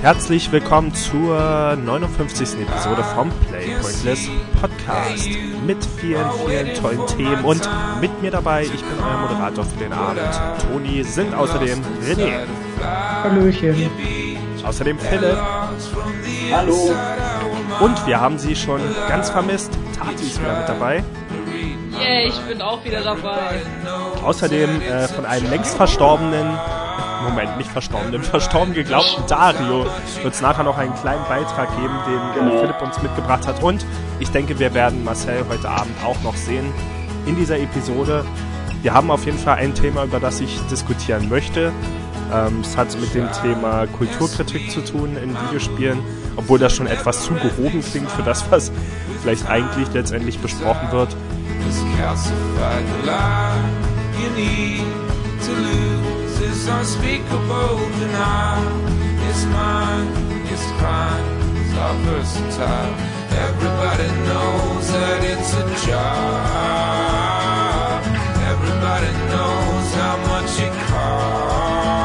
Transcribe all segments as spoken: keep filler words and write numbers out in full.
Herzlich willkommen zur neunundfünfzigsten Episode vom Play Pointless Podcast mit vielen, vielen tollen Themen und mit mir dabei, ich bin euer Moderator für den Abend, Toni, sind außerdem René. Hallöchen. Außerdem Philipp. Hallo. Und wir haben sie schon ganz vermisst, Tati ist wieder mit dabei. Yeah, ich bin auch wieder dabei. Außerdem äh, von einem längst verstorbenen, Moment, nicht verstorbenen, verstorben geglaubten Dario wird es nachher noch einen kleinen Beitrag geben, den genau. äh, Philipp uns mitgebracht hat. Und ich denke, wir werden Marcel heute Abend auch noch sehen in dieser Episode. Wir haben auf jeden Fall ein Thema, über das ich diskutieren möchte. Ähm, es hat mit dem Thema Kulturkritik zu tun in Videospielen, obwohl das schon etwas zu gehoben klingt für das, was vielleicht eigentlich letztendlich besprochen wird. Is calcified. The lie you need to lose is unspeakable denial. It's mine, it's crime, it's all versatile. Everybody knows that it's a job. Everybody knows how much it costs.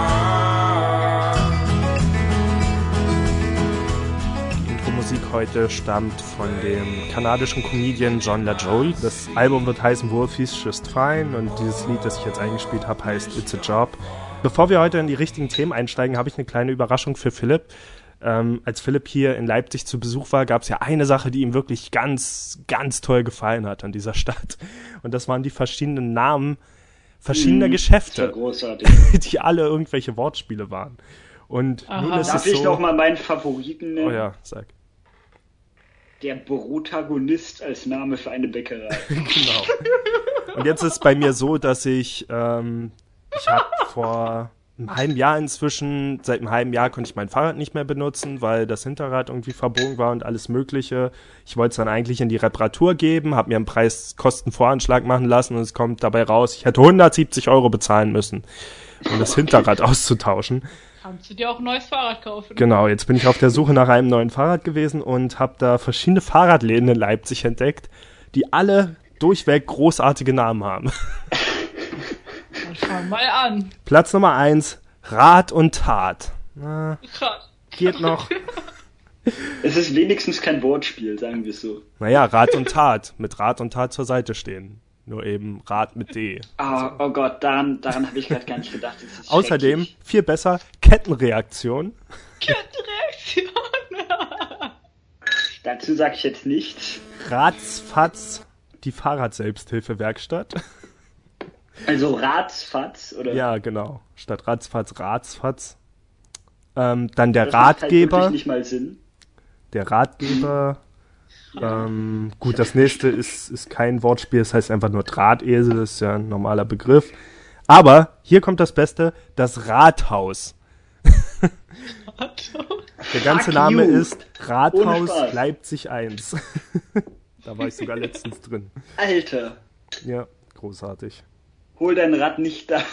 Musik heute stammt von dem kanadischen Comedian John LaJoie. Das Album wird heißen Wolfie's Just Fine und dieses Lied, das ich jetzt eingespielt habe, heißt It's a Job. Bevor wir heute in die richtigen Themen einsteigen, habe ich eine kleine Überraschung für Philipp. Ähm, als Philipp hier in Leipzig zu Besuch war, gab es ja eine Sache, die ihm wirklich ganz, ganz toll gefallen hat an dieser Stadt. Und das waren die verschiedenen Namen verschiedener mmh, Geschäfte, die alle irgendwelche Wortspiele waren. Und nun ist Darf es ich so, noch mal meinen Favoriten nennen? Oh ja, sag. Der Protagonist als Name für eine Bäckerei. Genau. Und jetzt ist es bei mir so, dass ich, ähm, ich habe vor einem halben Jahr inzwischen, seit einem halben Jahr konnte ich mein Fahrrad nicht mehr benutzen, weil das Hinterrad irgendwie verbogen war und alles Mögliche. Ich wollte es dann eigentlich in die Reparatur geben, habe mir einen Preis-Kosten-Voranschlag machen lassen und es kommt dabei raus, ich hätte hundertsiebzig Euro bezahlen müssen, um das Hinterrad auszutauschen. Kannst du dir auch ein neues Fahrrad kaufen? Genau, jetzt bin ich auf der Suche nach einem neuen Fahrrad gewesen und habe da verschiedene Fahrradläden in Leipzig entdeckt, die alle durchweg großartige Namen haben. Dann fang mal an. Platz Nummer eins, Rat und Tat. Na, geht noch. Es ist wenigstens kein Wortspiel, sagen wir es so. Naja, Rat und Tat, mit Rat und Tat zur Seite stehen. Nur eben Rat mit D. Ah, oh Gott, daran, daran habe ich gerade gar nicht gedacht. Das ist Außerdem, viel besser, Kettenreaktion. Kettenreaktion. Dazu sage ich jetzt nichts. Ratzfatz, die Fahrradselbsthilfewerkstatt. Also Ratzfatz, oder? Ja, genau. Statt Ratzfatz, Ratzfatz. Ähm, dann der das Ratgeber. Macht halt wirklich nicht mal Sinn. Der Ratgeber. Ja. Ähm, gut, das nächste ist, ist kein Wortspiel, das heißt einfach nur Drahtesel, das ist ja ein normaler Begriff. Aber hier kommt das Beste, das Rathaus. Der ganze Fuck Name you. ist Rathaus Leipzig eins. Da war ich sogar letztens drin. Alter. Ja, großartig. Hol dein Rad nicht da.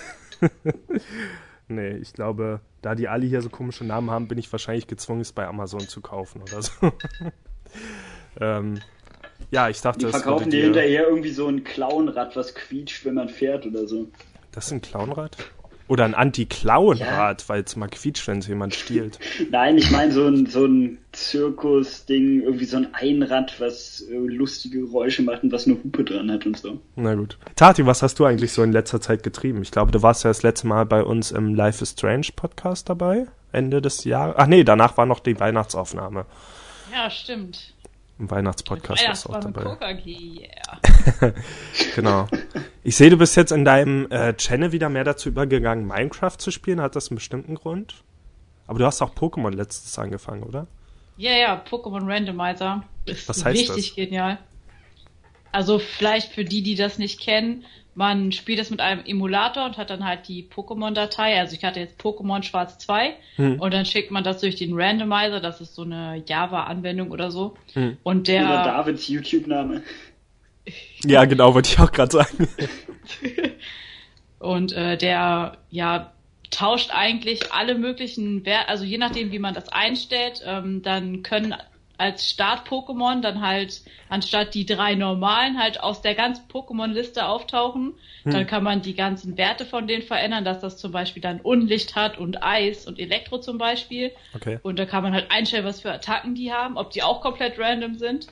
Nee, ich glaube, da die alle hier so komische Namen haben, bin ich wahrscheinlich gezwungen, es bei Amazon zu kaufen oder so. ähm, ja, ich dachte, die das verkaufen dir dir... hinterher irgendwie so ein Clownrad, was quietscht, wenn man fährt oder so. Das ist ein Clownrad? Oder ein Anti-Clown-Rad, ja. Weil es mal quietscht, wenn es jemand stiehlt. Nein, ich meine so ein, so ein Zirkus-Ding, irgendwie so ein Einrad, was äh, lustige Geräusche macht und was eine Hupe dran hat und so. Na gut. Tati, was hast du eigentlich so in letzter Zeit getrieben? Ich glaube, du warst ja das letzte Mal bei uns im Life is Strange Podcast dabei, Ende des Jahres. Ach nee, danach war noch die Weihnachtsaufnahme. Ja, stimmt. Im Weihnachtspodcast warst du auch dabei. Poker, yeah. Genau. Ich sehe, du bist jetzt in deinem äh, Channel wieder mehr dazu übergegangen, Minecraft zu spielen. Hat das einen bestimmten Grund? Aber du hast auch Pokémon letztens angefangen, oder? Ja, ja, Pokémon Randomizer. Ist Was heißt richtig das? Genial. Also vielleicht für die, die das nicht kennen, man spielt das mit einem Emulator und hat dann halt die Pokémon-Datei. Also ich hatte jetzt Pokémon Schwarz zwei hm. und dann schickt man das durch den Randomizer. Das ist so eine Java-Anwendung oder so. Hm. Und der Oder Davids YouTube-Name. Ja, genau, wollte ich auch gerade sagen. Und äh, der, ja, tauscht eigentlich alle möglichen Werte, also je nachdem, wie man das einstellt, ähm, dann können als Start-Pokémon dann halt anstatt die drei normalen halt aus der ganzen Pokémon-Liste auftauchen. Hm. Dann kann man die ganzen Werte von denen verändern, dass das zum Beispiel dann Unlicht hat und Eis und Elektro zum Beispiel. Okay. Und da kann man halt einstellen, was für Attacken die haben, ob die auch komplett random sind.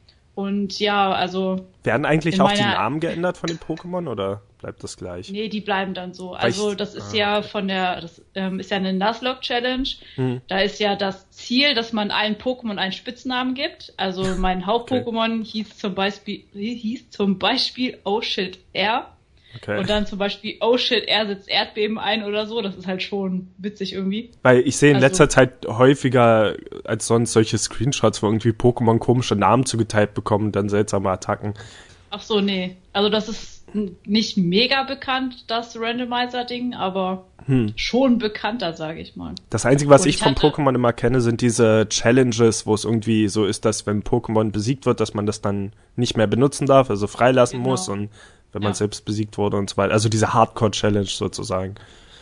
Und ja, also... Werden eigentlich auch die Namen geändert von den Pokémon oder bleibt das gleich? Nee, die bleiben dann so. Also das ist ah, ja von der, das ähm, ist ja eine Nuzlocke-Challenge. Hm. Da ist ja das Ziel, dass man allen Pokémon einen Spitznamen gibt. Also mein Haupt-Pokémon okay. hieß zum Beispiel, hieß zum Beispiel Oh Shit R. Okay. Und dann zum Beispiel Oh Shit R setzt Erdbeben ein oder so. Das ist halt schon witzig irgendwie. Weil ich sehe in also, letzter Zeit häufiger als sonst solche Screenshots, wo irgendwie Pokémon komische Namen zugeteilt bekommen und dann seltsame Attacken. Ach so, nee. Also das ist nicht mega bekannt, das Randomizer-Ding, aber hm. schon bekannter, sage ich mal. Das Einzige, was und ich von Pokémon immer kenne, sind diese Challenges, wo es irgendwie so ist, dass wenn Pokémon besiegt wird, dass man das dann nicht mehr benutzen darf, also freilassen genau. muss und wenn man ja. selbst besiegt wurde und so weiter. Also diese Hardcore-Challenge sozusagen.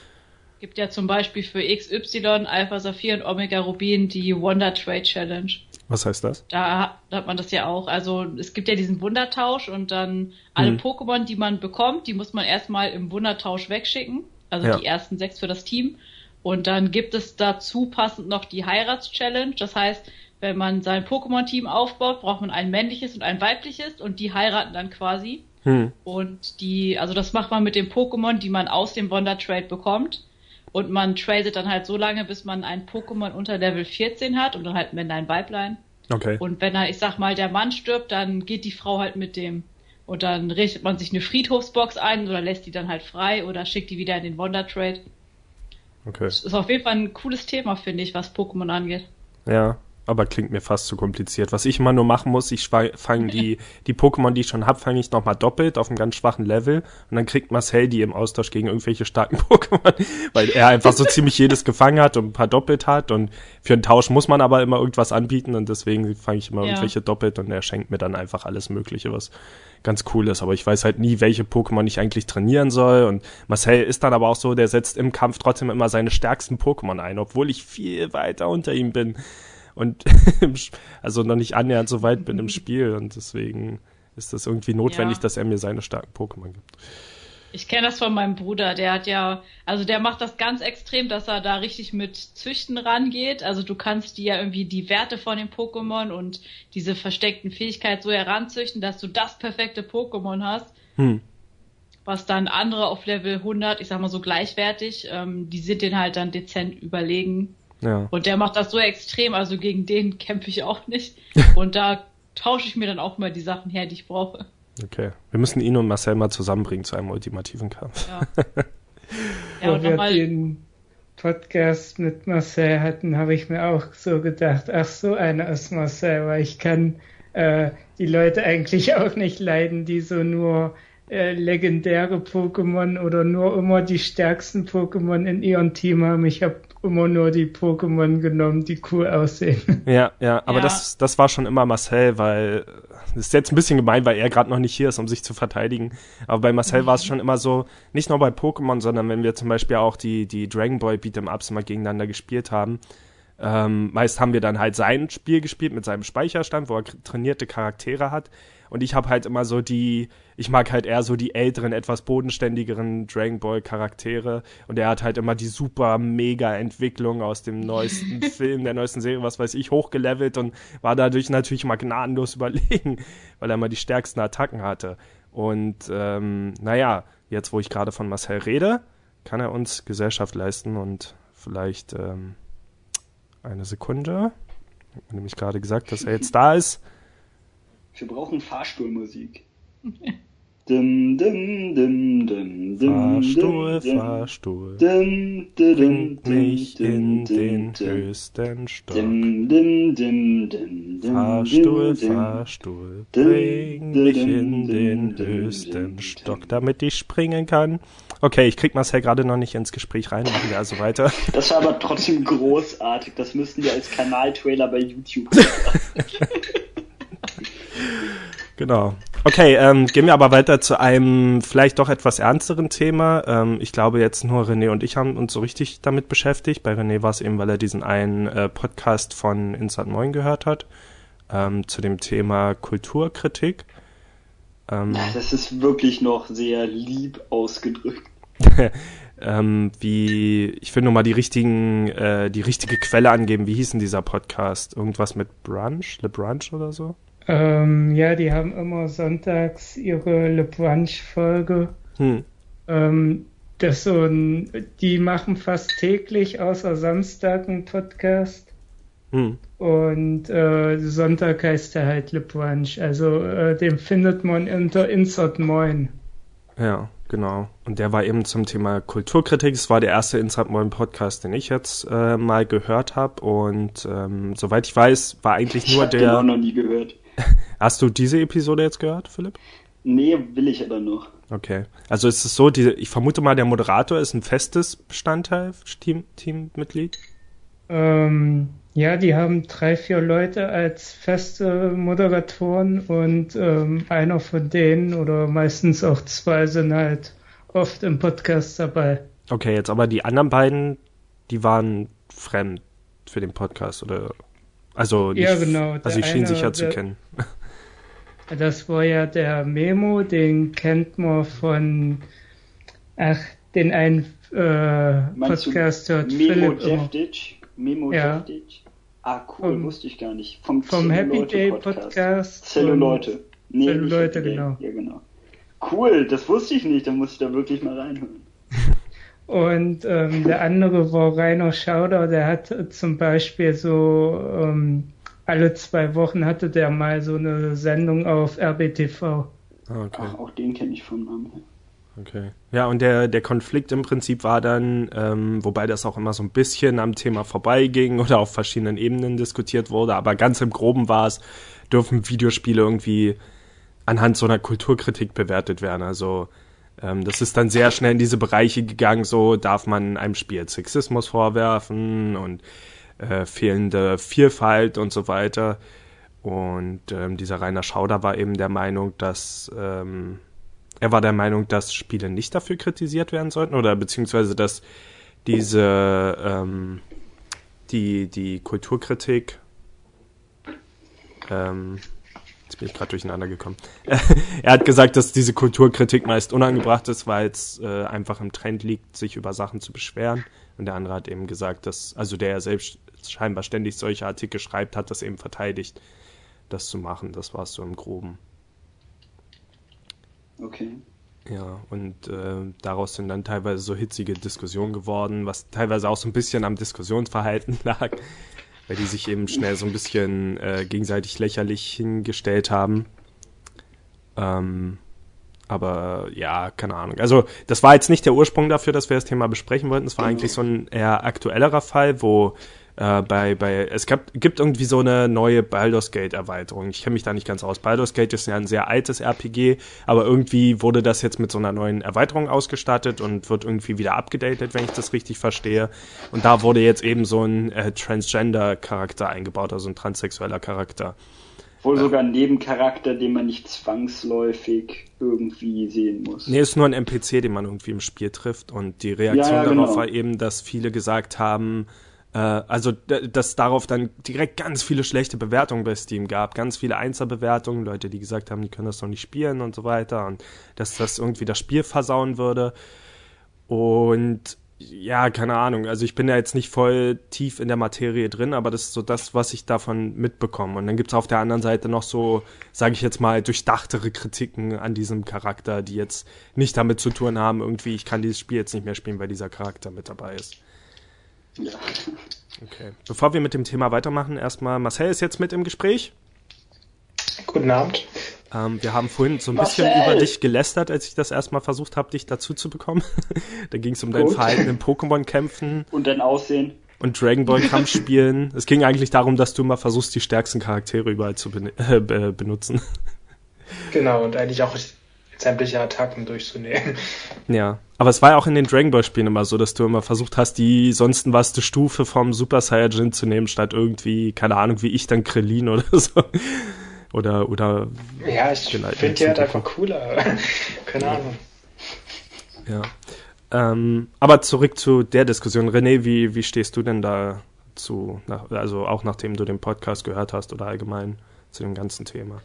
Gibt ja zum Beispiel für X Y, Alpha Saphir und Omega Rubin die Wonder Trade Challenge. Was heißt das? Da, da hat man das ja auch. Also es gibt ja diesen Wundertausch und dann alle hm. Pokémon, die man bekommt, die muss man erstmal im Wundertausch wegschicken. Also ja. die ersten sechs für das Team. Und dann gibt es dazu passend noch die Heirats-Challenge. Das heißt, wenn man sein Pokémon-Team aufbaut, braucht man ein männliches und ein weibliches und die heiraten dann quasi. Hm. Und die, also das macht man mit den Pokémon, die man aus dem Wonder Trade bekommt. Und man tradet dann halt so lange, bis man ein Pokémon unter Level vierzehn hat und dann halt Männlein, Weiblein. Okay. Und wenn er, ich sag mal, der Mann stirbt, dann geht die Frau halt mit dem. Und dann richtet man sich eine Friedhofsbox ein oder lässt die dann halt frei oder schickt die wieder in den Wonder Trade. Okay. Das ist auf jeden Fall ein cooles Thema, finde ich, was Pokémon angeht. Ja. Aber klingt mir fast zu kompliziert. Was ich immer nur machen muss, ich fange die die Pokémon, die ich schon hab, fange ich nochmal doppelt auf einem ganz schwachen Level und dann kriegt Marcel die im Austausch gegen irgendwelche starken Pokémon, weil er einfach so ziemlich jedes gefangen hat und ein paar doppelt hat und für einen Tausch muss man aber immer irgendwas anbieten und deswegen fange ich immer ja. irgendwelche doppelt und er schenkt mir dann einfach alles Mögliche, was ganz cool ist. Aber ich weiß halt nie, welche Pokémon ich eigentlich trainieren soll und Marcel ist dann aber auch so, der setzt im Kampf trotzdem immer seine stärksten Pokémon ein, obwohl ich viel weiter unter ihm bin. Und also noch nicht annähernd so weit bin im Spiel und deswegen ist das irgendwie notwendig, ja. dass er mir seine starken Pokémon gibt. Ich kenne das von meinem Bruder, der hat ja, also der macht das ganz extrem, dass er da richtig mit Züchten rangeht. Also du kannst dir ja irgendwie die Werte von den Pokémon und diese versteckten Fähigkeiten so heranzüchten, dass du das perfekte Pokémon hast. Hm. Was dann andere auf Level hundert, ich sag mal so gleichwertig, ähm, die sind denen halt dann dezent überlegen. Ja. Und der macht das so extrem, also gegen den kämpfe ich auch nicht. Und da tausche ich mir dann auch mal die Sachen her, die ich brauche. Okay, wir müssen ihn und Marcel mal zusammenbringen zu einem ultimativen Kampf. Ja, ja und wir mal den Podcast mit Marcel hatten, habe ich mir auch so gedacht, ach so einer ist Marcel, weil ich kann äh, die Leute eigentlich auch nicht leiden, die so nur äh, legendäre Pokémon oder nur immer die stärksten Pokémon in ihrem Team haben. Ich habe immer nur die Pokémon genommen, die cool aussehen. Ja, ja, aber ja. das das war schon immer Marcel, weil das ist jetzt ein bisschen gemein, weil er gerade noch nicht hier ist, um sich zu verteidigen. Aber bei Marcel mhm. war es schon immer so, nicht nur bei Pokémon, sondern wenn wir zum Beispiel auch die die Dragon Ball Beat'em-Ups mal gegeneinander gespielt haben, ähm, meist haben wir dann halt sein Spiel gespielt mit seinem Speicherstand, wo er trainierte Charaktere hat. Und ich habe halt immer so die, ich mag halt eher so die älteren, etwas bodenständigeren Dragon Ball Charaktere. Und er hat halt immer die super mega Entwicklung aus dem neuesten Film, der neuesten Serie, was weiß ich, hochgelevelt und war dadurch natürlich mal gnadenlos überlegen, weil er immer die stärksten Attacken hatte. Und ähm, naja, jetzt wo ich gerade von Marcel rede, kann er uns Gesellschaft leisten und vielleicht ähm, eine Sekunde. Ich habe nämlich gerade gesagt, dass er jetzt da ist. Wir brauchen Fahrstuhlmusik. Dim, dim, dim, dim, dim, Fahrstuhl, dim, Fahrstuhl, dim, dim, bringt dim, mich dim, in dim, den dim, höchsten Stock. dim, dim, dim, dim, dim, Fahrstuhl, dim, Fahrstuhl, dim, bring mich dim, in den dim, höchsten dim, Stock, damit ich springen kann. Okay, ich krieg Marcel gerade noch nicht ins Gespräch rein, machen wir also weiter. Das war aber trotzdem großartig. Das müssten wir als Kanaltrailer bei YouTube machen. Genau. Okay, ähm, gehen wir aber weiter zu einem vielleicht doch etwas ernsteren Thema. Ähm, ich glaube jetzt nur René und ich haben uns so richtig damit beschäftigt. Bei René war es eben, weil er diesen einen äh, Podcast von Instant Moin gehört hat. ähm, zu dem Thema Kulturkritik. Ähm, ja, das ist wirklich noch sehr lieb ausgedrückt. ähm, wie, ich will nur mal die richtigen, äh, die richtige Quelle angeben. Wie hieß denn dieser Podcast? Irgendwas mit Brunch? Le Brunch oder so? Ähm, ja, die haben immer sonntags ihre Le Brunch-Folge. Hm. Ähm, das so ein, die machen fast täglich außer Samstag einen Podcast. Hm. Und äh, Sonntag heißt er halt Le Brunch. Also äh, den findet man unter Insert Moin. Ja, genau. Und der war eben zum Thema Kulturkritik. Es war der erste Insert Moin Podcast, den ich jetzt äh, mal gehört habe. Und ähm, soweit ich weiß, war eigentlich nur ich der... Ich habe den auch noch nie gehört. Hast du diese Episode jetzt gehört, Philipp? Nee, will ich aber noch. Okay. Also ist es so, die, ich vermute mal, der Moderator ist ein festes Bestandteil, Team, Teammitglied? Ähm, ja, die haben drei, vier Leute als feste Moderatoren und ähm, einer von denen oder meistens auch zwei sind halt oft im Podcast dabei. Okay, jetzt aber die anderen beiden, die waren fremd für den Podcast, oder? Also, nicht, ja, genau. Also die schienen sich ja der, zu kennen. Das war ja der Memo, den kennt man von, ach, den einen äh, Podcast hört Memo Jeftic? Memo ja. Jeftic? Ah, cool, vom, wusste ich gar nicht. Vom, vom Happy Day Podcast. Podcast Zelluleute. Nee, Zelluleute, genau. Ja, genau. Cool, das wusste ich nicht, da muss ich da wirklich mal reinhören. Und ähm, der andere war Rainer Schauder, der hat zum Beispiel so ähm, alle zwei Wochen hatte der mal so eine Sendung auf R B T V. Okay. Ach, auch den kenne ich vom Namen her. Okay. Ja, und der, der Konflikt im Prinzip war dann, ähm, wobei das auch immer so ein bisschen am Thema vorbeiging oder auf verschiedenen Ebenen diskutiert wurde, aber ganz im Groben war es, dürfen Videospiele irgendwie anhand so einer Kulturkritik bewertet werden. Also ähm, das ist dann sehr schnell in diese Bereiche gegangen, so darf man einem Spiel Sexismus vorwerfen und äh, fehlende Vielfalt und so weiter. Und ähm, dieser Rainer Schauder war eben der Meinung, dass ähm, er war der Meinung, dass Spiele nicht dafür kritisiert werden sollten oder beziehungsweise, dass diese ähm, die die Kulturkritik ähm, jetzt bin ich gerade durcheinander gekommen. Er hat gesagt, dass diese Kulturkritik meist unangebracht ist, weil es äh, einfach im Trend liegt, sich über Sachen zu beschweren. Und der andere hat eben gesagt, dass, also der selbst scheinbar ständig solche Artikel schreibt, hat das eben verteidigt, das zu machen. Das war es so im Groben. Okay. Ja, und äh, daraus sind dann teilweise so hitzige Diskussionen geworden, was teilweise auch so ein bisschen am Diskussionsverhalten lag, weil die sich eben schnell so ein bisschen äh, gegenseitig lächerlich hingestellt haben. Ähm, aber ja, keine Ahnung. Also das war jetzt nicht der Ursprung dafür, dass wir das Thema besprechen wollten. Es war eigentlich so ein eher aktuellerer Fall, wo äh, bei, bei es gab, gibt irgendwie so eine neue Baldur's Gate Erweiterung. Ich kenne mich da nicht ganz aus. Baldur's Gate ist ja ein sehr altes R P G, aber irgendwie wurde das jetzt mit so einer neuen Erweiterung ausgestattet und wird irgendwie wieder abgedatet, wenn ich das richtig verstehe. Und da wurde jetzt eben so ein äh, Transgender-Charakter eingebaut, also ein transsexueller Charakter. Wohl sogar ein Nebencharakter, den man nicht zwangsläufig irgendwie sehen muss. Nee, ist nur ein N P C, den man irgendwie im Spiel trifft. Und die Reaktion ja, ja, darauf genau. war eben, dass viele gesagt haben, äh, also d- dass darauf dann direkt ganz viele schlechte Bewertungen bei Steam gab. Ganz viele Einzelbewertungen, Leute, die gesagt haben, die können das doch nicht spielen und so weiter. Und dass das irgendwie das Spiel versauen würde. Und ja, keine Ahnung. Also ich bin ja jetzt nicht voll tief in der Materie drin, aber das ist so das, was ich davon mitbekomme. Und dann gibt's auf der anderen Seite noch so, sage ich jetzt mal, durchdachtere Kritiken an diesem Charakter, die jetzt nicht damit zu tun haben, irgendwie, ich kann dieses Spiel jetzt nicht mehr spielen, weil dieser Charakter mit dabei ist. Ja. Okay. Bevor wir mit dem Thema weitermachen, erstmal, Marcel ist jetzt mit im Gespräch. Guten Abend. Ähm, wir haben vorhin so ein bisschen Marcel. über dich gelästert, als ich das erstmal versucht habe, dich dazu zu bekommen. Da ging es um dein Gut. Verhalten in Pokémon-Kämpfen. Und dein Aussehen. Und Dragon Ball Kampf spielen. Es ging eigentlich darum, dass du mal versuchst, die stärksten Charaktere überall zu ben- äh, benutzen. Genau, und eigentlich auch sämtliche Attacken durchzunehmen. Ja, aber es war ja auch in den Dragon Ball Spielen immer so, dass du immer versucht hast, die sonst was Stufe vom Super Saiyajin zu nehmen, statt irgendwie, keine Ahnung, wie ich dann Krillin oder so. Oder, oder. Ja, ich finde die halt einfach cooler. Keine Ahnung. Ja. Ähm, aber zurück zu der Diskussion. René, wie, wie stehst du denn da zu, nach, also auch nachdem du den Podcast gehört hast oder allgemein? zu dem ganzen Thema.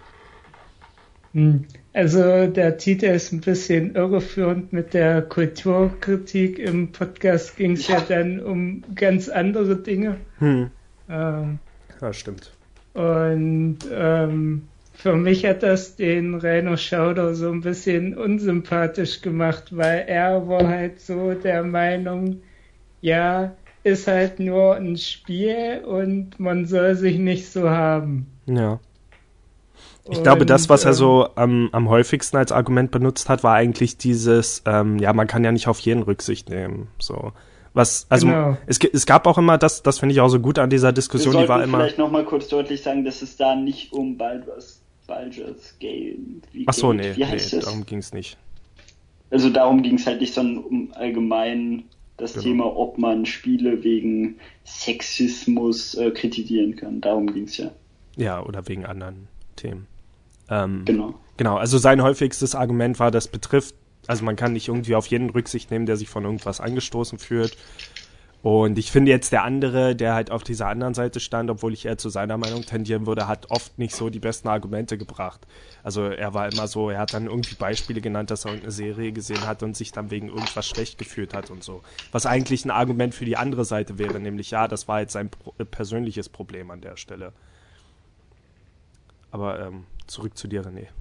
Also der Titel ist ein bisschen irreführend mit der Kulturkritik. Im Podcast ging es ja. ja dann um ganz andere Dinge. Hm. Ähm, ja, stimmt. Und ähm, für mich hat das den Rainer Schauder so ein bisschen unsympathisch gemacht, weil er war halt so der Meinung, ja, ist halt nur ein Spiel und man soll sich nicht so haben. Ja. Ich und, glaube, das, was er so ähm, am häufigsten als Argument benutzt hat, war eigentlich dieses, ähm, ja, man kann ja nicht auf jeden Rücksicht nehmen. So. Was, also genau. es, es gab auch immer, das, das finde ich auch so gut an dieser Diskussion, die war immer. Wir sollten vielleicht nochmal kurz deutlich sagen, dass es da nicht um Baldur's, Baldur's Gate wie Ach so, Gate, nee, wie heißt nee das? darum ging es nicht. Also darum ging es halt nicht, sondern um allgemein das genau. Thema, ob man Spiele wegen Sexismus äh, kritisieren kann. Darum ging es ja. Ja, oder wegen anderen Themen. Ähm, genau. Genau, also sein häufigstes Argument war, das betrifft, also man kann nicht irgendwie auf jeden Rücksicht nehmen, der sich von irgendwas angestoßen fühlt. Und ich finde jetzt der andere, der halt auf dieser anderen Seite stand, obwohl ich eher zu seiner Meinung tendieren würde, hat oft nicht so die besten Argumente gebracht. Also er war immer so, er hat dann irgendwie Beispiele genannt, dass er irgendeine Serie gesehen hat und sich dann wegen irgendwas schlecht gefühlt hat und so. Was eigentlich ein Argument für die andere Seite wäre, nämlich ja, das war jetzt sein pro- persönliches Problem an der Stelle. Aber ähm, zurück zu dir, René.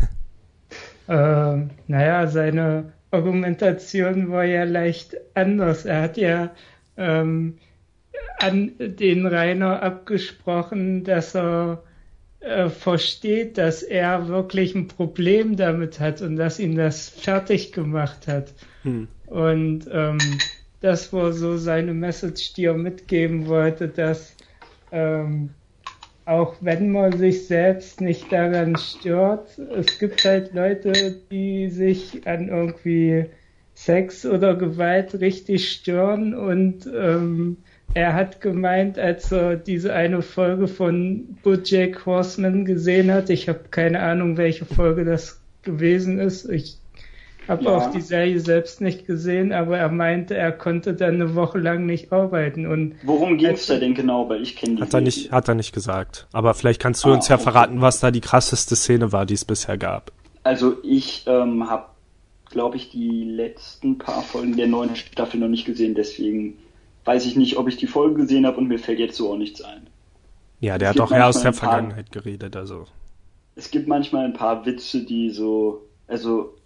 Ähm, naja, seine Argumentation war ja leicht anders. Er hat ja ähm, an den Rainer abgesprochen, dass er äh, versteht, dass er wirklich ein Problem damit hat und dass ihn das fertig gemacht hat. Hm. Und ähm, das war so seine Message, die er mitgeben wollte, dass ähm, auch wenn man sich selbst nicht daran stört, es gibt halt Leute, die sich an irgendwie Sex oder Gewalt richtig stören und ähm, er hat gemeint, als er diese eine Folge von BoJack Horseman gesehen hat, ich habe keine Ahnung, welche Folge das gewesen ist, ich habe ja. auch die Serie selbst nicht gesehen, aber er meinte, er konnte dann eine Woche lang nicht arbeiten. Und worum ging es da denn genau? Weil ich kenne die hat er nicht, hat er nicht gesagt. Aber vielleicht kannst du ah, uns ja okay. verraten, was da die krasseste Szene war, die es bisher gab. Also ich ähm, habe, glaube ich, die letzten paar Folgen der neuen Staffel noch nicht gesehen, deswegen weiß ich nicht, ob ich die Folge gesehen habe und mir fällt jetzt so auch nichts ein. Ja, der es hat doch eher aus der Vergangenheit paar, geredet, also. Es gibt manchmal ein paar Witze, die so, also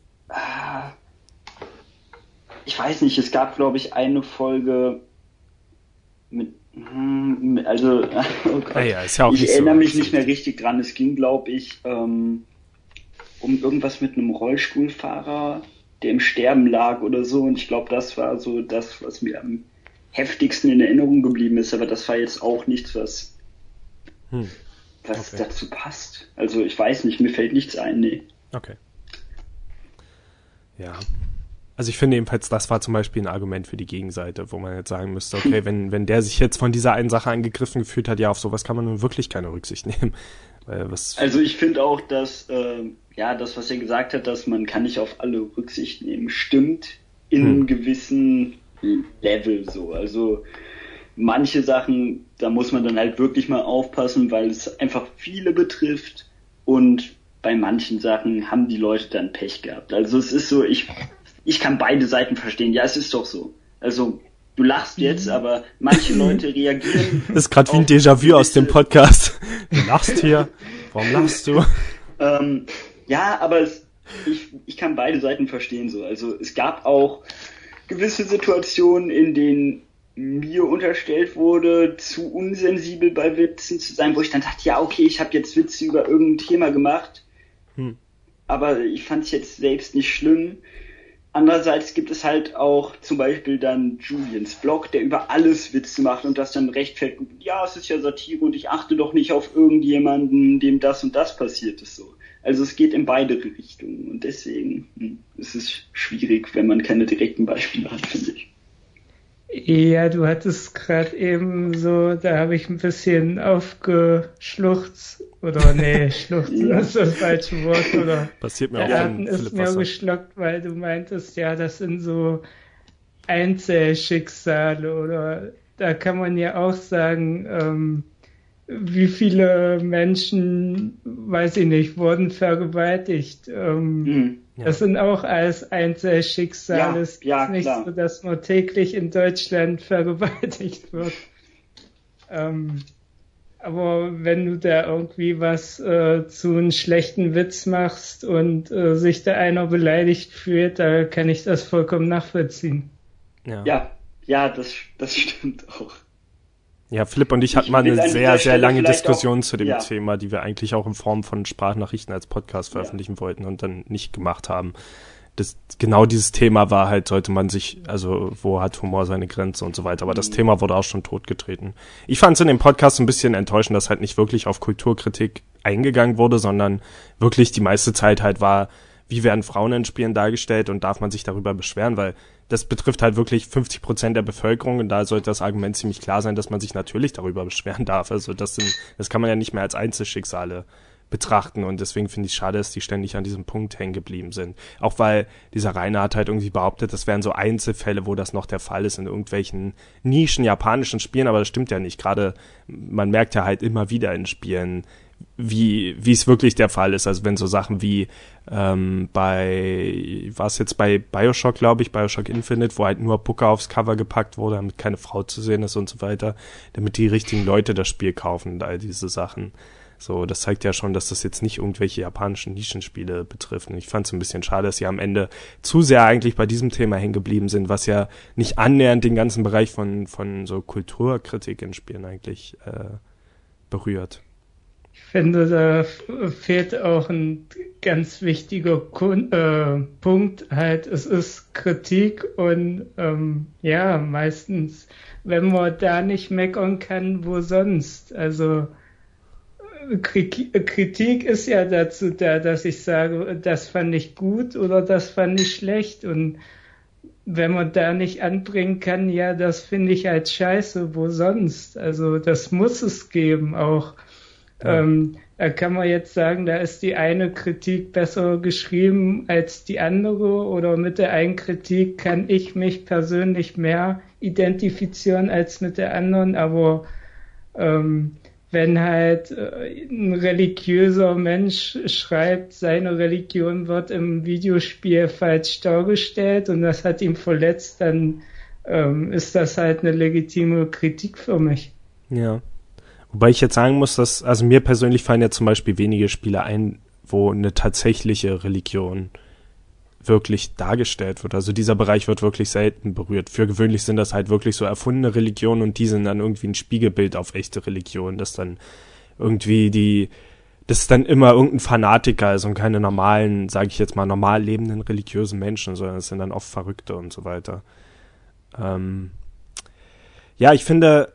ich weiß nicht, es gab, glaube ich, eine Folge mit, also, oh Gott, ja, ja, ist ja auch ich nicht erinnere so mich nicht mehr richtig dran. Es ging, glaube ich, ähm, um irgendwas mit einem Rollstuhlfahrer, der im Sterben lag oder so. Und ich glaube, das war so das, was mir am heftigsten in Erinnerung geblieben ist. Aber das war jetzt auch nichts, was, hm. was okay. dazu passt. Also ich weiß nicht, mir fällt nichts ein, nee. Okay. Ja, also ich finde jedenfalls, das war zum Beispiel ein Argument für die Gegenseite, wo man jetzt sagen müsste, okay, wenn wenn der sich jetzt von dieser einen Sache angegriffen gefühlt hat, ja, auf sowas kann man nun wirklich keine Rücksicht nehmen. Weil was also ich finde auch, dass, äh, ja, das, was er gesagt hat, dass man kann nicht auf alle Rücksicht nehmen, stimmt in hm. einem gewissen Level so. Also manche Sachen, da muss man dann halt wirklich mal aufpassen, weil es einfach viele betrifft und bei manchen Sachen haben die Leute dann Pech gehabt. Also es ist so, ich ich kann beide Seiten verstehen. Ja, es ist doch so. Also du lachst jetzt, aber manche Leute reagieren. Das ist gerade wie ein Déjà-vu aus dem Podcast. Du lachst hier. Warum lachst du? ähm, ja, aber es, ich ich kann beide Seiten verstehen so. Also es gab auch gewisse Situationen, in denen mir unterstellt wurde, zu unsensibel bei Witzen zu sein, wo ich dann dachte, ja okay, ich habe jetzt Witze über irgendein Thema gemacht. Hm. Aber ich fand es jetzt selbst nicht schlimm. Andererseits gibt es halt auch zum Beispiel dann Julians Blog, der über alles Witze macht und das dann rechtfertigt, ja, es ist ja Satire und ich achte doch nicht auf irgendjemanden, dem das und das passiert ist so. Also es geht in beide Richtungen und deswegen hm, ist es schwierig, wenn man keine direkten Beispiele hat, finde ich. Ja, du hattest gerade eben so, da habe ich ein bisschen aufgeschluchzt, oder nee, schluchzen ja. ist das falsche Wort, oder passiert mir auch der Atem ist mir geschluckt, weil du meintest, ja, das sind so Einzelschicksale, oder da kann man ja auch sagen, ähm, wie viele Menschen, weiß ich nicht, wurden vergewaltigt. Ähm, mhm. ja. Das sind auch alles Einzelschicksale. Es ja, ja, ist nicht klar. so, dass man täglich in Deutschland vergewaltigt wird. Ähm, aber wenn du da irgendwie was äh, zu einem schlechten Witz machst und äh, sich da einer beleidigt fühlt, da kann ich das vollkommen nachvollziehen. Ja, ja, ja das, das stimmt auch. Ja, Philipp und ich hatten mal eine sehr, sehr lange Diskussion auch, zu dem ja. Thema, die wir eigentlich auch in Form von Sprachnachrichten als Podcast veröffentlichen ja. wollten und dann nicht gemacht haben. Das, genau dieses Thema war halt, sollte man sich, also wo hat Humor seine Grenze und so weiter, aber das mhm. Thema wurde auch schon totgetreten. Ich fand es in dem Podcast ein bisschen enttäuschend, dass halt nicht wirklich auf Kulturkritik eingegangen wurde, sondern wirklich die meiste Zeit halt war, wie werden Frauen in Spielen dargestellt und darf man sich darüber beschweren, weil das betrifft halt wirklich fünfzig Prozent der Bevölkerung und da sollte das Argument ziemlich klar sein, dass man sich natürlich darüber beschweren darf. Also das sind, das kann man ja nicht mehr als Einzelschicksale betrachten und deswegen finde ich schade, dass die ständig an diesem Punkt hängen geblieben sind. Auch weil dieser Rainer hat halt irgendwie behauptet, das wären so Einzelfälle, wo das noch der Fall ist in irgendwelchen Nischen japanischen Spielen, aber das stimmt ja nicht. Gerade man merkt ja halt immer wieder in Spielen, wie wie es wirklich der Fall ist. Also wenn so Sachen wie ähm, bei, war es jetzt bei Bioshock, glaube ich, Bioshock Infinite, wo halt nur Booker aufs Cover gepackt wurde, damit keine Frau zu sehen ist und so weiter, damit die richtigen Leute das Spiel kaufen und all diese Sachen. So, das zeigt ja schon, dass das jetzt nicht irgendwelche japanischen Nischenspiele betrifft. Und ich fand es ein bisschen schade, dass sie am Ende zu sehr eigentlich bei diesem Thema hängen geblieben sind, was ja nicht annähernd den ganzen Bereich von von so Kulturkritik in Spielen eigentlich äh, berührt. Ich finde, da fehlt auch ein ganz wichtiger Kun- äh, Punkt. Halt, es ist Kritik und ähm, ja, meistens, wenn man da nicht meckern kann, wo sonst? Also Kritik ist ja dazu da, dass ich sage, das fand ich gut oder das fand ich schlecht. Und wenn man da nicht anbringen kann, ja, das finde ich halt scheiße, wo sonst? Also das muss es geben auch. Ja. Ähm, da kann man jetzt sagen, da ist die eine Kritik besser geschrieben als die andere oder mit der einen Kritik kann ich mich persönlich mehr identifizieren als mit der anderen, aber ähm, wenn halt äh, ein religiöser Mensch schreibt, seine Religion wird im Videospiel falsch dargestellt und das hat ihn verletzt, dann ähm, ist das halt eine legitime Kritik für mich. Ja. Wobei ich jetzt sagen muss, dass, also mir persönlich fallen ja zum Beispiel wenige Spiele ein, wo eine tatsächliche Religion wirklich dargestellt wird. Also dieser Bereich wird wirklich selten berührt. Für gewöhnlich sind das halt wirklich so erfundene Religionen und die sind dann irgendwie ein Spiegelbild auf echte Religionen, dass dann irgendwie die, das ist dann immer irgendein Fanatiker ist und keine normalen, sage ich jetzt mal, normal lebenden religiösen Menschen, sondern es sind dann oft Verrückte und so weiter. Ähm, ja, ich finde,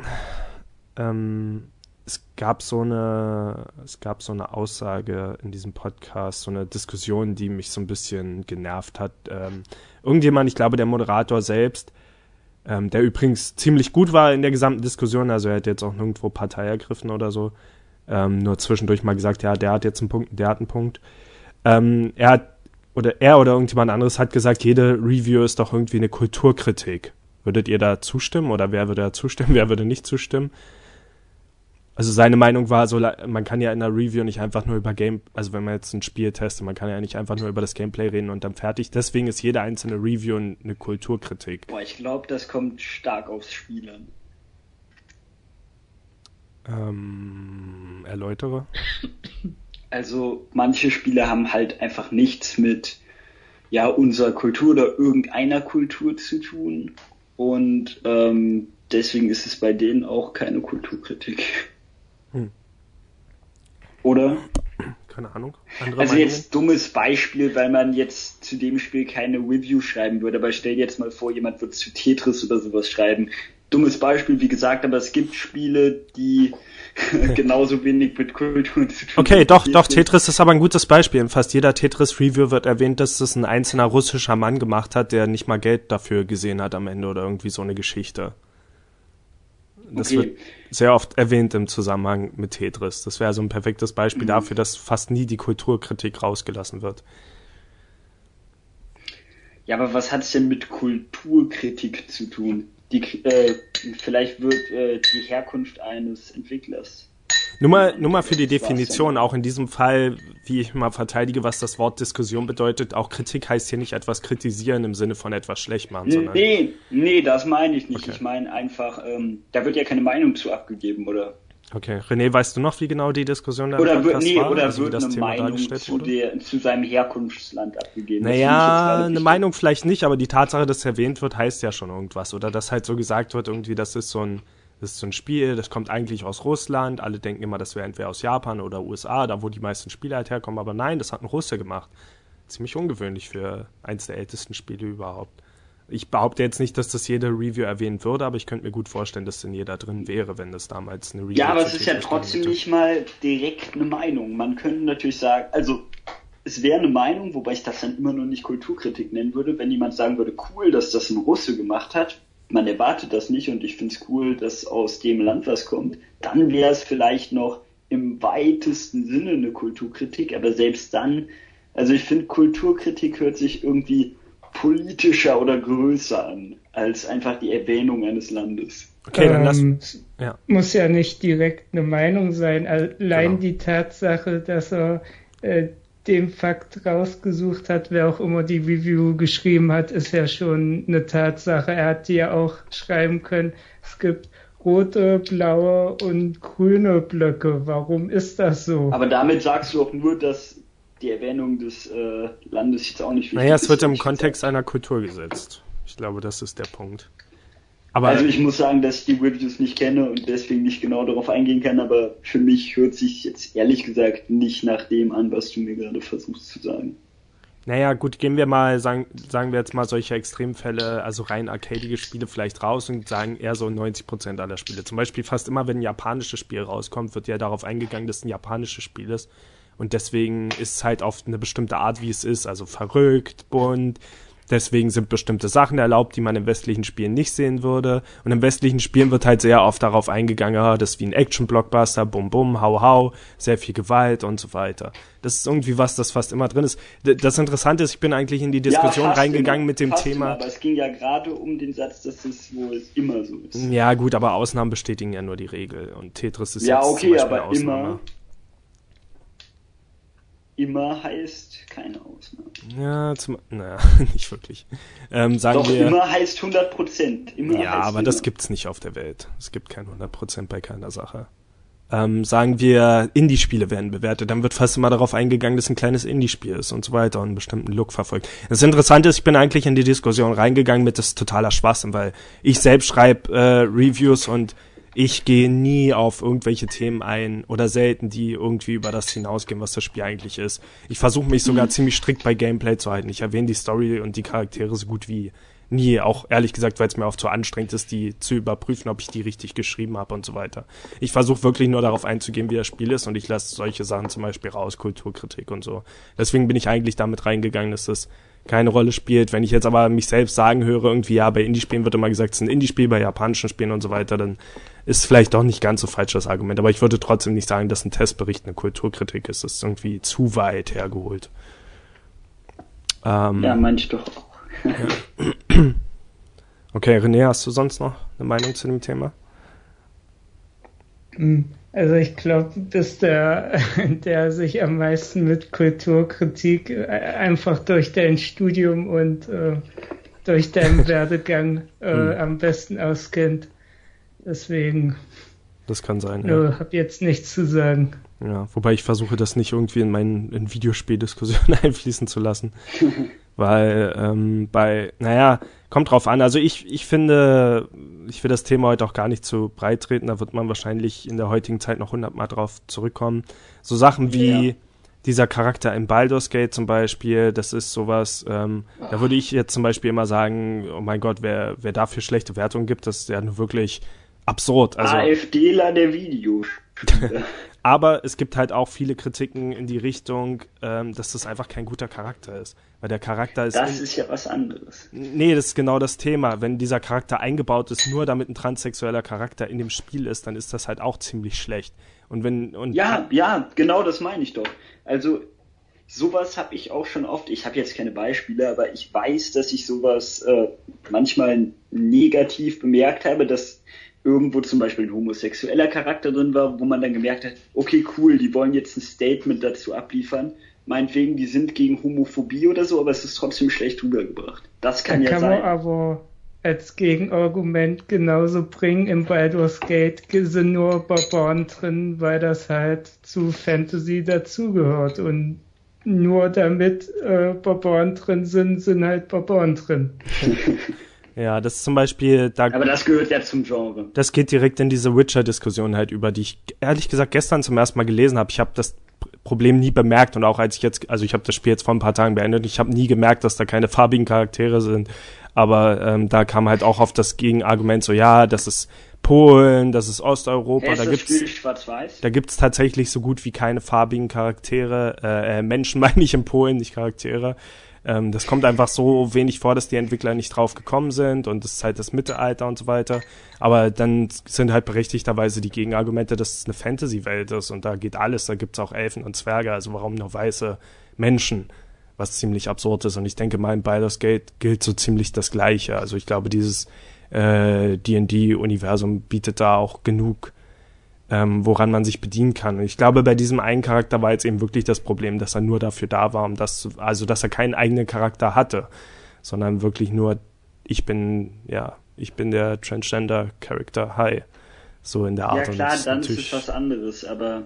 ähm, es gab so eine, es gab so eine Aussage in diesem Podcast, so eine Diskussion, die mich so ein bisschen genervt hat. Ähm, irgendjemand, ich glaube der Moderator selbst, ähm, der übrigens ziemlich gut war in der gesamten Diskussion, also er hat jetzt auch nirgendwo Partei ergriffen oder so, ähm, nur zwischendurch mal gesagt, ja, der hat jetzt einen Punkt, der hat einen Punkt. Ähm, er hat, oder er oder irgendjemand anderes hat gesagt, jede Review ist doch irgendwie eine Kulturkritik. Würdet ihr da zustimmen oder wer würde da zustimmen, wer würde nicht zustimmen? Also seine Meinung war so, man kann ja in einer Review nicht einfach nur über Game, also wenn man jetzt ein Spiel testet, man kann ja nicht einfach nur über das Gameplay reden und dann fertig. Deswegen ist jede einzelne Review eine Kulturkritik. Boah, ich glaube, das kommt stark aufs Spiel an. Ähm, erläutere. Also manche Spiele haben halt einfach nichts mit ja unserer Kultur oder irgendeiner Kultur zu tun und ähm, deswegen ist es bei denen auch keine Kulturkritik. Hm. Oder? Keine Ahnung. Andere also Meinungen? Jetzt dummes Beispiel, weil man jetzt zu dem Spiel keine Review schreiben würde, aber stell dir jetzt mal vor, jemand wird zu Tetris oder sowas schreiben. Dummes Beispiel, wie gesagt, aber es gibt Spiele, die genauso wenig mit Kultur zu tun haben. Okay, doch, doch, Tetris ist aber ein gutes Beispiel. In fast jeder Tetris-Review wird erwähnt, dass das ein einzelner russischer Mann gemacht hat, der nicht mal Geld dafür gesehen hat am Ende oder irgendwie so eine Geschichte. Das okay. wird sehr oft erwähnt im Zusammenhang mit Tetris. Das wäre so ein perfektes Beispiel mhm. dafür, dass fast nie die Kulturkritik rausgelassen wird. Ja, aber was hat es denn mit Kulturkritik zu tun? die, äh, vielleicht wird äh, die Herkunft eines Entwicklers. Nur mal, nur mal für die Definition, auch in diesem Fall, wie ich mal verteidige, was das Wort Diskussion bedeutet, auch Kritik heißt hier nicht etwas kritisieren im Sinne von etwas schlecht machen, sondern... Nee, nee, das meine ich nicht. Okay. Ich meine einfach, ähm, da wird ja keine Meinung zu abgegeben, oder? Okay, René, weißt du noch, wie genau die Diskussion da im Oder wird, Podcast nee, war? oder Also, wie wird das eine Thema Meinung dargestellt zu, wurde? der, zu seinem Herkunftsland abgegeben? Das finde ich jetzt Naja, gerade eine wichtig. Meinung vielleicht nicht, aber die Tatsache, dass erwähnt wird, heißt ja schon irgendwas. Oder dass halt so gesagt wird, irgendwie, das ist so ein, das ist so ein Spiel, das kommt eigentlich aus Russland. Alle denken immer, das wäre entweder aus Japan oder U S A, da wo die meisten Spiele halt herkommen. Aber nein, das hat ein Russe gemacht. Ziemlich ungewöhnlich für eins der ältesten Spiele überhaupt. Ich behaupte jetzt nicht, dass das jede Review erwähnen würde, aber ich könnte mir gut vorstellen, dass in jeder drin wäre, wenn das damals eine Review Ja, aber zu es ist ja Tetris trotzdem hätte. nicht mal direkt eine Meinung. Man könnte natürlich sagen, also es wäre eine Meinung, wobei ich das dann immer noch nicht Kulturkritik nennen würde, wenn jemand sagen würde, cool, dass das ein Russe gemacht hat. Man erwartet das nicht und ich finde es cool, dass aus dem Land was kommt. Dann wäre es vielleicht noch im weitesten Sinne eine Kulturkritik, aber selbst dann, also ich finde, Kulturkritik hört sich irgendwie politischer oder größer an, als einfach die Erwähnung eines Landes. Okay, dann lass... Ähm, Ja. Muss ja nicht direkt eine Meinung sein. Allein Genau. die Tatsache, dass er äh, den Fakt rausgesucht hat, wer auch immer die Review geschrieben hat, ist ja schon eine Tatsache. Er hat die ja auch schreiben können. Es gibt rote, blaue und grüne Blöcke. Warum ist das so? Aber damit sagst du auch nur, dass die Erwähnung des äh, Landes jetzt auch nicht wichtig Naja, es ist. wird im ehrlich Kontext gesagt. einer Kultur gesetzt. Ich glaube, das ist der Punkt. Aber Also ich muss sagen, dass ich die Reviews nicht kenne und deswegen nicht genau darauf eingehen kann, aber für mich hört sich jetzt ehrlich gesagt nicht nach dem an, was du mir gerade versuchst zu sagen. naja, gut, gehen wir mal, sagen, sagen wir jetzt mal solche Extremfälle, also rein arcadige Spiele vielleicht raus und sagen eher so neunzig Prozent aller Spiele. Zum Beispiel fast immer, wenn ein japanisches Spiel rauskommt, wird ja darauf eingegangen, dass es ein japanisches Spiel ist. Und deswegen ist es halt auf eine bestimmte Art, wie es ist, also verrückt, bunt. Deswegen sind bestimmte Sachen erlaubt, die man in westlichen Spielen nicht sehen würde. Und in westlichen Spielen wird halt sehr oft darauf eingegangen, ja, das ist wie ein Action-Blockbuster, bum bum, hau hau, sehr viel Gewalt und so weiter. Das ist irgendwie was, das fast immer drin ist. D- Das Interessante ist, ich bin eigentlich in die Diskussion ja, fast reingegangen immer, mit dem fast Thema. Immer, aber es ging ja gerade um den Satz, dass es wohl immer so ist. Ja gut, aber Ausnahmen bestätigen ja nur die Regel. Und Tetris ist Ja, jetzt okay, zum Beispiel aber eine Ausnahme. immer- Immer heißt keine Ausnahme. Ja, zum, naja, nicht wirklich. Ähm, sagen Doch, wir, immer heißt hundert Prozent. Immer ja, heißt aber immer. das gibt's nicht auf der Welt. Es gibt kein hundert Prozent bei keiner Sache. Ähm, sagen wir, Indie-Spiele werden bewertet, dann wird fast immer darauf eingegangen, dass ein kleines Indie-Spiel ist und so weiter und einen bestimmten Look verfolgt. Das Interessante ist, ich bin eigentlich in die Diskussion reingegangen mit, das ist totaler Schwachsinn, weil ich selbst schreibe äh, Reviews und ich gehe nie auf irgendwelche Themen ein oder selten, die irgendwie über das hinausgehen, was das Spiel eigentlich ist. Ich versuche mich sogar ziemlich strikt bei Gameplay zu halten. Ich erwähne die Story und die Charaktere so gut wie nie, auch ehrlich gesagt, weil es mir oft zu anstrengend ist, die zu überprüfen, ob ich die richtig geschrieben habe und so weiter. Ich versuche wirklich nur darauf einzugehen, wie das Spiel ist und ich lasse solche Sachen zum Beispiel raus, Kulturkritik und so. Deswegen bin ich eigentlich damit reingegangen, dass das keine Rolle spielt. Wenn ich jetzt aber mich selbst sagen höre, irgendwie, ja, bei Indie-Spielen wird immer gesagt, es ist ein Indie-Spiel, bei japanischen Spielen und so weiter, dann ist vielleicht doch nicht ganz so falsch das Argument. Aber ich würde trotzdem nicht sagen, dass ein Testbericht eine Kulturkritik ist. Das ist irgendwie zu weit hergeholt. Ähm, Ja, meine ich doch auch. Okay, René, hast du sonst noch eine Meinung zu dem Thema? Also ich glaube, dass der, der sich am meisten mit Kulturkritik äh, einfach durch dein Studium und äh, durch deinen Werdegang äh, Hm. am besten auskennt. Deswegen Das kann sein, ja. äh, habe jetzt nichts zu sagen. Ja, wobei ich versuche, das nicht irgendwie in meinen in Videospieldiskussionen einfließen zu lassen. Weil ähm, bei, naja, kommt drauf an. Also ich, ich finde, ich will das Thema heute auch gar nicht zu breit treten. Da wird man wahrscheinlich in der heutigen Zeit noch hundertmal drauf zurückkommen. So Sachen wie Ja. dieser Charakter in Baldur's Gate zum Beispiel, das ist sowas, ähm, da würde ich jetzt zum Beispiel immer sagen, oh mein Gott, wer, wer dafür schlechte Wertungen gibt, das ist ja nur wirklich absurd. Also, AfDler der Videospiele. aber es gibt halt auch viele Kritiken in die Richtung, ähm, dass das einfach kein guter Charakter ist. Weil der Charakter ist... Das in- ist ja was anderes. Nee, das ist genau das Thema. Wenn dieser Charakter eingebaut ist, nur damit ein transsexueller Charakter in dem Spiel ist, dann ist das halt auch ziemlich schlecht. Und wenn... Und Ja, ja, genau das meine ich doch. Also, sowas habe ich auch schon oft, ich habe jetzt keine Beispiele, aber ich weiß, dass ich sowas äh, manchmal negativ bemerkt habe, dass irgendwo zum Beispiel ein homosexueller Charakter drin war, wo man dann gemerkt hat, okay, cool, die wollen jetzt ein Statement dazu abliefern, meinetwegen, die sind gegen Homophobie oder so, aber es ist trotzdem schlecht rübergebracht. Das kann da ja kann sein. Man aber als Gegenargument genauso bringen, im Baldur's Gate sind nur Barbaren drin, weil das halt zu Fantasy dazugehört und nur damit äh, Barbaren drin sind, sind halt Barbaren drin. Ja, das ist zum Beispiel... Da, aber das gehört ja zum Genre. Das geht direkt in diese Witcher-Diskussion halt über, die ich ehrlich gesagt gestern zum ersten Mal gelesen habe. Ich habe das Problem nie bemerkt und auch als ich jetzt, also ich habe das Spiel jetzt vor ein paar Tagen beendet, ich habe nie gemerkt, dass da keine farbigen Charaktere sind, aber ähm, da kam halt auch auf das Gegenargument so, ja, das ist Polen, das ist Osteuropa, hey, ist da das gibt's Spiel schwarz-weiß? Da gibt's tatsächlich so gut wie keine farbigen Charaktere, äh, Menschen meine ich in Polen, nicht Charaktere. Ähm, das kommt einfach so wenig vor, dass die Entwickler nicht drauf gekommen sind und es ist halt das Mittelalter und so weiter. Aber dann sind halt berechtigterweise die Gegenargumente, dass es eine Fantasy-Welt ist und da geht alles, da gibt's auch Elfen und Zwerge, also warum nur weiße Menschen, was ziemlich absurd ist. Und ich denke mal, in Baldur's Gate gilt so ziemlich das Gleiche. Also ich glaube, dieses äh, D und D-Universum bietet da auch genug, Ähm, woran man sich bedienen kann. Und ich glaube, bei diesem einen Charakter war jetzt eben wirklich das Problem, dass er nur dafür da war, um das zu, also dass er keinen eigenen Charakter hatte, sondern wirklich nur, ich bin, ja, ich bin der Transgender-Charakter, hi. So in der Art. Ja klar, und dann ist es was anderes, aber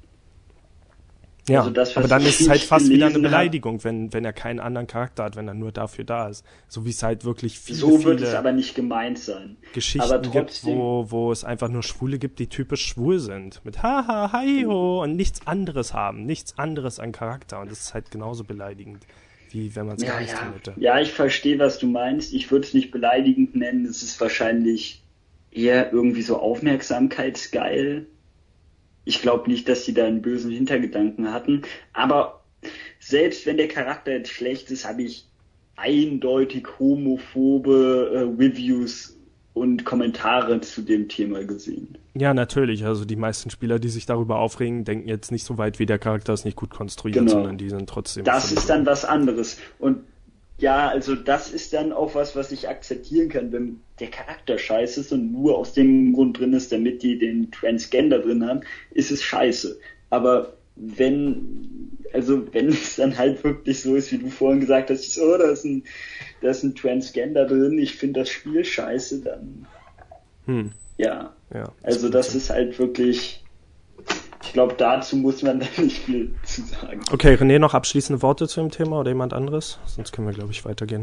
ja, also das, aber dann ist es halt fast wieder eine Beleidigung, Beleidigung, wenn wenn er keinen anderen Charakter hat, wenn er nur dafür da ist. So wie es halt wirklich viele, so wird viele es aber nicht gemeint sein. Geschichten aber trotzdem, gibt, wo, wo es einfach nur Schwule gibt, die typisch schwul sind. Mit haha, hi ho und nichts anderes haben. Nichts anderes an Charakter. Und das ist halt genauso beleidigend, wie wenn man es ja, gar nicht ja. drin hätte. Ja, ich verstehe, was du meinst. Ich würde es nicht beleidigend nennen. Es ist wahrscheinlich eher irgendwie so aufmerksamkeitsgeil. Ich glaube nicht, dass die da einen bösen Hintergedanken hatten. Aber selbst wenn der Charakter jetzt schlecht ist, habe ich eindeutig homophobe äh, Reviews und Kommentare zu dem Thema gesehen. Ja, natürlich. Also die meisten Spieler, die sich darüber aufregen, denken jetzt nicht so weit, wie der Charakter ist nicht gut konstruiert, genau. sondern die sind trotzdem... Das ist dann was anderes. Und ja, also das ist dann auch was, was ich akzeptieren kann, wenn der Charakter scheiße ist und nur aus dem Grund drin ist, damit die den Transgender drin haben, ist es scheiße. Aber wenn, also wenn es dann halt wirklich so ist, wie du vorhin gesagt hast, oh, da ist ein, da ist ein Transgender drin, ich finde das Spiel scheiße, dann hm. ja. ja. Also das ist halt wirklich... Ich glaube, dazu muss man da nicht viel zu sagen. Okay, René, noch abschließende Worte zu dem Thema oder jemand anderes? Sonst können wir, glaube ich, weitergehen.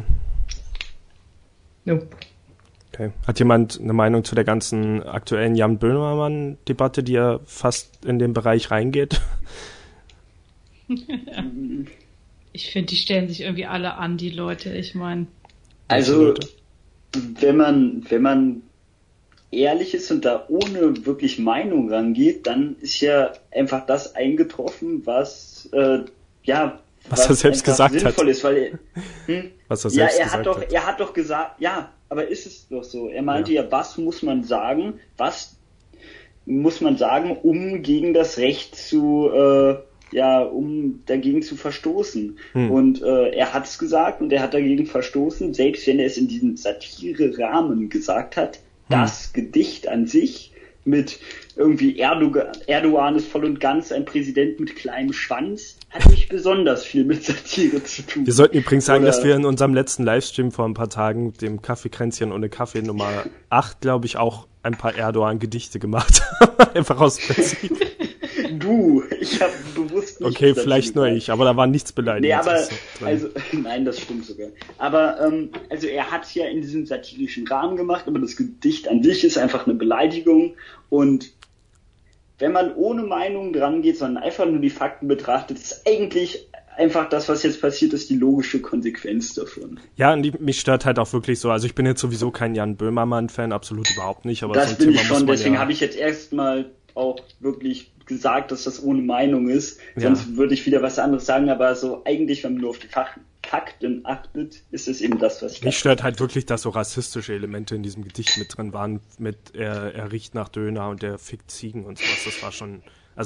Nope. Okay. Hat jemand eine Meinung zu der ganzen aktuellen Jan Böhmermann-Debatte, die ja fast in den Bereich reingeht? Ich finde, die stellen sich irgendwie alle an, die Leute. Ich meine... Also, wenn man, wenn man ehrlich ist und da ohne wirklich Meinung rangeht, dann ist ja einfach das eingetroffen, was äh, ja was, was er selbst gesagt sinnvoll hat. Ist, weil er, hm? Was er selbst ja, er gesagt hat doch, hat. er hat doch gesagt, ja, aber ist es doch so. Er meinte ja. ja, was muss man sagen, was muss man sagen, um gegen das Recht zu äh, ja, um dagegen zu verstoßen. Hm. Und äh, er hat es gesagt und er hat dagegen verstoßen, selbst wenn er es in diesem Satire-Rahmen gesagt hat. Das hm. Gedicht an sich mit irgendwie Erdogan, Erdogan ist voll und ganz ein Präsident mit kleinem Schwanz, hat nicht besonders viel mit Satire zu tun. Wir sollten übrigens sagen, Oder, dass wir in unserem letzten Livestream vor ein paar Tagen, dem Kaffeekränzchen ohne Kaffee Nummer acht, glaube ich, auch ein paar Erdogan-Gedichte gemacht haben. Einfach aus Prinzip. Du, ich habe bewusst nicht... Okay, vielleicht nur ich, aber da war nichts beleidigend. Nee, aber, also, nein, das stimmt sogar. Aber, ähm, also er hat es ja in diesem satirischen Rahmen gemacht, aber das Gedicht an sich ist einfach eine Beleidigung und wenn man ohne Meinung dran geht, sondern einfach nur die Fakten betrachtet, ist eigentlich einfach das, was jetzt passiert ist, die logische Konsequenz davon. Ja, und die, mich stört halt auch wirklich so, also ich bin jetzt sowieso kein Jan Böhmermann-Fan, absolut überhaupt nicht. Aber das so ein bin Thema ich schon, deswegen ja habe ich jetzt erstmal auch wirklich gesagt, dass das ohne Meinung ist. Sonst ja. würde ich wieder was anderes sagen, aber so eigentlich, wenn man nur auf die Fakten achtet, ist es eben das, was ich... Mich stört halt wirklich, dass so rassistische Elemente in diesem Gedicht mit drin waren, mit er, er riecht nach Döner und er fickt Ziegen und sowas. Das war schon, also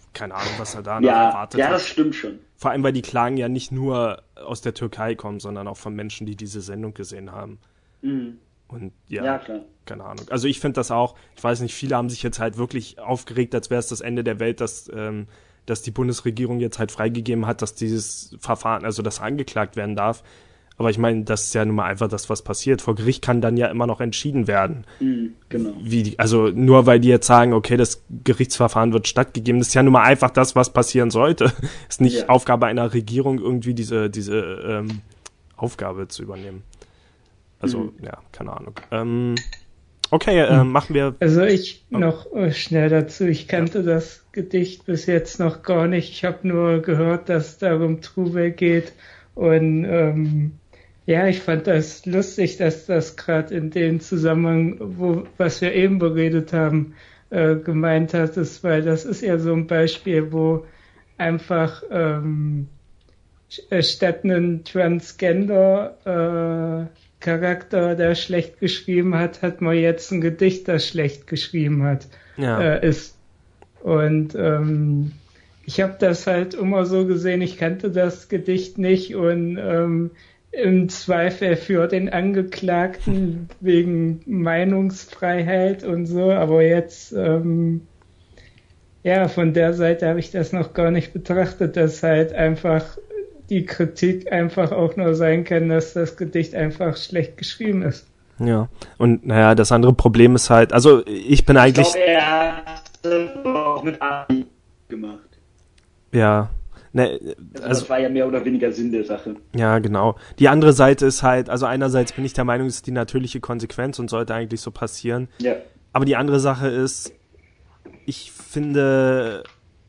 keine Ahnung, was er da ja, erwartet ja, hat. Ja, das stimmt schon. Vor allem, weil die Klagen ja nicht nur aus der Türkei kommen, sondern auch von Menschen, die diese Sendung gesehen haben. Mhm. Und ja, ja, klar. Keine Ahnung. Also ich finde das auch, ich weiß nicht, viele haben sich jetzt halt wirklich aufgeregt, als wäre es das Ende der Welt, dass, ähm, dass die Bundesregierung jetzt halt freigegeben hat, dass dieses Verfahren, also dass angeklagt werden darf. Aber ich meine, das ist ja nun mal einfach das, was passiert. Vor Gericht kann dann ja immer noch entschieden werden. Mhm, genau. Wie die, also nur weil die jetzt sagen, okay, das Gerichtsverfahren wird stattgegeben, das ist ja nun mal einfach das, was passieren sollte. Ist nicht ja. Aufgabe einer Regierung, irgendwie diese, diese ähm, Aufgabe zu übernehmen. Also, mhm. ja, keine Ahnung. Ähm, okay, äh, machen wir... Also ich oh. noch äh, schnell dazu. Ich kannte ja. das Gedicht bis jetzt noch gar nicht. Ich habe nur gehört, dass es darum Trubel geht. Und ähm, ja, ich fand das lustig, dass das gerade in dem Zusammenhang, wo was wir eben beredet haben, äh, gemeint hat, ist, weil das ist ja so ein Beispiel, wo einfach ähm, statt einen Transgender äh, Charakter, der schlecht geschrieben hat, hat man jetzt ein Gedicht, das schlecht geschrieben hat, ja. äh, ist. Und ähm, ich habe das halt immer so gesehen, ich kannte das Gedicht nicht und ähm, im Zweifel für den Angeklagten wegen Meinungsfreiheit und so, aber jetzt, ähm, ja, von der Seite habe ich das noch gar nicht betrachtet, dass halt einfach die Kritik einfach auch nur sein kann, dass das Gedicht einfach schlecht geschrieben ist. Ja, und naja, das andere Problem ist halt, also ich bin eigentlich... Ich glaube, er hat auch mit Abi gemacht. Ja, ne, also, also das war ja mehr oder weniger Sinn der Sache. Ja, genau. Die andere Seite ist halt, also einerseits bin ich der Meinung, es ist die natürliche Konsequenz und sollte eigentlich so passieren. Ja. Aber die andere Sache ist, ich finde,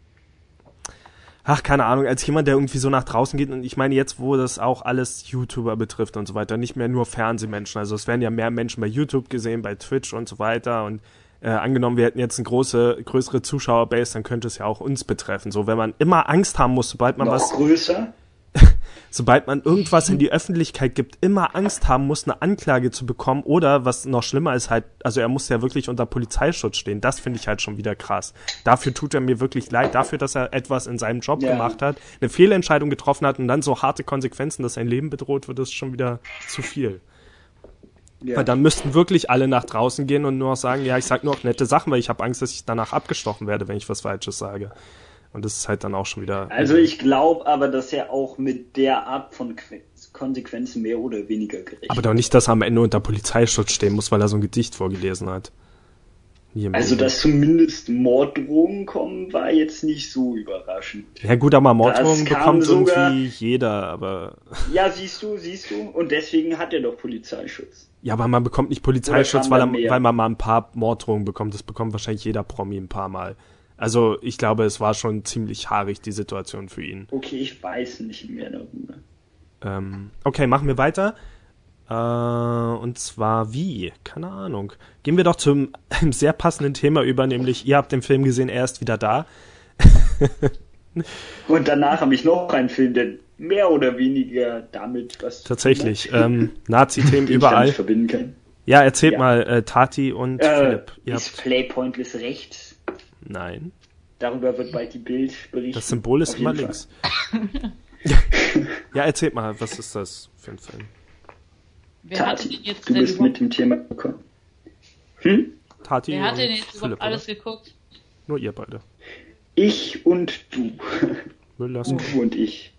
ach, keine Ahnung, als jemand, der irgendwie so nach draußen geht, und ich meine jetzt, wo das auch alles YouTuber betrifft und so weiter, nicht mehr nur Fernsehmenschen, also es werden ja mehr Menschen bei YouTube gesehen, bei Twitch und so weiter und Äh, angenommen, wir hätten jetzt eine große, größere Zuschauerbase, dann könnte es ja auch uns betreffen. So, wenn man immer Angst haben muss, sobald man noch was... größer? sobald man irgendwas in die Öffentlichkeit gibt, immer Angst haben muss, eine Anklage zu bekommen oder, was noch schlimmer ist halt, also er muss ja wirklich unter Polizeischutz stehen. Das finde ich halt schon wieder krass. Dafür tut er mir wirklich leid, dafür, dass er etwas in seinem Job ja. gemacht hat, eine Fehlentscheidung getroffen hat und dann so harte Konsequenzen, dass sein Leben bedroht wird, ist schon wieder zu viel. Ja. Weil dann müssten wirklich alle nach draußen gehen und nur noch sagen, ja, ich sag nur auch nette Sachen, weil ich habe Angst, dass ich danach abgestochen werde, wenn ich was Falsches sage. Und das ist halt dann auch schon wieder... Also ich glaube aber, dass er auch mit der Art von Konsequenzen mehr oder weniger gerecht Aber doch nicht, dass er am Ende unter Polizeischutz stehen muss, weil er so ein Gedicht vorgelesen hat. Also, dass zumindest Morddrohungen kommen, war jetzt nicht so überraschend. Ja gut, aber Morddrohungen bekommt sogar, irgendwie jeder, aber... Ja, siehst du, siehst du, und deswegen hat er doch Polizeischutz. Ja, aber man bekommt nicht Polizeischutz, weil, er, weil man mal ein paar Morddrohungen bekommt. Das bekommt wahrscheinlich jeder Promi ein paar Mal. Also, ich glaube, es war schon ziemlich haarig, die Situation für ihn. Okay, ich weiß nicht mehr darüber. Ähm, okay, machen wir weiter. Äh, und zwar wie? Keine Ahnung. Gehen wir doch zum einem sehr passenden Thema über, nämlich, ihr habt den Film gesehen, er ist wieder da. Und danach habe ich noch einen Film, der mehr oder weniger damit was... Tatsächlich, ähm, Nazi-Themen überall. Ich verbinden kann. Ja, erzählt ja. mal, äh, Tati und äh, Philipp. Ihr ist habt... Playpointless rechts? Nein. Darüber wird bald die Bild berichten. Das Symbol ist immer links. Ja, erzählt mal, was ist das für ein Film? Wer Tati, hat den jetzt du bist mit dem Thema gekommen. Hm? Tati Wer hat und denn jetzt Philipp, überhaupt alles oder? geguckt? Nur ihr beide. Ich und du. Müllers und du und ich.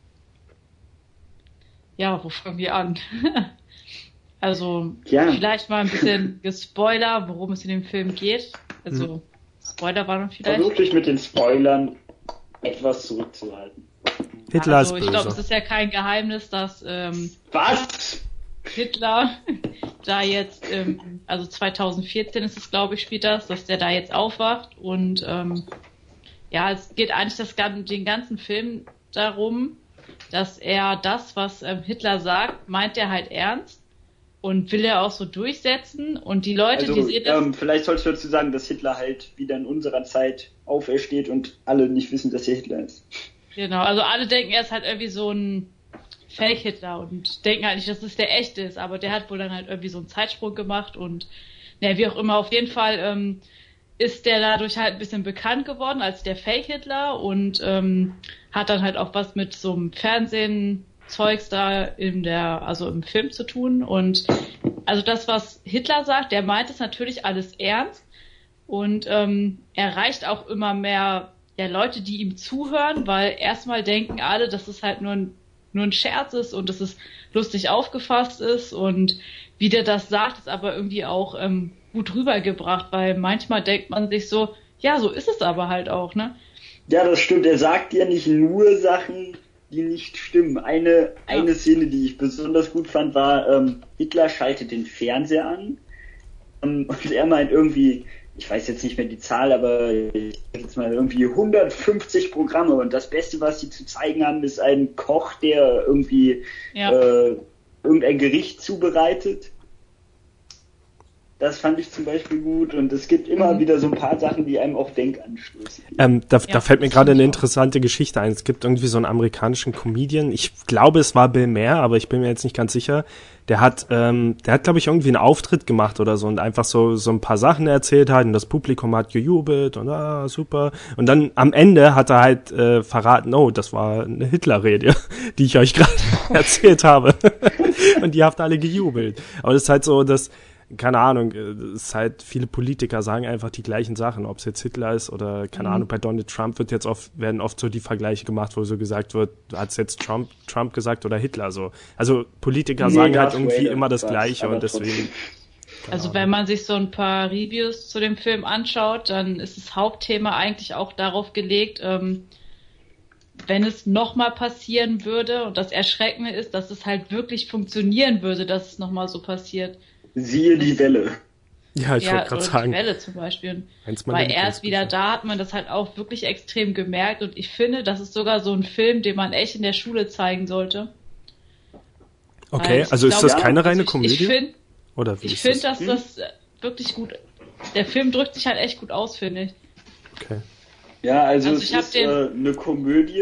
Ja, wo fangen wir an? Also, ja. vielleicht mal ein bisschen gespoiler, worum es in dem Film geht. Also, hm. Spoiler waren vielleicht. Wirklich mit den Spoilern etwas zurückzuhalten. Hitler also, ist ich böse. glaube, es ist ja kein Geheimnis, dass ähm, Was? Hitler da jetzt, ähm, also zweitausendvierzehn ist es, glaube ich, spielt das, dass der da jetzt aufwacht und ähm, ja, es geht eigentlich das, den ganzen Film darum, dass er das, was ähm, Hitler sagt, meint er halt ernst und will er auch so durchsetzen und die Leute, also, die sehen das... Ähm, vielleicht sollst du dazu sagen, dass Hitler halt wieder in unserer Zeit aufersteht und alle nicht wissen, dass er Hitler ist. Genau, also alle denken, er ist halt irgendwie so ein Fake-Hitler und denken halt nicht, dass es der echte ist, aber der hat wohl dann halt irgendwie so einen Zeitsprung gemacht und naja, wie auch immer, auf jeden Fall ähm, ist der dadurch halt ein bisschen bekannt geworden als der Fake-Hitler und ähm, hat dann halt auch was mit so einem Fernsehen-Zeugs da in der, also im Film zu tun. Und also das, was Hitler sagt, der meint es natürlich alles ernst und ähm, erreicht auch immer mehr ja, Leute, die ihm zuhören, weil erstmal denken alle, dass es halt nur ein, nur ein Scherz ist und dass es lustig aufgefasst ist und wie der das sagt, ist aber irgendwie auch ähm, gut rübergebracht, weil manchmal denkt man sich so, ja, so ist es aber halt auch, ne? Ja, das stimmt. Er sagt ja nicht nur Sachen, die nicht stimmen. Eine, ja. eine Szene, die ich besonders gut fand, war, ähm, Hitler schaltet den Fernseher an ähm, und er meint irgendwie, ich weiß jetzt nicht mehr die Zahl, aber ich sag jetzt mal irgendwie hundertfünfzig Programme und das Beste, was sie zu zeigen haben, ist ein Koch, der irgendwie ja. äh, irgendein Gericht zubereitet. Das fand ich zum Beispiel gut und es gibt immer mhm. wieder so ein paar Sachen, die einem auch Denkanstoßen geben. Ähm, da, ja, da fällt mir gerade eine interessante Geschichte ein. Es gibt irgendwie so einen amerikanischen Comedian, ich glaube es war Bill Maher, aber ich bin mir jetzt nicht ganz sicher. Der hat, ähm, der hat glaube ich irgendwie einen Auftritt gemacht oder so und einfach so so ein paar Sachen erzählt halt und das Publikum hat gejubelt und ah, super. Und dann am Ende hat er halt äh, verraten, oh, das war eine Hitler-Rede, die ich euch gerade erzählt habe. Und die habt alle gejubelt. Aber das ist halt so, dass keine Ahnung, es ist halt, viele Politiker sagen einfach die gleichen Sachen, ob es jetzt Hitler ist oder, keine mhm. Ahnung, bei Donald Trump wird jetzt oft, werden oft so die Vergleiche gemacht, wo so gesagt wird, hat es jetzt Trump, Trump gesagt oder Hitler so. Also Politiker nee, sagen halt irgendwie Vader, immer das Gleiche und deswegen. Also wenn man sich so ein paar Reviews zu dem Film anschaut, dann ist das Hauptthema eigentlich auch darauf gelegt, ähm, wenn es nochmal passieren würde und das Erschreckende ist, dass es halt wirklich funktionieren würde, dass es nochmal so passiert. Siehe die Welle. Ja, ich ja, wollte gerade sagen. Die Welle zum Beispiel. Weil erst wieder da hat man das halt auch wirklich extrem gemerkt und ich finde, das ist sogar so ein Film, den man echt in der Schule zeigen sollte. Okay, also, also ist glaube, das keine ja, reine also Komödie? Ich, ich finde, Oder wie ich ist finde, das? dass das wirklich gut, der Film drückt sich halt echt gut aus, finde ich. Okay. Ja, also, also es ist äh, eine Komödie.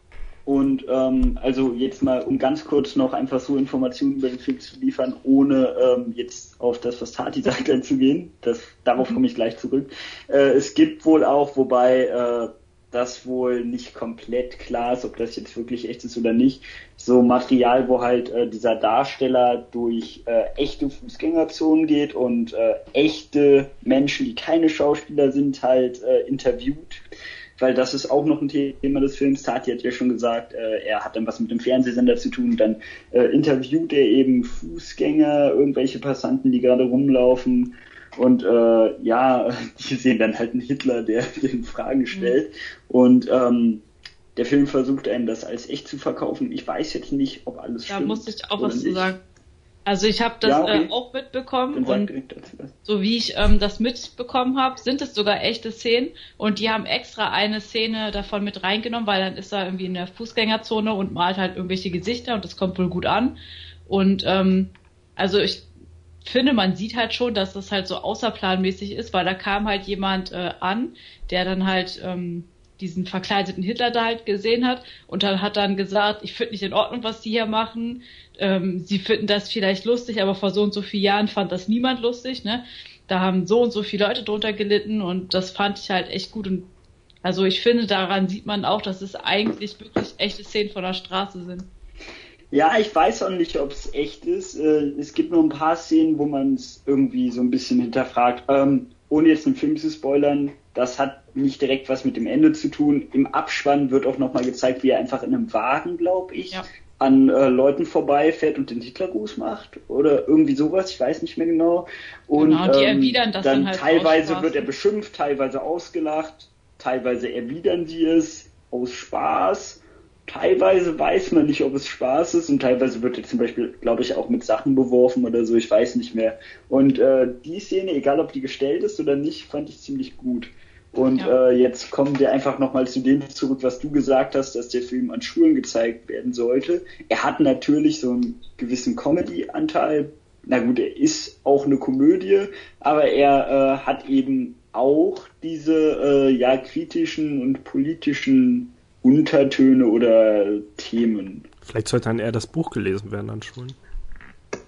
Und ähm, also jetzt mal, um ganz kurz noch einfach so Informationen über den Film zu liefern, ohne ähm, jetzt auf das, was Tati sagt, einzugehen. Das, darauf komme ich gleich zurück. Äh, es gibt wohl auch, wobei äh, das wohl nicht komplett klar ist, ob das jetzt wirklich echt ist oder nicht, so Material, wo halt äh, dieser Darsteller durch äh, echte Fußgängerzonen geht und äh, echte Menschen, die keine Schauspieler sind, halt äh, interviewt. Weil das ist auch noch ein Thema des Films. Tati hat ja schon gesagt, äh, er hat dann was mit dem Fernsehsender zu tun. Dann äh, interviewt er eben Fußgänger, irgendwelche Passanten, die gerade rumlaufen. Und äh, ja, die sehen dann halt einen Hitler, der den Fragen stellt. Mhm. Und ähm, der Film versucht einem das als echt zu verkaufen. Ich weiß jetzt nicht, ob alles da stimmt. Da musste ich auch was zu sagen. Also ich habe das ja, okay. äh, auch mitbekommen und so wie ich ähm, das mitbekommen habe, sind es sogar echte Szenen und die haben extra eine Szene davon mit reingenommen, weil dann ist er irgendwie in der Fußgängerzone und malt halt irgendwelche Gesichter und das kommt wohl gut an. Und ähm, also ich finde, man sieht halt schon, dass das halt so außerplanmäßig ist, weil da kam halt jemand äh, an, der dann halt ähm, diesen verkleideten Hitler da halt gesehen hat und dann hat dann gesagt, ich finde nicht in Ordnung, was die hier machen. Ähm, sie finden das vielleicht lustig, aber vor so und so vielen Jahren fand das niemand lustig, ne? Da haben so und so viele Leute drunter gelitten und das fand ich halt echt gut und also ich finde, daran sieht man auch, dass es eigentlich wirklich echte Szenen von der Straße sind. Ja, ich weiß auch nicht, ob es echt ist. Es gibt nur ein paar Szenen, wo man es irgendwie so ein bisschen hinterfragt. Ähm, ohne jetzt den Film zu spoilern, das hat nicht direkt was mit dem Ende zu tun. Im Abspann wird auch nochmal gezeigt, wie er einfach in einem Wagen, glaube ich, ja. an äh, Leuten vorbeifährt und den Hitlergruß macht oder irgendwie sowas, ich weiß nicht mehr genau. Und genau, die erwidern das dann, dann halt teilweise wird er beschimpft, teilweise ausgelacht, teilweise erwidern sie es aus Spaß. Teilweise weiß man nicht, ob es Spaß ist und teilweise wird er zum Beispiel, glaube ich, auch mit Sachen beworfen oder so, ich weiß nicht mehr. Und äh, die Szene, egal ob die gestellt ist oder nicht, fand ich ziemlich gut. Und ja. äh, jetzt kommen wir einfach nochmal zu dem zurück, was du gesagt hast, dass der Film an Schulen gezeigt werden sollte. Er hat natürlich so einen gewissen Comedy-Anteil. Na gut, er ist auch eine Komödie, aber er äh, hat eben auch diese äh, ja kritischen und politischen Untertöne oder Themen. Vielleicht sollte dann eher das Buch gelesen werden an Schulen.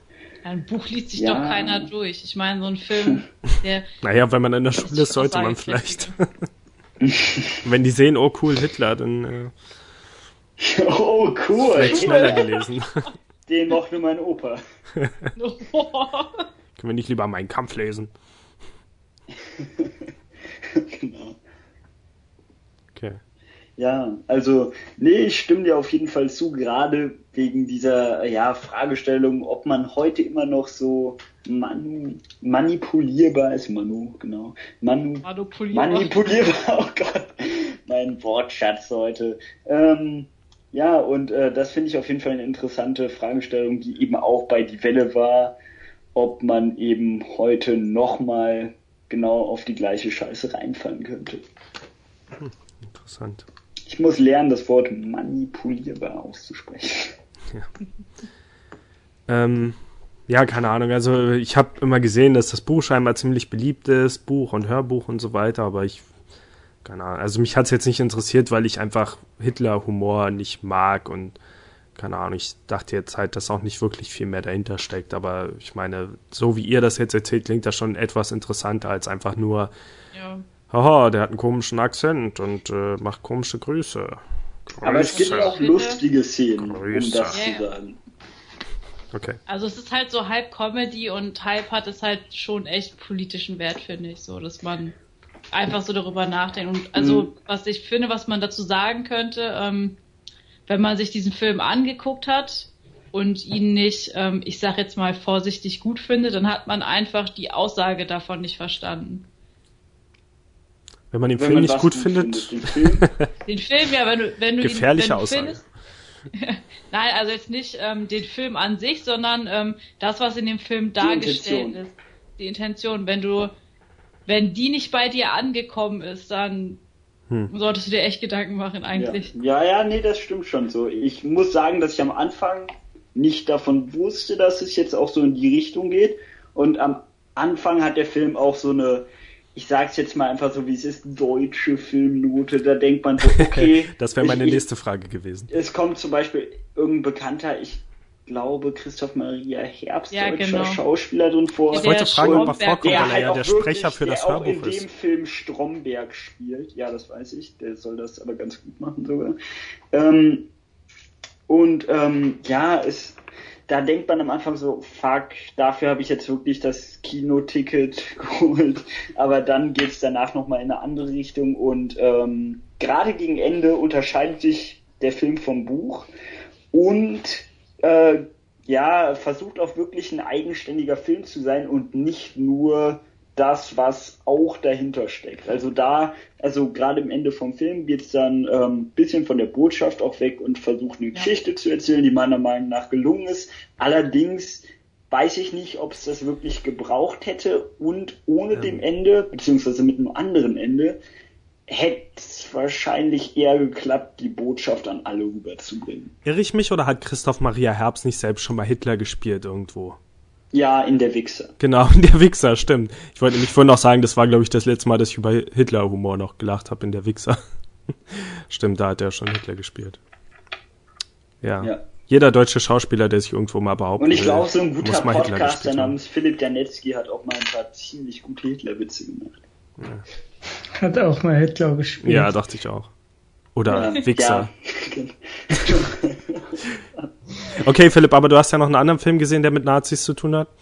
Ein Buch liest sich ja. doch keiner durch. Ich meine, so ein Film, der... Naja, wenn man in der Schule ist, sollte man vielleicht... Wenn die sehen, oh cool, Hitler, dann... Äh, oh cool! Vielleicht schneller gelesen. Den mochte mein Opa. Können wir nicht lieber Mein Kampf lesen? Genau. Okay. Ja, also, nee, ich stimme dir auf jeden Fall zu, gerade wegen dieser, ja, Fragestellung, ob man heute immer noch so manu- manipulierbar ist, Manu, genau, Manu- manipulierbar. manipulierbar, oh Gott, mein Wortschatz heute, ähm, ja, und äh, das finde ich auf jeden Fall eine interessante Fragestellung, die eben auch bei Die Welle war, ob man eben heute nochmal genau auf die gleiche Scheiße reinfallen könnte. Hm, interessant. Ich muss lernen, das Wort manipulierbar auszusprechen. Ja. ähm, ja, keine Ahnung. Also ich habe immer gesehen, dass das Buch scheinbar ziemlich beliebt ist, Buch und Hörbuch und so weiter, aber ich, keine Ahnung. Also mich hat es jetzt nicht interessiert, weil ich einfach Hitler-Humor nicht mag und keine Ahnung, ich dachte jetzt halt, dass auch nicht wirklich viel mehr dahinter steckt, aber ich meine, so wie ihr das jetzt erzählt, klingt das schon etwas interessanter als einfach nur ja. Haha, der hat einen komischen Akzent und äh, macht komische Grüße. Grüße. Aber es gibt auch lustige Szenen, Grüße. um das ja, zu sagen. Okay. Also es ist halt so halb Comedy und halb hat es halt schon echt politischen Wert, finde ich, so, dass man einfach so darüber nachdenkt. Und also, mhm. was ich finde, was man dazu sagen könnte, ähm, wenn man sich diesen Film angeguckt hat und ihn nicht, ähm, ich sag jetzt mal vorsichtig gut findet, dann hat man einfach die Aussage davon nicht verstanden. Wenn man den wenn Film man nicht gut, gut findet. findet den, Film? den Film, ja, wenn du, wenn du Gefährliche ihn wenn du Aussage. Findest, nein, also jetzt nicht ähm, den Film an sich, sondern ähm, das, was in dem Film dargestellt Intention. ist. Die Intention. Wenn du, wenn die nicht bei dir angekommen ist, dann hm. solltest du dir echt Gedanken machen eigentlich. Ja. ja, ja, nee, das stimmt schon so. Ich muss sagen, dass ich am Anfang nicht davon wusste, dass es jetzt auch so in die Richtung geht. Und am Anfang hat der Film auch so eine, ich sag's jetzt mal einfach so, wie es ist, deutsche Filmnote. Da denkt man so, okay. Das wäre meine ich, nächste Frage gewesen. Es kommt zum Beispiel irgendein Bekannter, ich glaube Christoph Maria Herbst, ja, deutscher genau. Schauspieler drin vor. Ich wollte fragen, ob er vorkommt, weil er halt ja der wirklich, Sprecher für das der Hörbuch auch in ist. dem Film Stromberg spielt. Ja, das weiß ich. Der soll das aber ganz gut machen sogar. Ähm, und ähm, ja, es da denkt man am Anfang so, fuck, dafür habe ich jetzt wirklich das Kinoticket geholt. Aber dann geht's danach nochmal in eine andere Richtung. Und ähm, gerade gegen Ende unterscheidet sich der Film vom Buch. Und äh, ja, versucht auch wirklich ein eigenständiger Film zu sein und nicht nur das, was auch dahinter steckt. Also da, also gerade am Ende vom Film geht's dann ein ähm, bisschen von der Botschaft auch weg und versucht eine ja. Geschichte zu erzählen, die meiner Meinung nach gelungen ist. Allerdings weiß ich nicht, ob es das wirklich gebraucht hätte und ohne ja. dem Ende, beziehungsweise mit einem anderen Ende, hätte es wahrscheinlich eher geklappt, die Botschaft an alle rüberzubringen. Irre ich mich oder hat Christoph Maria Herbst nicht selbst schon mal Hitler gespielt irgendwo? Ja, in Der Wichser. Genau, in Der Wichser, stimmt. Ich wollte nämlich vorhin noch sagen, das war, glaube ich, das letzte Mal, dass ich über Hitler-Humor noch gelacht habe in Der Wichser. Stimmt, da hat er schon Hitler gespielt. Ja. ja. Jeder deutsche Schauspieler, der sich irgendwo mal behauptet. Und ich glaube, so ein guter Podcaster namens Philipp Janetzky hat auch mal ein paar ziemlich gute Hitler-Witze gemacht. Ja. Hat auch mal Hitler gespielt. Ja, dachte ich auch. Oder ja, Wichser. Ja. Okay, Philipp, aber du hast ja noch einen anderen Film gesehen, der mit Nazis zu tun hat.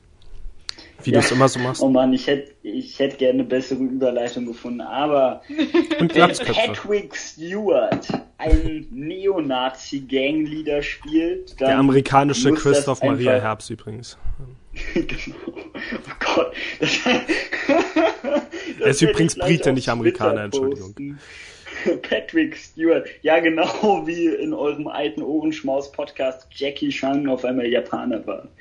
Wie ja. du es immer so machst. Oh Mann, ich hätte ich hätt gerne eine bessere Überleitung gefunden, aber Und wenn Patrick Stewart ein Neonazi-Gangleader spielt, dann der amerikanische Christoph Maria einfach... Herbst übrigens. Genau. Oh Gott. Das, er ist übrigens Brite, nicht Amerikaner, Entschuldigung. Patrick Stewart, ja genau wie in eurem alten Ohrenschmaus-Podcast Jackie Chan auf einmal Japaner war.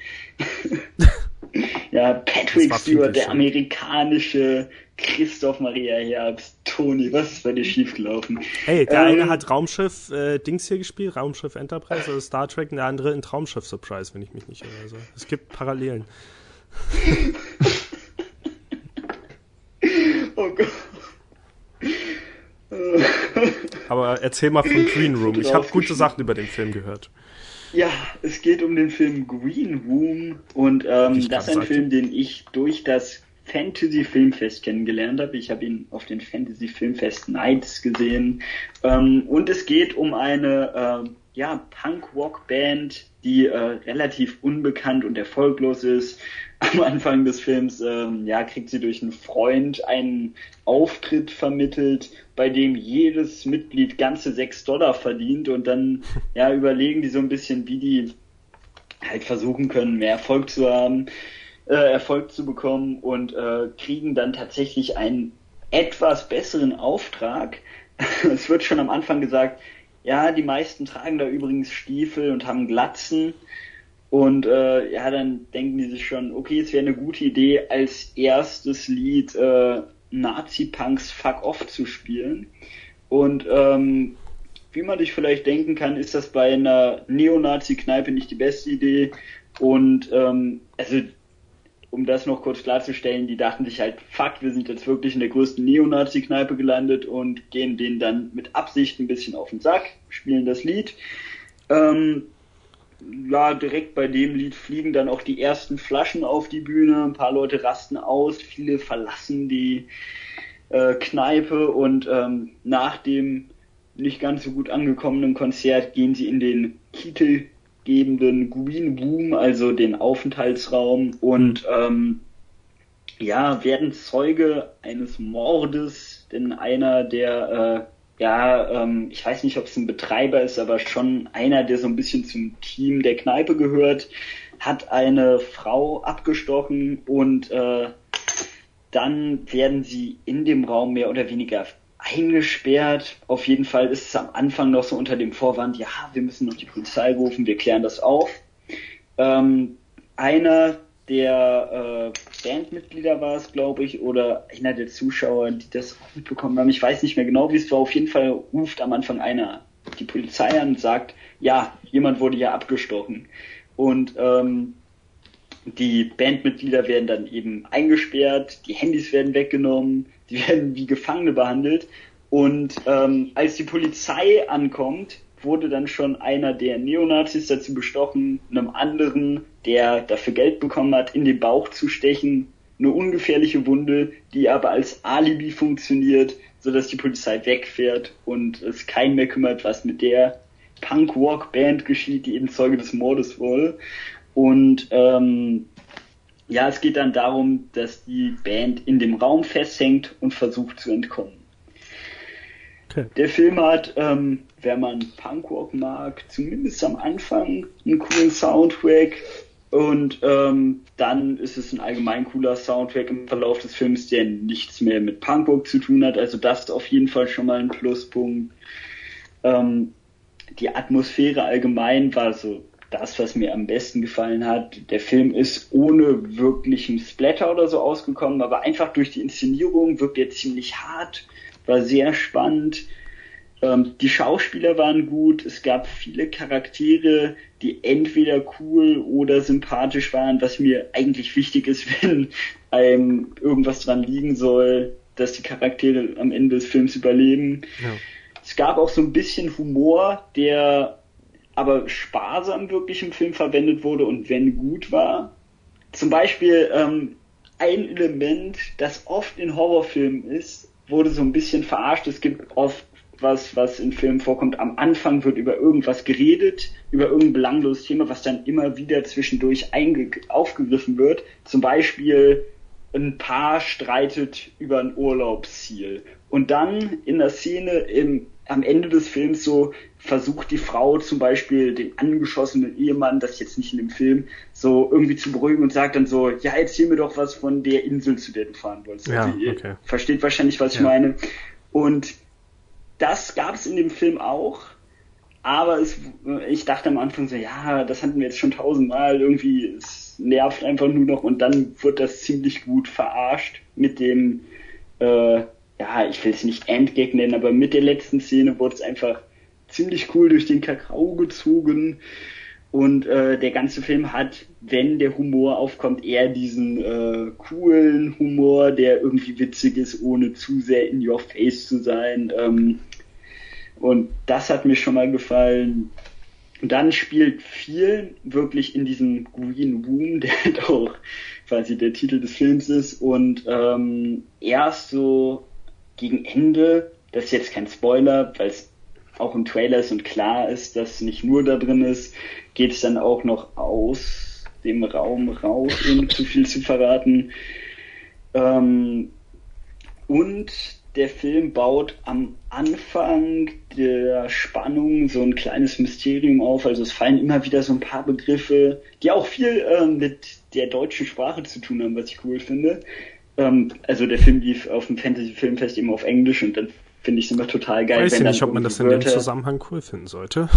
Ja, Patrick war Stewart, der amerikanische Christoph Maria Herbst. Toni, was ist bei dir schiefgelaufen? Hey, der ähm, eine hat Raumschiff äh, Dings hier gespielt, Raumschiff Enterprise, also Star Trek, und der andere in Traumschiff Surprise, wenn ich mich nicht irre. Also, es gibt Parallelen. Oh Gott. Aber erzähl mal von Green Room. Ich habe gute Sachen über den Film gehört. Ja, es geht um den Film Green Room und ähm, das ist ein Film, den ich durch das Fantasy Filmfest kennengelernt habe. Ich habe ihn auf den Fantasy Filmfest Nights gesehen ähm, und es geht um eine äh, ja, Punk-Rock-Band, die äh, relativ unbekannt und erfolglos ist. Am Anfang des Films ähm, ja, kriegt sie durch einen Freund einen Auftritt vermittelt, bei dem jedes Mitglied ganze sechs Dollar verdient und dann ja, überlegen die so ein bisschen, wie die halt versuchen können, mehr Erfolg zu haben, äh, Erfolg zu bekommen und äh, kriegen dann tatsächlich einen etwas besseren Auftrag. Es wird schon am Anfang gesagt, ja, die meisten tragen da übrigens Stiefel und haben Glatzen. Und äh, ja, dann denken die sich schon, okay, es wäre eine gute Idee, als erstes Lied äh, Nazi-Punks Fuck Off zu spielen. Und ähm, wie man sich vielleicht denken kann, ist das bei einer Neonazi-Kneipe nicht die beste Idee. Und ähm, also um das noch kurz klarzustellen, die dachten sich halt, fuck, wir sind jetzt wirklich in der größten Neonazi-Kneipe gelandet und gehen denen dann mit Absicht ein bisschen auf den Sack, spielen das Lied. Ähm, ja, direkt bei dem Lied fliegen dann auch die ersten Flaschen auf die Bühne, ein paar Leute rasten aus, viele verlassen die äh, Kneipe und ähm, nach dem nicht ganz so gut angekommenen Konzert gehen sie in den titelgebenden Green Room, also den Aufenthaltsraum und ähm, ja, werden Zeuge eines Mordes, denn einer der äh, Ja, ähm, ich weiß nicht, ob es ein Betreiber ist, aber schon einer, der so ein bisschen zum Team der Kneipe gehört, hat eine Frau abgestochen und äh, dann werden sie in dem Raum mehr oder weniger eingesperrt. Auf jeden Fall ist es am Anfang noch so unter dem Vorwand, ja, wir müssen noch die Polizei rufen, wir klären das auf. Ähm, einer der äh, Bandmitglieder war es, glaube ich, oder einer der Zuschauer, die das auch mitbekommen haben. Ich weiß nicht mehr genau, wie es war. Auf jeden Fall ruft am Anfang einer die Polizei an und sagt, ja, jemand wurde ja abgestochen. Und ähm, die Bandmitglieder werden dann eben eingesperrt, die Handys werden weggenommen, die werden wie Gefangene behandelt. Und ähm, als die Polizei ankommt, wurde dann schon einer der Neonazis dazu bestochen, einem anderen, der dafür Geld bekommen hat, in den Bauch zu stechen. Eine ungefährliche Wunde, die aber als Alibi funktioniert, sodass die Polizei wegfährt und es keinen mehr kümmert, was mit der Punk-Rock-Band geschieht, die eben Zeuge des Mordes wurde. Und ähm, ja, es geht dann darum, dass die Band in dem Raum festhängt und versucht zu entkommen. Okay. Der Film hat, ähm, wenn man Punkrock mag, zumindest am Anfang einen coolen Soundtrack und ähm, dann ist es ein allgemein cooler Soundtrack im Verlauf des Films, der nichts mehr mit Punkrock zu tun hat, also das ist auf jeden Fall schon mal ein Pluspunkt. Ähm, die Atmosphäre allgemein war so das, was mir am besten gefallen hat. Der Film ist ohne wirklichen Splatter oder so ausgekommen, aber einfach durch die Inszenierung wirkt er ziemlich hart, war sehr spannend. Ähm, die Schauspieler waren gut. Es gab viele Charaktere, die entweder cool oder sympathisch waren, was mir eigentlich wichtig ist, wenn einem irgendwas dran liegen soll, dass die Charaktere am Ende des Films überleben. Ja. Es gab auch so ein bisschen Humor, der aber sparsam wirklich im Film verwendet wurde und wenn gut war. Zum Beispiel ähm, ein Element, das oft in Horrorfilmen ist, wurde so ein bisschen verarscht. Es gibt oft was, was in Filmen vorkommt. Am Anfang wird über irgendwas geredet, über irgendein belangloses Thema, was dann immer wieder zwischendurch einge- aufgegriffen wird. Zum Beispiel ein Paar streitet über ein Urlaubsziel. Und dann in der Szene im, am Ende des Films so versucht die Frau zum Beispiel den angeschossenen Ehemann, das jetzt nicht in dem Film, so irgendwie zu beruhigen und sagt dann so, ja, erzähl mir doch was von der Insel, zu der du fahren wolltest. Ja, also, ihr okay. versteht wahrscheinlich, was ja. ich meine. Und das gab es in dem Film auch, aber es, ich dachte am Anfang so, ja, das hatten wir jetzt schon tausendmal, irgendwie, es nervt einfach nur noch und dann wird das ziemlich gut verarscht mit dem, äh, ja, ich will es nicht Endgag nennen, aber mit der letzten Szene wurde es einfach ziemlich cool durch den Kakao gezogen und äh, der ganze Film hat, wenn der Humor aufkommt, eher diesen äh, coolen Humor, der irgendwie witzig ist, ohne zu sehr in your face zu sein. Ähm, und das hat mir schon mal gefallen. Und dann spielt viel wirklich in diesem Green Room, der halt auch quasi der Titel des Films ist. Und ähm, erst so gegen Ende, das ist jetzt kein Spoiler, weil es auch im Trailer ist und klar ist, dass nicht nur da drin ist, geht es dann auch noch aus dem Raum raus, ohne zu viel zu verraten. Ähm, und der Film baut am Anfang der Spannung so ein kleines Mysterium auf. Also es fallen immer wieder so ein paar Begriffe, die auch viel äh, mit der deutschen Sprache zu tun haben, was ich cool finde. Ähm, also der Film lief auf dem Fantasy-Filmfest eben auf Englisch und dann finde ich es immer total geil. Weiß wenn ich nicht, dann ob man das in Wörter, dem Zusammenhang cool finden sollte.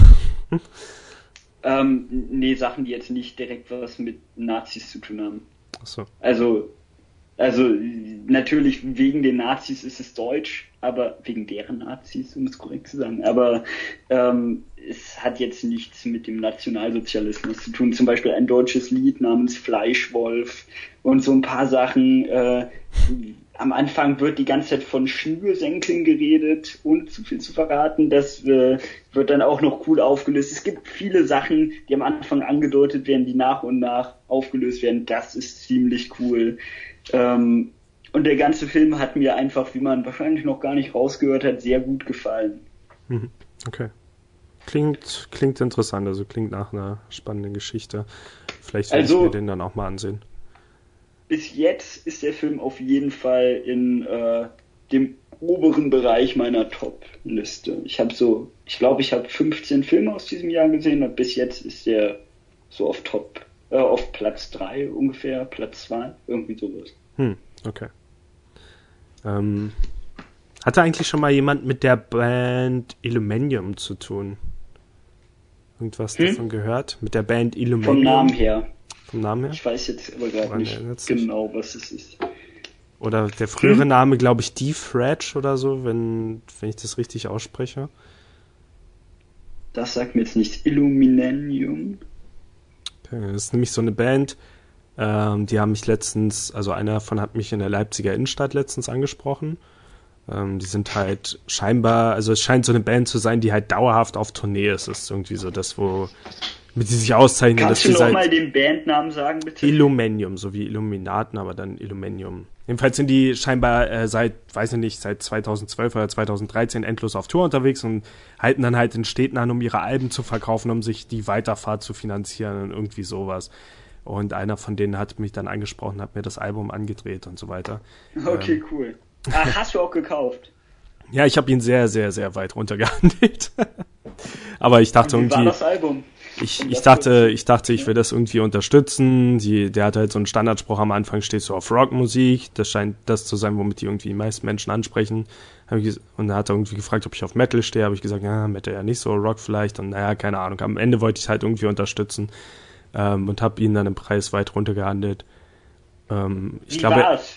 ähm, nee, Sachen, die jetzt nicht direkt was mit Nazis zu tun haben. Ach so. Also Also natürlich wegen den Nazis ist es deutsch, aber wegen deren Nazis, um es korrekt zu sagen. Aber ähm, es hat jetzt nichts mit dem Nationalsozialismus zu tun. Zum Beispiel ein deutsches Lied namens Fleischwolf und so ein paar Sachen. Äh, am Anfang wird die ganze Zeit von Schnürsenkeln geredet, ohne zu viel zu verraten. Das äh, wird dann auch noch cool aufgelöst. Es gibt viele Sachen, die am Anfang angedeutet werden, die nach und nach aufgelöst werden. Das ist ziemlich cool. Ähm, und der ganze Film hat mir einfach, wie man wahrscheinlich noch gar nicht rausgehört hat, sehr gut gefallen. Okay. Klingt, klingt interessant, also klingt nach einer spannenden Geschichte. Vielleicht werde also, ich mir den dann auch mal ansehen. Bis jetzt ist der Film auf jeden Fall in äh, dem oberen Bereich meiner Top-Liste. Ich habe so, ich glaube, ich habe fünfzehn Filme aus diesem Jahr gesehen und bis jetzt ist der so auf Top auf Platz drei ungefähr, Platz zwei, irgendwie sowas. Hm, okay. Ähm, hatte eigentlich schon mal jemand mit der Band Illuminium zu tun? Irgendwas hm? davon gehört? Mit der Band Illuminium? Vom Namen her. Vom Namen her? Ich weiß jetzt aber gerade nicht genau, was es ist. Oder der frühere hm? Name, glaube ich, D-Fretch oder so, wenn, wenn ich das richtig ausspreche. Das sagt mir jetzt nichts. Illuminium. Das ist nämlich so eine Band, ähm, die haben mich letztens, also einer davon hat mich in der Leipziger Innenstadt letztens angesprochen. Ähm, die sind halt scheinbar, also es scheint so eine Band zu sein, die halt dauerhaft auf Tournee ist. Das ist irgendwie so das, wo mit die sich auszeichnen. Kannst dass du noch mal den Bandnamen sagen, bitte? Illuminium, so wie Illuminaten, aber dann Illuminium. Jedenfalls sind die scheinbar äh, seit, weiß ich nicht, seit zweitausendzwölf oder zweitausenddreizehn endlos auf Tour unterwegs und halten dann halt in Städten an, um ihre Alben zu verkaufen, um sich die Weiterfahrt zu finanzieren und irgendwie sowas. Und einer von denen hat mich dann angesprochen, hat mir das Album angedreht und so weiter. Okay, ähm, cool. Ah, hast du auch gekauft? Ja, ich habe ihn sehr, sehr, sehr weit runtergehandelt. Aber ich dachte Wie irgendwie... war das Album? Ich, ich dachte, ich dachte, ich will das irgendwie unterstützen. Die, der hat halt so einen Standardspruch am Anfang, steht so auf Rockmusik. Das scheint das zu sein, womit die irgendwie die meisten Menschen ansprechen. Und da hat er irgendwie gefragt, ob ich auf Metal stehe. Habe ich gesagt, ja, Metal ja nicht so, Rock vielleicht. Und naja, keine Ahnung. Am Ende wollte ich halt irgendwie unterstützen. Ähm, und habe ihn dann im Preis weit runtergehandelt. Ähm, ich Wie glaube, war's?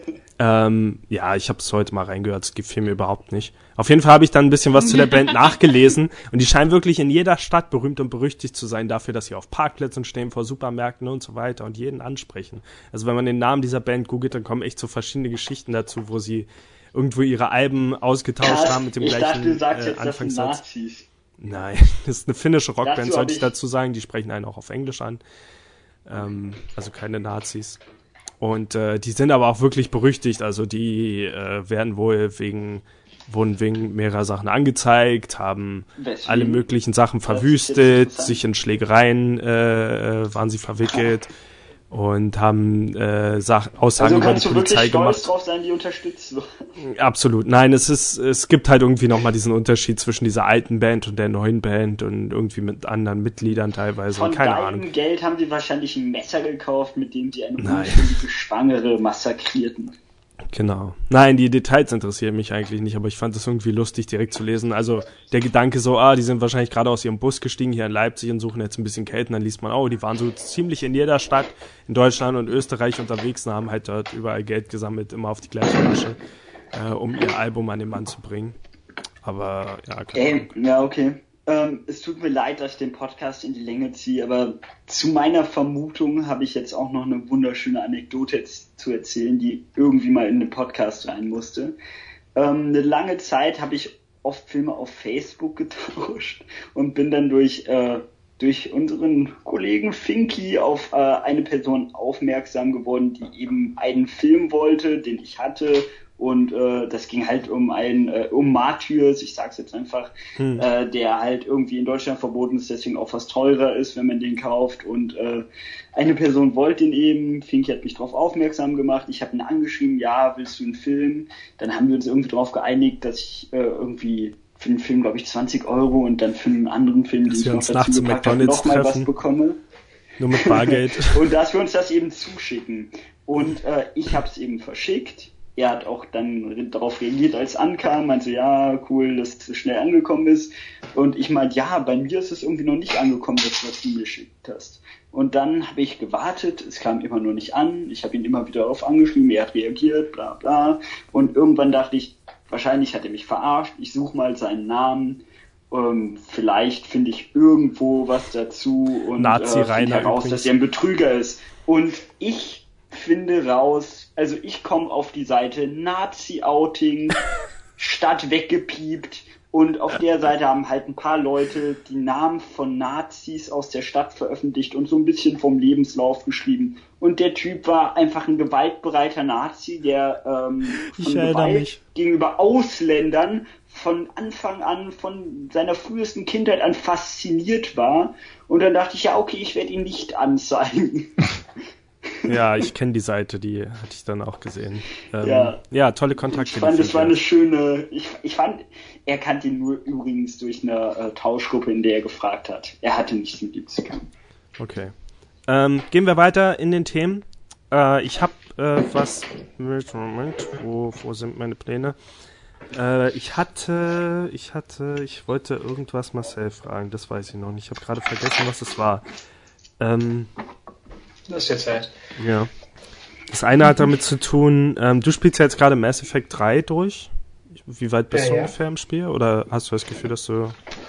ähm, ja, ich habe es heute mal reingehört, es gefiel mir überhaupt nicht. Auf jeden Fall habe ich dann ein bisschen was zu der Band nachgelesen und die scheinen wirklich in jeder Stadt berühmt und berüchtigt zu sein dafür, dass sie auf Parkplätzen stehen, vor Supermärkten und so weiter und jeden ansprechen. Also wenn man den Namen dieser Band googelt, dann kommen echt so verschiedene Geschichten dazu, wo sie irgendwo ihre Alben ausgetauscht Krass, haben mit dem ich gleichen dachte, du sagst äh, jetzt, das sind Anfangssatz. Nazis. Nein, das ist eine finnische Rockband, Dazu sollte ich ich- dazu sagen. Die sprechen einen auch auf Englisch an. Ähm, also keine Nazis. Und äh, die sind aber auch wirklich berüchtigt. Also die äh, werden wohl wegen, wurden wegen mehrerer Sachen angezeigt, haben Weswegen? alle möglichen Sachen Das ist jetzt verwüstet, interessant. sich in Schlägereien äh, äh, waren sie verwickelt und haben äh, Sach- Aussagen Also über die kannst du wirklich Polizei stolz gemacht. drauf sein, die unterstützt. Absolut. Nein, es ist, es gibt halt irgendwie nochmal diesen Unterschied zwischen dieser alten Band und der neuen Band und irgendwie mit anderen Mitgliedern teilweise. Von Keine deinem Ahnung. Geld haben sie wahrscheinlich ein Messer gekauft, mit dem sie eine Nein. unschuldige Schwangere massakrierten. Genau. Nein, die Details interessieren mich eigentlich nicht, aber ich fand es irgendwie lustig, direkt zu lesen. Also der Gedanke so, ah, die sind wahrscheinlich gerade aus ihrem Bus gestiegen hier in Leipzig und suchen jetzt ein bisschen Kälte. Und dann liest man, oh, die waren so ziemlich in jeder Stadt in Deutschland und Österreich unterwegs und haben halt dort überall Geld gesammelt, immer auf die gleiche Masche, äh, um ihr Album an den Mann zu bringen. Aber ja, keine Ey, Ahnung. ja, okay. Ähm, es tut mir leid, dass ich den Podcast in die Länge ziehe, aber zu meiner Vermutung habe ich jetzt auch noch eine wunderschöne Anekdote jetzt zu erzählen, die irgendwie mal in den Podcast rein musste. Ähm, eine lange Zeit habe ich oft Filme auf Facebook getauscht und bin dann durch äh, durch unseren Kollegen Finky auf äh, eine Person aufmerksam geworden, die eben einen Film wollte, den ich hatte. Und äh, das ging halt um einen, äh, um Martyrs, ich sag's jetzt einfach, hm. äh, der halt irgendwie in Deutschland verboten ist, deswegen auch was teurer ist, wenn man den kauft. Und äh, eine Person wollte ihn eben, Finky hat mich darauf aufmerksam gemacht, ich habe ihn angeschrieben, ja, willst du einen Film? Dann haben wir uns irgendwie darauf geeinigt, dass ich äh, irgendwie für den Film, glaube ich, zwanzig Euro und dann für einen anderen Film, den ich noch dazu gepackt habe, nochmal was bekomme. Nur mit Bargeld. Und dass wir uns das eben zuschicken. Und äh, ich habe es eben verschickt. Er hat auch dann darauf reagiert, als ankam, meinte, ja, cool, dass es so schnell angekommen ist. Und ich meinte, ja, bei mir ist es irgendwie noch nicht angekommen, das, was du mir geschickt hast. Und dann habe ich gewartet, es kam immer nur nicht an. Ich habe ihn immer wieder darauf angeschrieben, er hat reagiert, bla bla. Und irgendwann dachte ich, wahrscheinlich hat er mich verarscht. Ich suche mal seinen Namen. Ähm, vielleicht finde ich irgendwo was dazu und äh, finde heraus, übrigens. dass er ein Betrüger ist. Und ich finde raus, also ich komme auf die Seite Nazi-Outing, Stadt weggepiept, und auf der Seite haben halt ein paar Leute die Namen von Nazis aus der Stadt veröffentlicht und so ein bisschen vom Lebenslauf geschrieben. Und der Typ war einfach ein gewaltbereiter Nazi, der ähm, von Gewalt mich. gegenüber Ausländern von Anfang an, von seiner frühesten Kindheit an fasziniert war. Und dann dachte ich, ja okay, ich werde ihn nicht anzeigen. Ja, ich kenne die Seite, die hatte ich dann auch gesehen. Ähm, ja. ja, tolle Kontakte. Ich fand, es war eine schöne, ich, ich fand, er kannte ihn nur übrigens durch eine äh, Tauschgruppe, in der er gefragt hat. Er hatte nichts mit ihm zu tun. Okay. Ähm, gehen wir weiter in den Themen. Äh, ich habe äh, was, Moment, wo, wo sind meine Pläne? Äh, ich hatte, ich hatte, ich wollte irgendwas Marcel fragen, das weiß ich noch nicht. Ich habe gerade vergessen, was es war. Ähm, Das ist jetzt halt. Ja. Das eine hat damit zu tun, ähm, du spielst ja jetzt gerade Mass Effect drei durch. Wie weit bist ja, du ja. ungefähr im Spiel? Oder hast du das Gefühl, dass du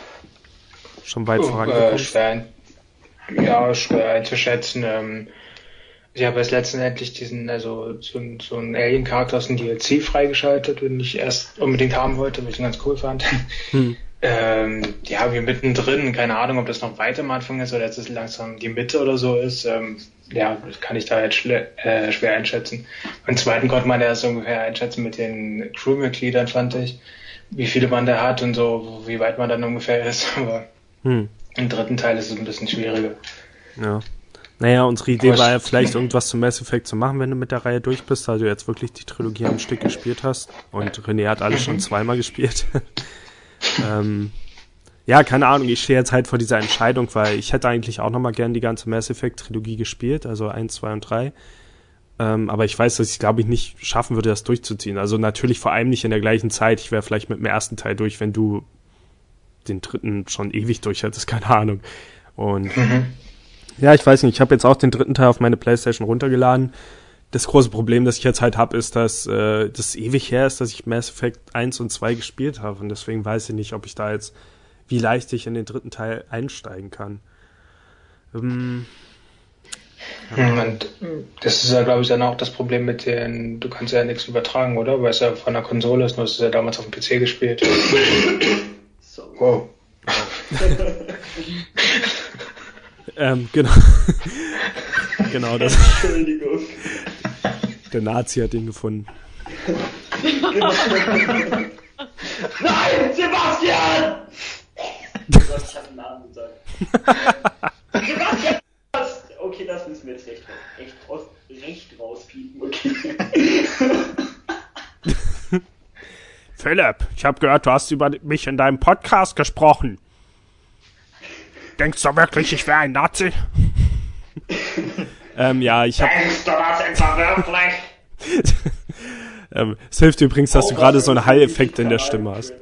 schon weit uh, vorangekommen äh, schwer ein, Ja, schwer einzuschätzen. Ähm, ich habe jetzt letztendlich diesen, also so, so einen Alien-Charakter aus dem D L C freigeschaltet, den ich erst unbedingt haben wollte, weil ich ihn ganz cool fand. Hm. Ähm, ja, wir mittendrin, keine Ahnung, ob das noch weit am Anfang ist oder jetzt ist langsam die Mitte oder so ist. Ähm, ja, das kann ich da jetzt schle- äh, schwer einschätzen. Beim zweiten konnte man das ungefähr einschätzen mit den Crewmitgliedern, fand ich, wie viele man da hat und so, wie weit man dann ungefähr ist. Aber hm. im dritten Teil ist es ein bisschen schwieriger. Ja. Naja, unsere Idee Aber war ja vielleicht irgendwas zum Mass Effect zu machen, wenn du mit der Reihe durch bist, da du jetzt wirklich die Trilogie am Stück gespielt hast. Und René hat alles schon zweimal gespielt. ähm, ja, keine Ahnung, ich stehe jetzt halt vor dieser Entscheidung, weil ich hätte eigentlich auch nochmal gern die ganze Mass Effect Trilogie gespielt, also eins, zwei und drei. Ähm, aber ich weiß, dass ich glaube ich nicht schaffen würde, das durchzuziehen. Also natürlich vor allem nicht in der gleichen Zeit. Ich wäre vielleicht mit dem ersten Teil durch, wenn du den dritten schon ewig durch hättest, keine Ahnung. Und mhm. ja, ich weiß nicht, ich habe jetzt auch den dritten Teil auf meine PlayStation runtergeladen. Das große Problem, das ich jetzt halt habe, ist, dass äh, das ewig her ist, dass ich Mass Effect eins und zwei gespielt habe. Und deswegen weiß ich nicht, ob ich da jetzt, wie leicht ich in den dritten Teil einsteigen kann. Ähm, ja. Und das ist ja, glaube ich, dann auch das Problem mit den, du kannst ja nichts übertragen, oder? Weil es ja von der Konsole ist, nur hast du ja damals auf dem P C gespielt. So. Wow. ähm, genau. genau das. Entschuldigung. Der Nazi hat ihn gefunden. Nein, Sebastian! Oh Gott, ich hab einen Namen gesagt. Sebastian! Okay, das müssen wir jetzt recht, recht, recht rauspiepen. Okay. Philipp, ich habe gehört, du hast über mich in deinem Podcast gesprochen. Denkst du wirklich, ich wäre ein Nazi? ähm, ja, ich habe... Denkst du das einfach wirklich? ähm, es hilft übrigens, dass oh, du gerade so einen High-Effekt in der Stimme hast.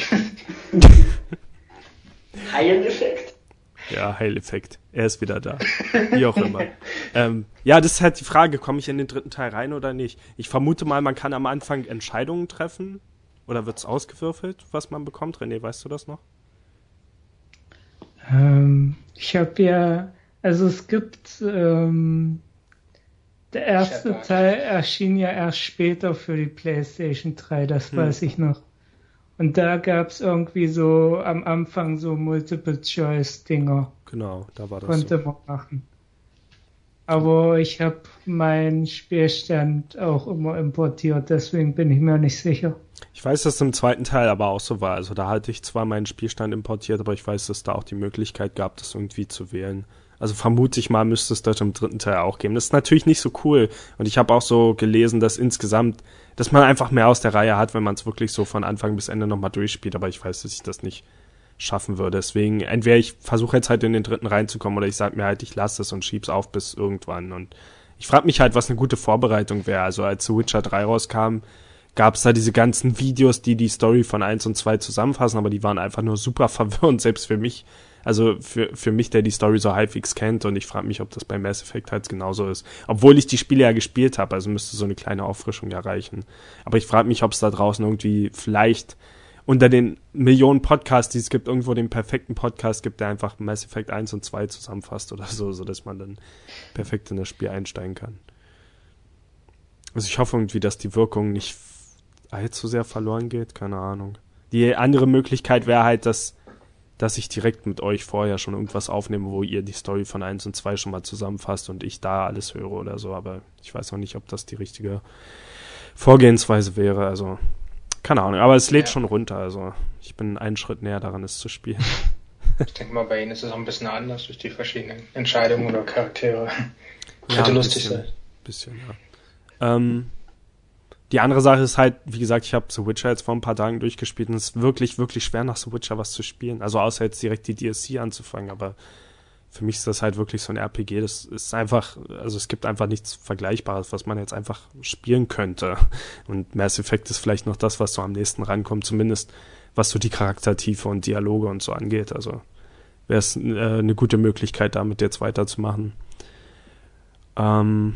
High-Effekt? Ja, High-Effekt. Er ist wieder da. Wie auch immer. ähm, ja, das ist halt die Frage, komme ich in den dritten Teil rein oder nicht? Ich vermute mal, man kann am Anfang Entscheidungen treffen. Oder wird es ausgewürfelt, was man bekommt? René, weißt du das noch? Ähm, ich habe ja, also es gibt, ähm, der erste Shepard. Teil erschien ja erst später für die PlayStation drei, das hm. weiß ich noch. Und da gab es irgendwie so am Anfang so Multiple-Choice-Dinger. Genau, da war das konnte so. man machen. Aber ich habe meinen Spielstand auch immer importiert, deswegen bin ich mir nicht sicher. Ich weiß, dass es im zweiten Teil aber auch so war. Also da hatte ich zwar meinen Spielstand importiert, aber ich weiß, dass es da auch die Möglichkeit gab, das irgendwie zu wählen. Also vermute ich mal, müsste es das im dritten Teil auch geben. Das ist natürlich nicht so cool. Und ich habe auch so gelesen, dass insgesamt, dass man einfach mehr aus der Reihe hat, wenn man es wirklich so von Anfang bis Ende nochmal durchspielt. Aber ich weiß, dass ich das nicht schaffen würde. Deswegen, entweder ich versuche jetzt halt in den dritten reinzukommen oder ich sage mir halt, ich lasse es und schieb's auf bis irgendwann. Und ich frage mich halt, was eine gute Vorbereitung wäre. Also als The Witcher drei rauskam, gab es da diese ganzen Videos, die die Story von eins und zwei zusammenfassen, aber die waren einfach nur super verwirrend, selbst für mich. Also für für mich, der die Story so halbwegs kennt, und ich frage mich, ob das bei Mass Effect halt genauso ist. Obwohl ich die Spiele ja gespielt habe, also müsste so eine kleine Auffrischung ja reichen. Aber ich frage mich, ob es da draußen irgendwie vielleicht unter den Millionen Podcasts, die es gibt, irgendwo den perfekten Podcast gibt, der einfach Mass Effect eins und zwei zusammenfasst oder so, so dass man dann perfekt in das Spiel einsteigen kann. Also ich hoffe irgendwie, dass die Wirkung nicht allzu sehr verloren geht, keine Ahnung. Die andere Möglichkeit wäre halt, dass dass ich direkt mit euch vorher schon irgendwas aufnehme, wo ihr die Story von eins und zwei schon mal zusammenfasst und ich da alles höre oder so, aber ich weiß noch nicht, ob das die richtige Vorgehensweise wäre, also keine Ahnung, aber es lädt ja schon runter, also ich bin einen Schritt näher daran, es zu spielen. Ich denke mal, bei Ihnen ist es auch ein bisschen anders durch die verschiedenen Entscheidungen oder Charaktere. Ja, könnte ein lustig bisschen, sein. Bisschen, ja. Ähm, die andere Sache ist halt, wie gesagt, ich habe The Witcher jetzt vor ein paar Tagen durchgespielt und es ist wirklich, wirklich schwer, nach The Witcher was zu spielen. Also außer jetzt direkt die D L C anzufangen, aber für mich ist das halt wirklich so ein R P G. Das ist einfach, also es gibt einfach nichts Vergleichbares, was man jetzt einfach spielen könnte. Und Mass Effect ist vielleicht noch das, was so am nächsten rankommt, zumindest was so die Charaktertiefe und Dialoge und so angeht. Also wäre es äh, eine gute Möglichkeit, damit jetzt weiterzumachen. Ähm...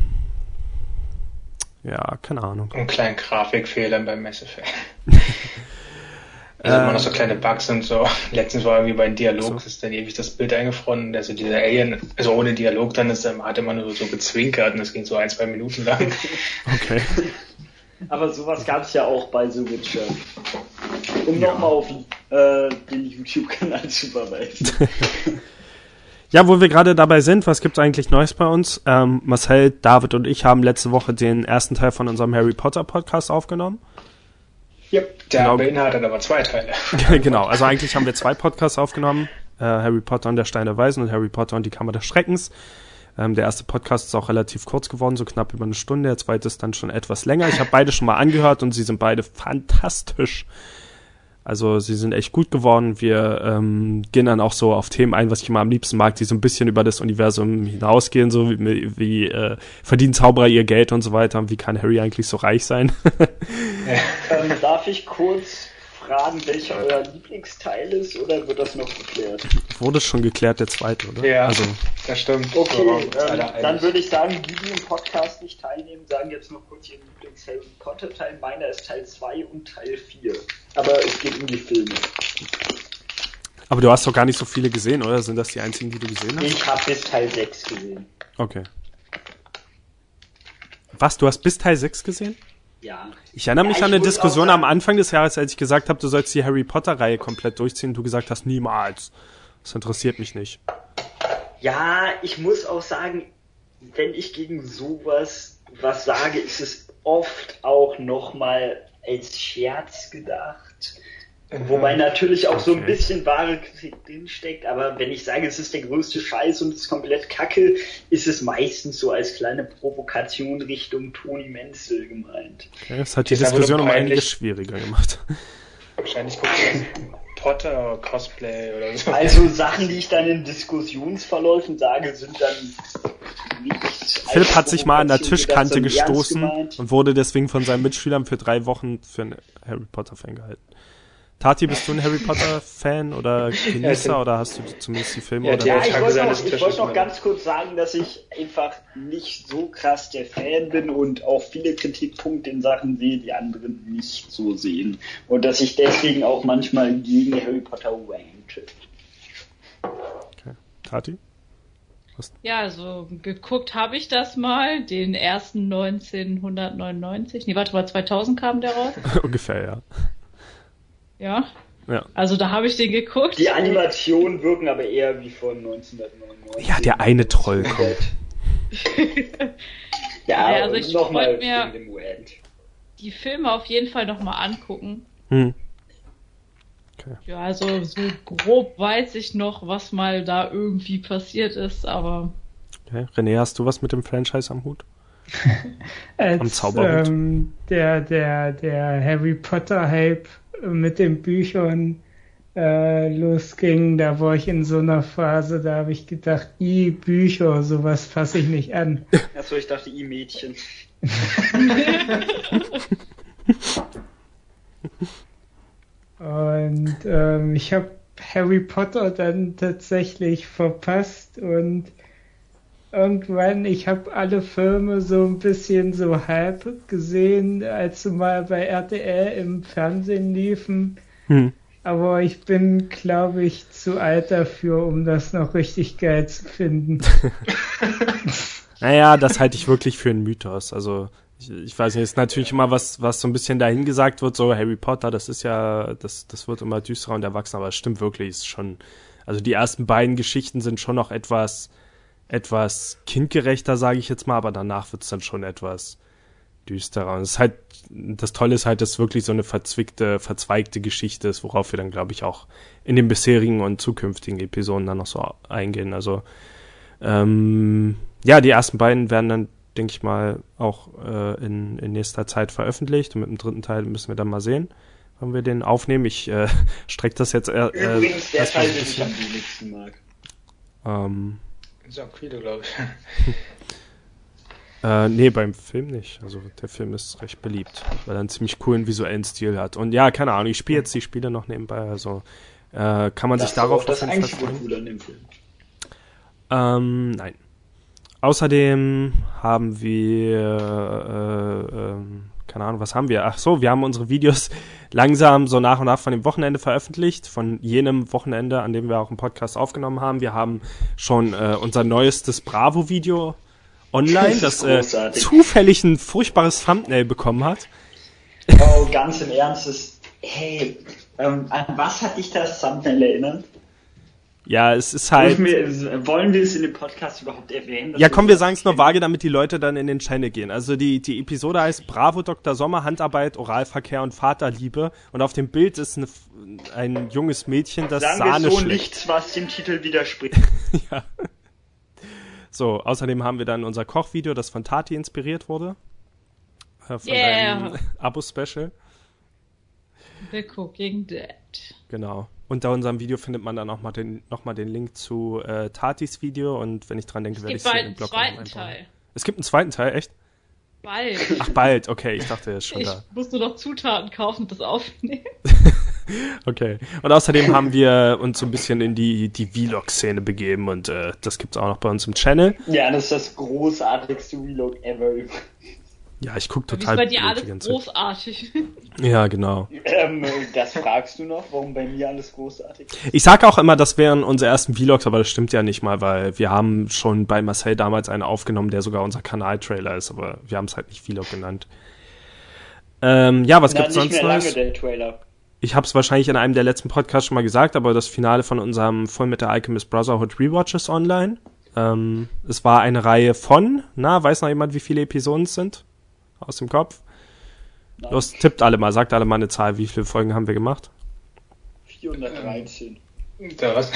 Ja, keine Ahnung. Und kleinen Grafikfehlern beim Mass Effect. Also immer noch so kleine Bugs und so. Letztens war irgendwie bei Dialog, so. Ist dann ewig das Bild eingefroren. Also dieser Alien, also ohne Dialog, dann ist er, hat immer nur so gezwinkert und das ging so ein, zwei Minuten lang. Okay. Aber sowas gab es ja auch bei The Witcher. Um ja. nochmal auf äh, den YouTube-Kanal zu verweisen. Ja, wo wir gerade dabei sind, was gibt's eigentlich Neues bei uns? Ähm, Marcel, David und ich haben letzte Woche den ersten Teil von unserem Harry Potter Podcast aufgenommen. Ja, der genau. beinhaltet aber zwei Teile. Genau, also eigentlich haben wir zwei Podcasts aufgenommen. Äh, Harry Potter und der Stein der Weisen und Harry Potter und die Kammer des Schreckens. Ähm, der erste Podcast ist auch relativ kurz geworden, so knapp über eine Stunde. Der zweite ist dann schon etwas länger. Ich habe beide schon mal angehört und sie sind beide fantastisch. Also sie sind echt gut geworden. Wir ähm, gehen dann auch so auf Themen ein, was ich immer am liebsten mag, die so ein bisschen über das Universum hinausgehen, so wie, wie äh, verdienen Zauberer ihr Geld und so weiter. Und wie kann Harry eigentlich so reich sein? ähm, darf ich kurz fragen, welcher euer Lieblingsteil ist, oder wird das noch geklärt? Wurde schon geklärt, der zweite, oder? Ja, also, das stimmt. Okay, ähm, dann würde ich sagen, die, die im Podcast nicht teilnehmen, sagen jetzt noch kurz ihren Lieblings-Harry Potter-Teil. Meiner ist Teil zwei und Teil vier. Aber es geht um die Filme. Aber du hast doch gar nicht so viele gesehen, oder? Sind das die einzigen, die du gesehen hast? Ich habe bis Teil sechs gesehen. Okay. Was, du hast bis Teil sechs gesehen? Ja. Ich erinnere mich ja, an eine Diskussion am Anfang des Jahres, als ich gesagt habe, du sollst die Harry Potter-Reihe komplett durchziehen und du gesagt hast, niemals. Das interessiert mich nicht. Ja, ich muss auch sagen, wenn ich gegen sowas was sage, ist es oft auch nochmal als Scherz gedacht. Mhm. Wobei natürlich auch okay. so ein bisschen wahre Kritik drinsteckt, aber wenn ich sage, es ist der größte Scheiß und es ist komplett Kacke, ist es meistens so als kleine Provokation Richtung Toni Menzel gemeint. Okay, das hat die das Diskussion um einiges schwieriger gemacht. Wahrscheinlich guckt das Potter-Cosplay oder so. Also Sachen, die ich dann in Diskussionsverläufen sage, sind dann nicht... Philipp hat sich mal an der Tischkante gestoßen und wurde deswegen von seinen Mitschülern für drei Wochen für einen Harry Potter-Fan gehalten. Tati, bist du ein Harry Potter-Fan oder Genießer ja, oder hast du zumindest die Filme? Ja, oder ja ich wollte noch, ich wollte noch ganz kurz sagen, dass ich einfach nicht so krass der Fan bin und auch viele Kritikpunkte in Sachen sehe, die anderen nicht so sehen. Und dass ich deswegen auch manchmal gegen Harry Potter wanke. Okay. Tati? Was? Ja, also geguckt habe ich das mal, den ersten neunzehnhundertneunundneunzig. Nee, warte mal, zweitausend kam der raus. Ungefähr, ja. Ja, Ja. Also da habe ich den geguckt. Die Animationen wirken aber eher wie von neunzehnhundertneunundneunzig. Ja, der eine Troll kommt. Ja, ja, also ich nochmal wollte mir die Filme auf jeden Fall nochmal angucken. Hm. Okay. Ja, also so grob weiß ich noch, was mal da irgendwie passiert ist, aber... Okay. René, hast du was mit dem Franchise am Hut? Als, am Zauberhut? Ähm, der, der, der Harry Potter-Hype mit den Büchern äh, losging, da war ich in so einer Phase, da habe ich gedacht, i Bücher, sowas fasse ich nicht an. Achso, ich dachte i Mädchen. Und ähm, ich habe Harry Potter dann tatsächlich verpasst und irgendwann, ich habe alle Filme so ein bisschen so halb gesehen, als sie mal bei R T L im Fernsehen liefen. Hm. Aber ich bin, glaube ich, zu alt dafür, um das noch richtig geil zu finden. Naja, das halte ich wirklich für einen Mythos. Also ich, ich weiß nicht, ist natürlich immer was, was so ein bisschen dahin gesagt wird, so Harry Potter, das ist ja, das, das wird immer düsterer und erwachsener, aber es stimmt wirklich, ist schon, also die ersten beiden Geschichten sind schon noch etwas, etwas kindgerechter, sage ich jetzt mal, aber danach wird's dann schon etwas düsterer. Und es ist halt, das Tolle ist halt, dass es wirklich so eine verzwickte, verzweigte Geschichte ist, worauf wir dann, glaube ich, auch in den bisherigen und zukünftigen Episoden dann noch so eingehen. Also, ähm, ja, die ersten beiden werden dann, denke ich mal, auch äh, in, in nächster Zeit veröffentlicht. Und mit dem dritten Teil müssen wir dann mal sehen, wann wir den aufnehmen. Ich äh, strecke das jetzt... Äh, Übrigens, der Teil, den ich am wenigsten mag. Ähm, ist auch viele, glaube ich. Äh, nee, beim Film nicht. Also der Film ist recht beliebt, weil er einen ziemlich coolen visuellen Stil hat. Und ja, keine Ahnung, ich spiele jetzt die Spiele noch nebenbei, also äh, kann man das sich darauf das auf jeden Fall freuen. Das freuen. an dem Film. Ähm, nein. Außerdem haben wir, äh, ähm, keine Ahnung, was haben wir? Ach so, wir haben unsere Videos langsam so nach und nach von dem Wochenende veröffentlicht, von jenem Wochenende, an dem wir auch einen Podcast aufgenommen haben. Wir haben schon äh, unser neuestes Bravo-Video online, das, das äh, zufällig ein furchtbares Thumbnail bekommen hat. Oh, ganz im Ernst, ist, hey, ähm, an was hat dich das Thumbnail erinnert? Ja, es ist halt... Wir, wollen wir es in dem Podcast überhaupt erwähnen? Ja, komm, wir sagen es nur vage, damit die Leute dann in den Channel gehen. Also die, die Episode heißt Bravo Doktor Sommer, Handarbeit, Oralverkehr und Vaterliebe. Und auf dem Bild ist eine, ein junges Mädchen, das sagen Sahne wir so schlägt. Nichts, was dem Titel widerspricht. Ja. So, außerdem haben wir dann unser Kochvideo, das von Tati inspiriert wurde. Äh, von Yeah. deinem Abo-Special. The Cooking Dead. Genau. Unter unserem Video findet man dann auch mal den, noch mal den Link zu äh, Tatis Video und wenn ich dran denke, Es werde ich gibt es bald in den einen Blog zweiten einbauen. Teil. Es gibt einen zweiten Teil, echt? Bald. Ach, bald, okay, ich dachte, er ist schon Ich da. muss nur noch Zutaten kaufen und das aufnehmen. Okay. Und außerdem haben wir uns so ein bisschen in die, die Vlog-Szene begeben und äh, das gibt's auch noch bei uns im Channel. Ja, das ist das großartigste Vlog ever. Ja, ich guck Wie ist total bei dir blöd alles die ganze Zeit. großartig? Ja, genau. Ähm, das fragst du noch, warum bei mir alles großartig ist? Ich sag auch immer, das wären unsere ersten Vlogs, aber das stimmt ja nicht mal, weil wir haben schon bei Marcel damals einen aufgenommen, der sogar unser Kanal-Trailer ist, aber wir haben es halt nicht Vlog genannt. Ähm, ja, was Na, gibt's nicht sonst mehr Neues? lange, der Trailer. Ich habe es wahrscheinlich in einem der letzten Podcasts schon mal gesagt, aber das Finale von unserem Fullmetal Alchemist Brotherhood Rewatch ist online. Ähm, es war eine Reihe von, na, weiß noch jemand, wie viele Episoden es sind? Aus dem Kopf? Nein. Los, tippt alle mal, sagt alle mal eine Zahl, wie viele Folgen haben wir gemacht? vierhundertdreizehn. Da was?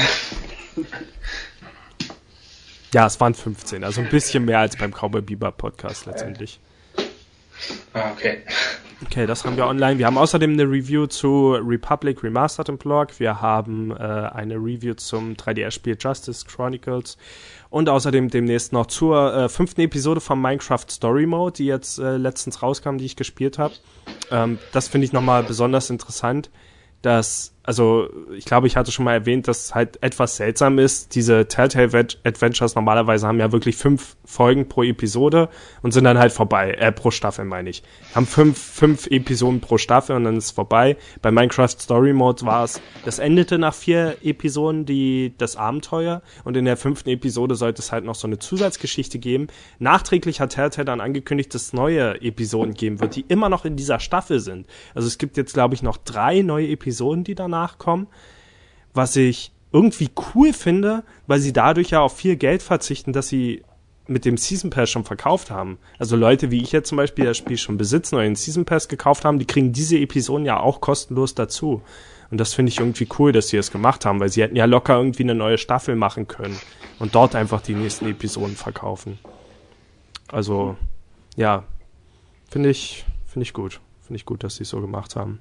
Ja, es waren fünfzehn, also ein bisschen mehr als beim Cowboy Bebop Podcast letztendlich. Ah, okay. Okay, das haben wir online. Wir haben außerdem eine Review zu Republic Remastered im Blog. Wir haben äh, eine Review zum drei D S-Spiel Justice Chronicles und außerdem demnächst noch zur äh, fünften Episode von Minecraft Story Mode, die jetzt äh, letztens rauskam, die ich gespielt habe. Ähm, das finde ich nochmal besonders interessant, dass, also ich glaube, ich hatte schon mal erwähnt, dass halt etwas seltsam ist. Diese Telltale Adventures normalerweise haben ja wirklich fünf Folgen pro Episode und sind dann halt vorbei, äh, pro Staffel meine ich. Haben fünf, fünf Episoden pro Staffel und dann ist es vorbei. Bei Minecraft Story Mode war es, das endete nach vier Episoden die, das Abenteuer und in der fünften Episode sollte es halt noch so eine Zusatzgeschichte geben. Nachträglich hat Telltale dann angekündigt, dass es neue Episoden geben wird, die immer noch in dieser Staffel sind. Also es gibt jetzt, glaube ich, noch drei neue Episoden, die danach nachkommen, was ich irgendwie cool finde, weil sie dadurch ja auf viel Geld verzichten, dass sie mit dem Season Pass schon verkauft haben. Also Leute wie ich jetzt zum Beispiel das Spiel schon besitzen oder den Season Pass gekauft haben, die kriegen diese Episoden ja auch kostenlos dazu. Und das finde ich irgendwie cool, dass sie das gemacht haben, weil sie hätten ja locker irgendwie eine neue Staffel machen können und dort einfach die nächsten Episoden verkaufen. Also, ja, finde ich, finde ich gut. Finde ich gut, dass sie es so gemacht haben.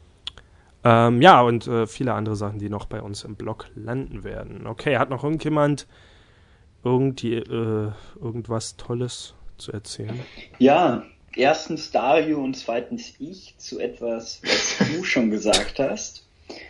Ähm, ja, und äh, viele andere Sachen, die noch bei uns im Blog landen werden. Okay, hat noch irgendjemand irgendwie äh, irgendwas Tolles zu erzählen? Ja, erstens Dario und zweitens ich zu etwas, was du schon gesagt hast.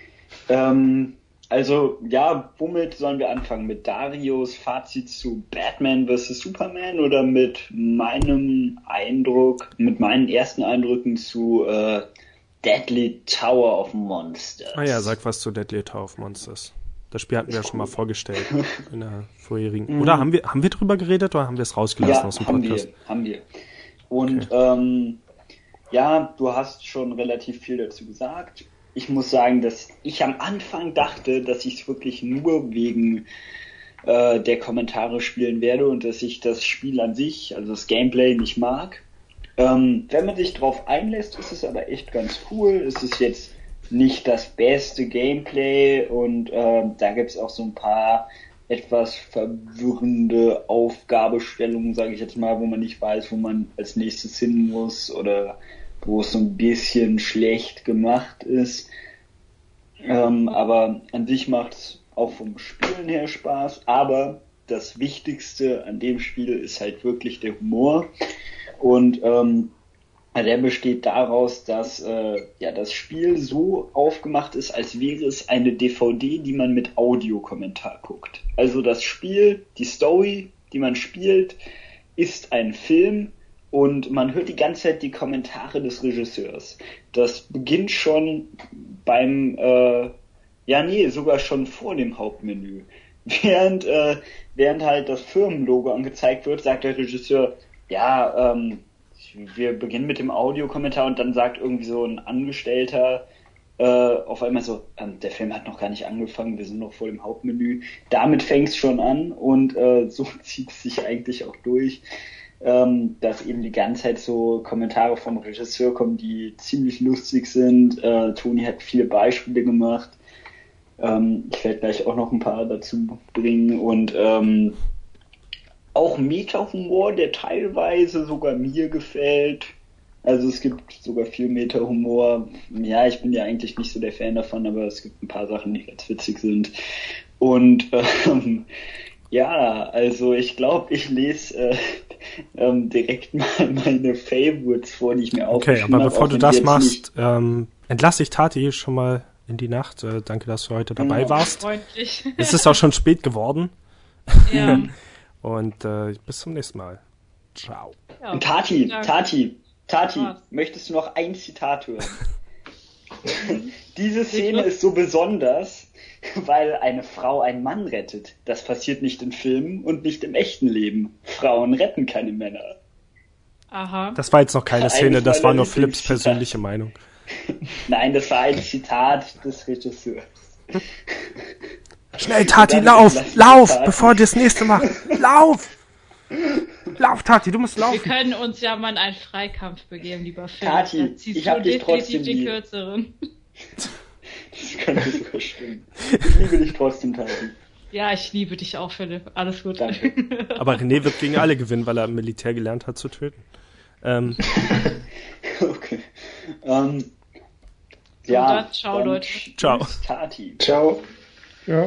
Ähm, also, ja, womit sollen wir anfangen? Mit Darios Fazit zu Batman versus. Superman oder mit meinem Eindruck, mit meinen ersten Eindrücken zu äh, Deadly Tower of Monsters? Ah ja, sag was zu Deadly Tower of Monsters. Das Spiel hatten wir ja schon mal vorgestellt in der vorherigen. Oder haben wir haben wir drüber geredet oder haben wir es rausgelassen ja, aus dem haben Podcast? Wir, haben wir. Und okay. ähm, ja, du hast schon relativ viel dazu gesagt. Ich muss sagen, dass ich am Anfang dachte, dass ich es wirklich nur wegen äh, der Kommentare spielen werde und dass ich das Spiel an sich, also das Gameplay, nicht mag. Ähm, wenn man sich drauf einlässt, ist es aber echt ganz cool. Es ist jetzt nicht das beste Gameplay und äh, da gibt es auch so ein paar etwas verwirrende Aufgabestellungen, sage ich jetzt mal, wo man nicht weiß, wo man als nächstes hin muss oder wo es so ein bisschen schlecht gemacht ist. Ähm, aber an sich macht es auch vom Spielen her Spaß. Aber das Wichtigste an dem Spiel ist halt wirklich der Humor. Und ähm, der besteht daraus, dass äh, ja das Spiel so aufgemacht ist, als wäre es eine D V D, die man mit Audiokommentar guckt. Also das Spiel, die Story, die man spielt, ist ein Film und man hört die ganze Zeit die Kommentare des Regisseurs. Das beginnt schon beim, äh, ja nee, sogar schon vor dem Hauptmenü. Während, äh, während halt das Firmenlogo angezeigt wird, sagt der Regisseur, ja, ähm, wir beginnen mit dem Audiokommentar und dann sagt irgendwie so ein Angestellter äh, auf einmal so, ähm, der Film hat noch gar nicht angefangen, wir sind noch vor dem Hauptmenü. Damit fängt es schon an und äh, so zieht es sich eigentlich auch durch, ähm, dass eben die ganze Zeit so Kommentare vom Regisseur kommen, die ziemlich lustig sind. Äh, Toni hat viele Beispiele gemacht. Ähm, ich werde gleich auch noch ein paar dazu bringen und ähm, auch Meta-Humor, der teilweise sogar mir gefällt. Also es gibt sogar viel Meta-Humor. Ja, ich bin ja eigentlich nicht so der Fan davon, aber es gibt ein paar Sachen, die ganz witzig sind. Und ähm, ja, also ich glaube, ich lese äh, ähm, direkt mal meine Favorites vor, die ich mir aufgeschrieben habe. Okay, aber bevor du das machst, ähm, entlasse ich Tati schon mal in die Nacht. Äh, danke, dass du heute dabei ja, warst. Freundlich. Es ist auch schon spät geworden. Ja. Und äh, bis zum nächsten Mal. Ciao. Ja, Tati, Tati, Tati, was? Möchtest du noch ein Zitat hören? Diese Szene ist so besonders, weil eine Frau einen Mann rettet. Das passiert nicht in Filmen und nicht im echten Leben. Frauen retten keine Männer. Aha. Das war jetzt noch keine Szene, das war nur Philipps persönliche Meinung. Nein, das war ein Zitat des Regisseurs. Schnell, Tati, lauf! Lauf! Tati. Bevor du das nächste machst! Lauf! Lauf, Tati, du musst laufen! Wir können uns ja mal in einen Freikampf begeben, lieber Phil. Tati, ich hab dich trotzdem die kürzeren. Das könnte sogar stimmen. Ich liebe dich trotzdem, Tati. Ja, ich liebe dich auch, Philipp. Alles gut. Danke. Aber René wird gegen alle gewinnen, weil er im Militär gelernt hat zu töten. Ähm. Okay. Ähm, so, ja, dann, ciao, dann Leute. Ciao. Tati. Ciao. Ja.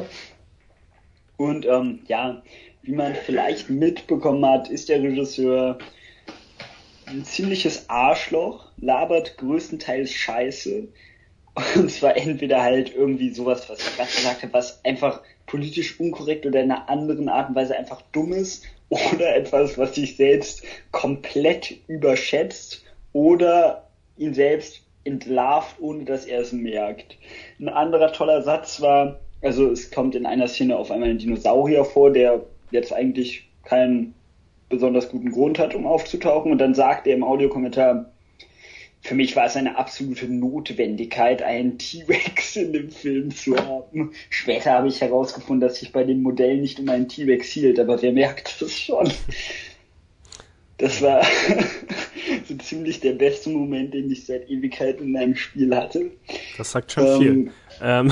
Und ähm, ja, wie man vielleicht mitbekommen hat, ist der Regisseur ein ziemliches Arschloch, labert größtenteils Scheiße. Und zwar entweder halt irgendwie sowas, was ich gerade gesagt habe, was einfach politisch unkorrekt oder in einer anderen Art und Weise einfach dumm ist, oder etwas, was sich selbst komplett überschätzt oder ihn selbst entlarvt, ohne dass er es merkt. Ein anderer toller Satz war, also es kommt in einer Szene auf einmal ein Dinosaurier vor, der jetzt eigentlich keinen besonders guten Grund hat, um aufzutauchen, und dann sagt er im Audiokommentar, für mich war es eine absolute Notwendigkeit, einen T-Rex in dem Film zu haben. Später habe ich herausgefunden, dass sich bei dem Modell nicht um einen T-Rex hielt, aber wer merkt das schon? Das war so ziemlich der beste Moment, den ich seit Ewigkeiten in einem Spiel hatte. Das sagt schon ähm, viel. Ähm.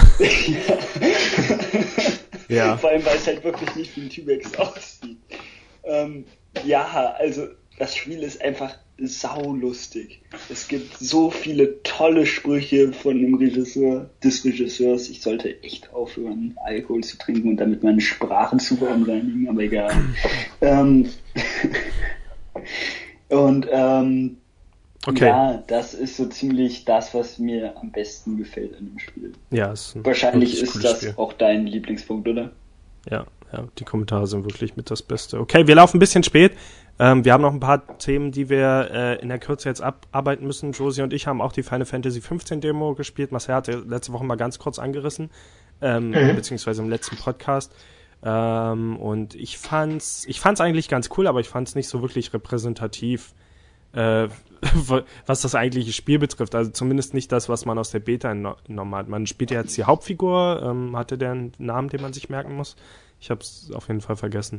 Ja. Vor allem, weil es halt wirklich nicht wie ein T-Rex aussieht. Ähm, ja, also das Spiel ist einfach saulustig. Es gibt so viele tolle Sprüche von dem Regisseur, des Regisseurs. Ich sollte echt aufhören, Alkohol zu trinken und damit meine Sprache zu verunreinigen, aber egal. ähm, und ähm, okay. Ja, das ist so ziemlich das, was mir am besten gefällt an dem Spiel. Ja, ist ein wahrscheinlich ist das Spiel. Auch dein Lieblingspunkt, oder? Ja, ja, die Kommentare sind wirklich mit das Beste. Okay, wir laufen ein bisschen spät. Ähm, wir haben noch ein paar Themen, die wir äh, in der Kürze jetzt abarbeiten müssen. Josie und ich haben auch die Final Fantasy fünfzehn Demo gespielt. Marcel hatte letzte Woche mal ganz kurz angerissen, ähm, mhm. beziehungsweise im letzten Podcast. Ähm, und ich fand's, ich fand's eigentlich ganz cool, aber ich fand's nicht so wirklich repräsentativ, äh, was das eigentliche Spiel betrifft. Also zumindest nicht das, was man aus der Beta entnommen hat. Man spielt ja jetzt die Hauptfigur. Ähm, hatte der einen Namen, den man sich merken muss? Ich hab's auf jeden Fall vergessen.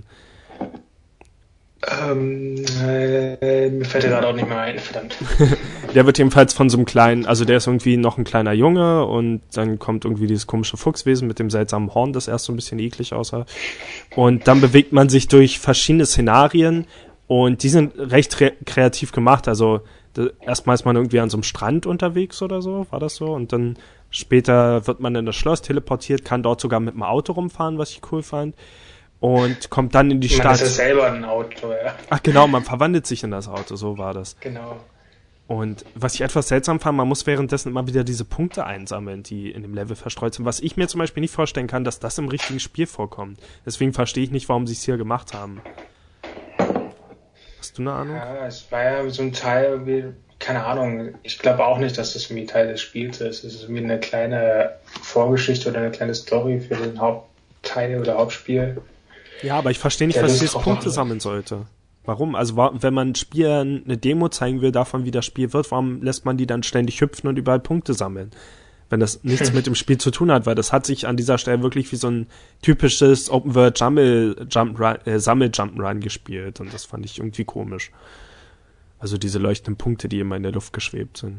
Ähm, äh, mir fällt der gerade auch nicht mehr ein, verdammt. Der wird jedenfalls von so einem kleinen, also der ist irgendwie noch ein kleiner Junge und dann kommt irgendwie dieses komische Fuchswesen mit dem seltsamen Horn, das erst so ein bisschen eklig aussah. Und dann bewegt man sich durch verschiedene Szenarien und die sind recht re- kreativ gemacht. Also da, erstmal ist man irgendwie an so einem Strand unterwegs oder so, war das so? Und dann später wird man in das Schloss teleportiert, kann dort sogar mit dem Auto rumfahren, was ich cool fand. Und kommt dann in die Stadt. Man ist ja selber ein Auto, ja. Ach genau, man verwandelt sich in das Auto, so war das. Genau. Und was ich etwas seltsam fand, man muss währenddessen immer wieder diese Punkte einsammeln, die in dem Level verstreut sind. Was ich mir zum Beispiel nicht vorstellen kann, dass das im richtigen Spiel vorkommt. Deswegen verstehe ich nicht, warum sie es hier gemacht haben. Hast du eine Ahnung? Ja, es war ja so ein Teil, wie, keine Ahnung, ich glaube auch nicht, dass das irgendwie Teil des Spiels ist. Es ist irgendwie eine kleine Vorgeschichte oder eine kleine Story für den Hauptteil oder Hauptspiel. Ja, aber ich verstehe nicht, ja, was dieses Punkte sammeln sollte. Warum? Also wenn man Spielern eine Demo zeigen will, davon wie das Spiel wird, warum lässt man die dann ständig hüpfen und überall Punkte sammeln? Wenn das nichts mit dem Spiel zu tun hat, weil das hat sich an dieser Stelle wirklich wie so ein typisches Open-World-Sammel-Jump'n'Run gespielt und das fand ich irgendwie komisch. Also diese leuchtenden Punkte, die immer in der Luft geschwebt sind.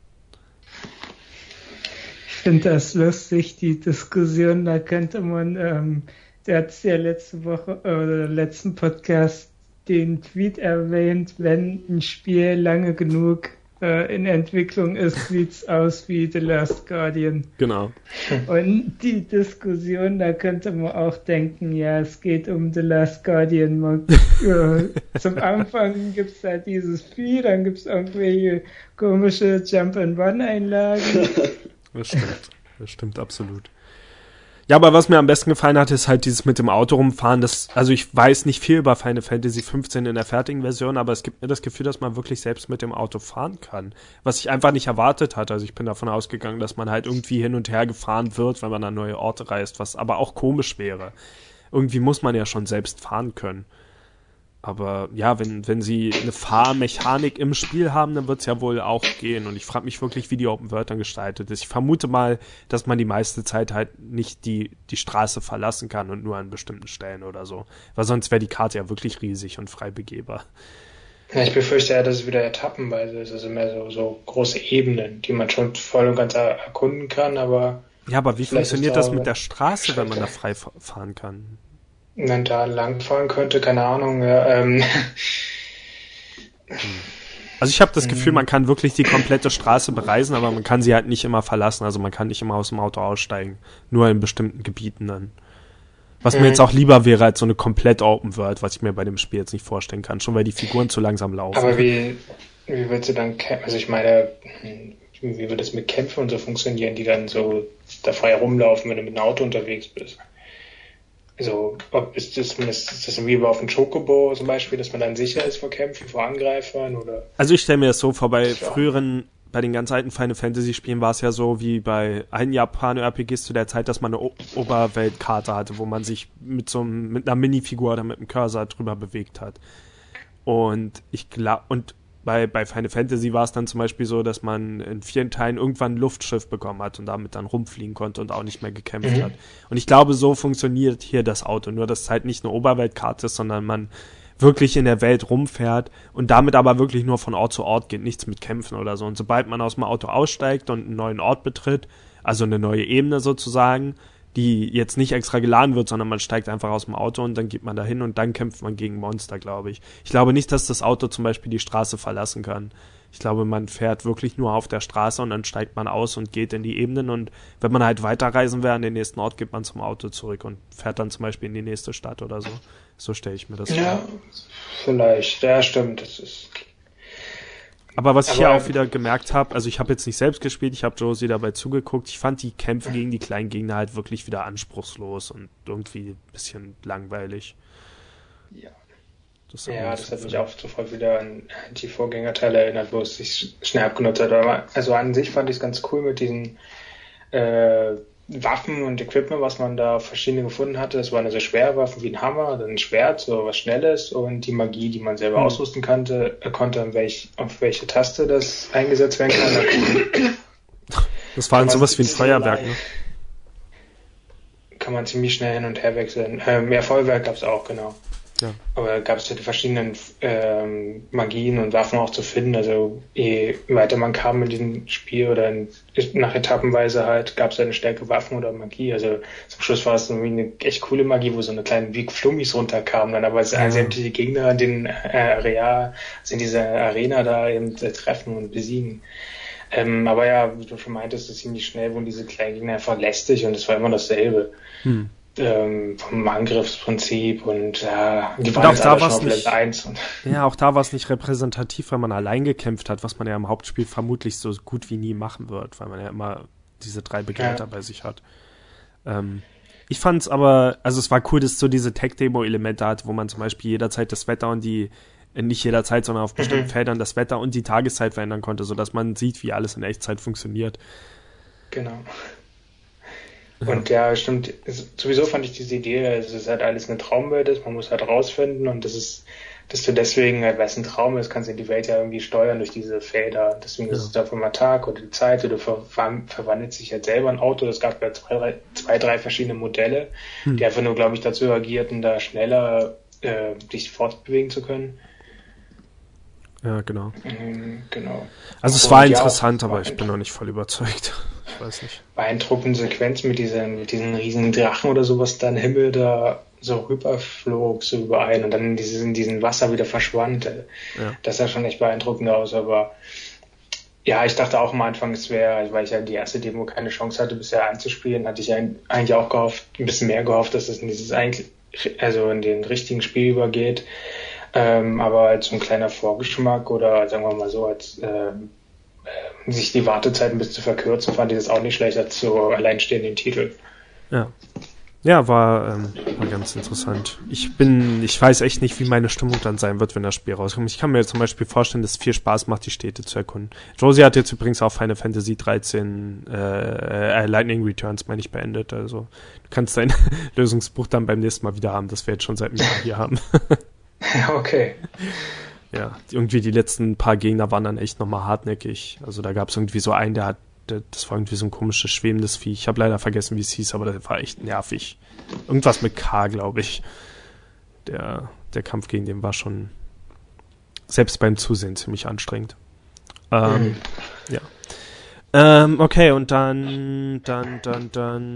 Ich finde das lustig, die Diskussion, da könnte man... Ähm Der hat ja letzte Woche oder letzten Podcast den Tweet erwähnt, wenn ein Spiel lange genug äh, in Entwicklung ist, sieht's aus wie The Last Guardian. Genau. Und die Diskussion, da könnte man auch denken, ja, es geht um The Last Guardian. Man, äh, zum Anfang gibt's halt dieses Vieh, dann gibt's irgendwelche komische Jump-and-Run-Einlagen. Das stimmt, das stimmt absolut. Ja, aber was mir am besten gefallen hat, ist halt dieses mit dem Auto rumfahren. Das, also ich weiß nicht viel über Final Fantasy fünfzehn in der fertigen Version, aber es gibt mir das Gefühl, dass man wirklich selbst mit dem Auto fahren kann. Was ich einfach nicht erwartet hatte. Also ich bin davon ausgegangen, dass man halt irgendwie hin und her gefahren wird, wenn man an neue Orte reist, was aber auch komisch wäre. Irgendwie muss man ja schon selbst fahren können. Aber ja, wenn wenn sie eine Fahrmechanik im Spiel haben, dann wird's ja wohl auch gehen. Und ich frage mich wirklich, wie die Open World dann gestaltet ist. Ich vermute mal, dass man die meiste Zeit halt nicht die die Straße verlassen kann und nur an bestimmten Stellen oder so. Weil sonst wäre die Karte ja wirklich riesig und frei begehbar. Ja, ich befürchte ja, dass es wieder etappenweise ist. Also mehr so, so große Ebenen, die man schon voll und ganz erkunden kann, aber... Ja, aber wie funktioniert das mit der Straße, wenn man da frei fahren kann? Wenn da langfahren könnte, keine Ahnung. Ja, ähm. Also ich habe das Gefühl, man kann wirklich die komplette Straße bereisen, aber man kann sie halt nicht immer verlassen. Also man kann nicht immer aus dem Auto aussteigen. Nur in bestimmten Gebieten dann. Was mhm. mir jetzt auch lieber wäre als so eine komplett Open World, was ich mir bei dem Spiel jetzt nicht vorstellen kann. Schon weil die Figuren zu langsam laufen. Aber wie, wie würdest du dann kämpfen? Also ich meine, wie wird das mit Kämpfen und so funktionieren, die dann so da frei rumlaufen, wenn du mit einem Auto unterwegs bist? Also, ob ist das, ist das wie auf dem Chocobo zum Beispiel, dass man dann sicher ist vor Kämpfen, vor Angreifern oder? Also ich stelle mir das so vor, bei früheren, bei den ganz alten Final Fantasy Spielen war es ja so wie bei allen Japan-R P Gs zu der Zeit, dass man eine o- Oberweltkarte hatte, wo man sich mit so einem, mit einer Minifigur oder mit einem Cursor drüber bewegt hat. Und ich glaube, und bei, bei Final Fantasy war es dann zum Beispiel so, dass man in vielen Teilen irgendwann ein Luftschiff bekommen hat und damit dann rumfliegen konnte und auch nicht mehr gekämpft mhm. hat. Und ich glaube, so funktioniert hier das Auto. Nur, dass es halt nicht eine Oberweltkarte ist, sondern man wirklich in der Welt rumfährt und damit aber wirklich nur von Ort zu Ort geht, nichts mit Kämpfen oder so. Und sobald man aus dem Auto aussteigt und einen neuen Ort betritt, also eine neue Ebene sozusagen, die jetzt nicht extra geladen wird, sondern man steigt einfach aus dem Auto und dann geht man da hin und dann kämpft man gegen Monster, glaube ich. Ich glaube nicht, dass das Auto zum Beispiel die Straße verlassen kann. Ich glaube, man fährt wirklich nur auf der Straße und dann steigt man aus und geht in die Ebenen und wenn man halt weiterreisen will an den nächsten Ort, geht man zum Auto zurück und fährt dann zum Beispiel in die nächste Stadt oder so. So stelle ich mir das vor. Ja, vielleicht. Ja, stimmt. Das ist... Aber was ich hier auch wieder gemerkt habe, also ich habe jetzt nicht selbst gespielt, ich habe Josie dabei zugeguckt, ich fand die Kämpfe gegen die kleinen Gegner halt wirklich wieder anspruchslos und irgendwie ein bisschen langweilig. Ja, das, ja, das hat mich auch sofort wieder an die Vorgängerteile erinnert, wo es sich schnell abgenutzt hat. Aber also an sich fand ich es ganz cool mit diesen äh, Waffen und Equipment, was man da verschiedene gefunden hatte. Es waren also Schwerwaffen wie ein Hammer, dann ein Schwert, so was Schnelles und die Magie, die man selber mhm. ausrüsten konnte, äh, konnte an welch, auf welche Taste das eingesetzt werden kann. Das war dann sowas wie ein Feuerwerk, ne? Kann man ziemlich schnell hin und her wechseln. Äh, mehr Feuerwerk gab es auch, genau. Ja. Aber gab es ja die verschiedenen ähm, Magien und Waffen auch zu finden. Also je weiter man kam in diesem Spiel oder in, nach Etappenweise halt, gab es eine stärkere Waffen oder Magie. Also zum Schluss war es irgendwie eine echt coole Magie, wo so eine kleine wie Flummis runterkamen, dann aber ja. sämtliche Gegner in den äh, Area, also in dieser Arena da eben äh, treffen und besiegen. Ähm, aber ja, wie du schon meintest, so ziemlich schnell wurden diese kleinen Gegner einfach lästig und es war immer dasselbe. Hm. Ähm, vom Angriffsprinzip und ja, die waren jetzt alle schon auf Level eins. Ja, auch da war es nicht repräsentativ, weil man allein gekämpft hat, was man ja im Hauptspiel vermutlich so gut wie nie machen wird, weil man ja immer diese drei Begleiter ja. bei sich hat. Ähm, ich fand's aber, also es war cool, dass es so diese Tech-Demo-Elemente hat, wo man zum Beispiel jederzeit das Wetter und die, nicht jederzeit, sondern auf bestimmten mhm. Feldern das Wetter und die Tageszeit verändern konnte, sodass man sieht, wie alles in Echtzeit funktioniert. Genau. Und ja, stimmt, sowieso fand ich diese Idee, dass es halt alles eine Traumwelt ist, man muss halt rausfinden und das ist, dass du deswegen halt, weil es ein Traum ist, kannst du die Welt ja irgendwie steuern durch diese Felder. Deswegen ja. ist es da vom Tag oder die Zeit oder ver ver verwandelt sich halt selber ein Auto. Es gab ja zwei, drei, zwei, drei verschiedene Modelle, hm. die einfach nur, glaube ich, dazu agierten, da schneller äh, dich fortbewegen zu können. Ja, genau. Mhm, genau. Also es und war interessant, ja, aber ich bin noch nicht voll überzeugt. Ich weiß nicht. Beeindruckende Sequenz mit diesen, mit diesen riesigen Drachen oder sowas, da im Himmel da so rüberflog, so überein und dann in, dieses, in diesem Wasser wieder verschwand. Ja. Das sah schon echt beeindruckend aus, aber ja, ich dachte auch am Anfang, es wäre, weil ich ja die erste Demo keine Chance hatte, bisher einzuspielen, hatte ich eigentlich auch gehofft, ein bisschen mehr gehofft, dass es in dieses eigentlich, also in den richtigen Spiel übergeht. Ähm, aber als so ein kleiner Vorgeschmack oder sagen wir mal so, als äh, sich die Wartezeit ein bisschen zu verkürzen, fand ich das auch nicht schlecht als so alleinstehenden Titel. Ja. Ja, war, ähm, war ganz interessant. Ich bin, ich weiß echt nicht, wie meine Stimmung dann sein wird, wenn das Spiel rauskommt. Ich kann mir zum Beispiel vorstellen, dass es viel Spaß macht, die Städte zu erkunden. Josie hat jetzt übrigens auch Final Fantasy dreizehn äh, äh, Lightning Returns, meine ich, beendet. Also du kannst dein Lösungsbuch dann beim nächsten Mal wieder haben, das wir jetzt schon seit einem Jahr hier haben. Okay. Ja, irgendwie die letzten paar Gegner waren dann echt nochmal hartnäckig. Also da gab es irgendwie so einen, der hat, der, das war irgendwie so ein komisches, schwebendes Vieh. Ich habe leider vergessen, wie es hieß, aber das war echt nervig. Irgendwas mit K, glaube ich. Der, der Kampf gegen den war schon selbst beim Zusehen ziemlich anstrengend. Ähm, mhm. Ja. Ähm, okay, und dann, dann, dann,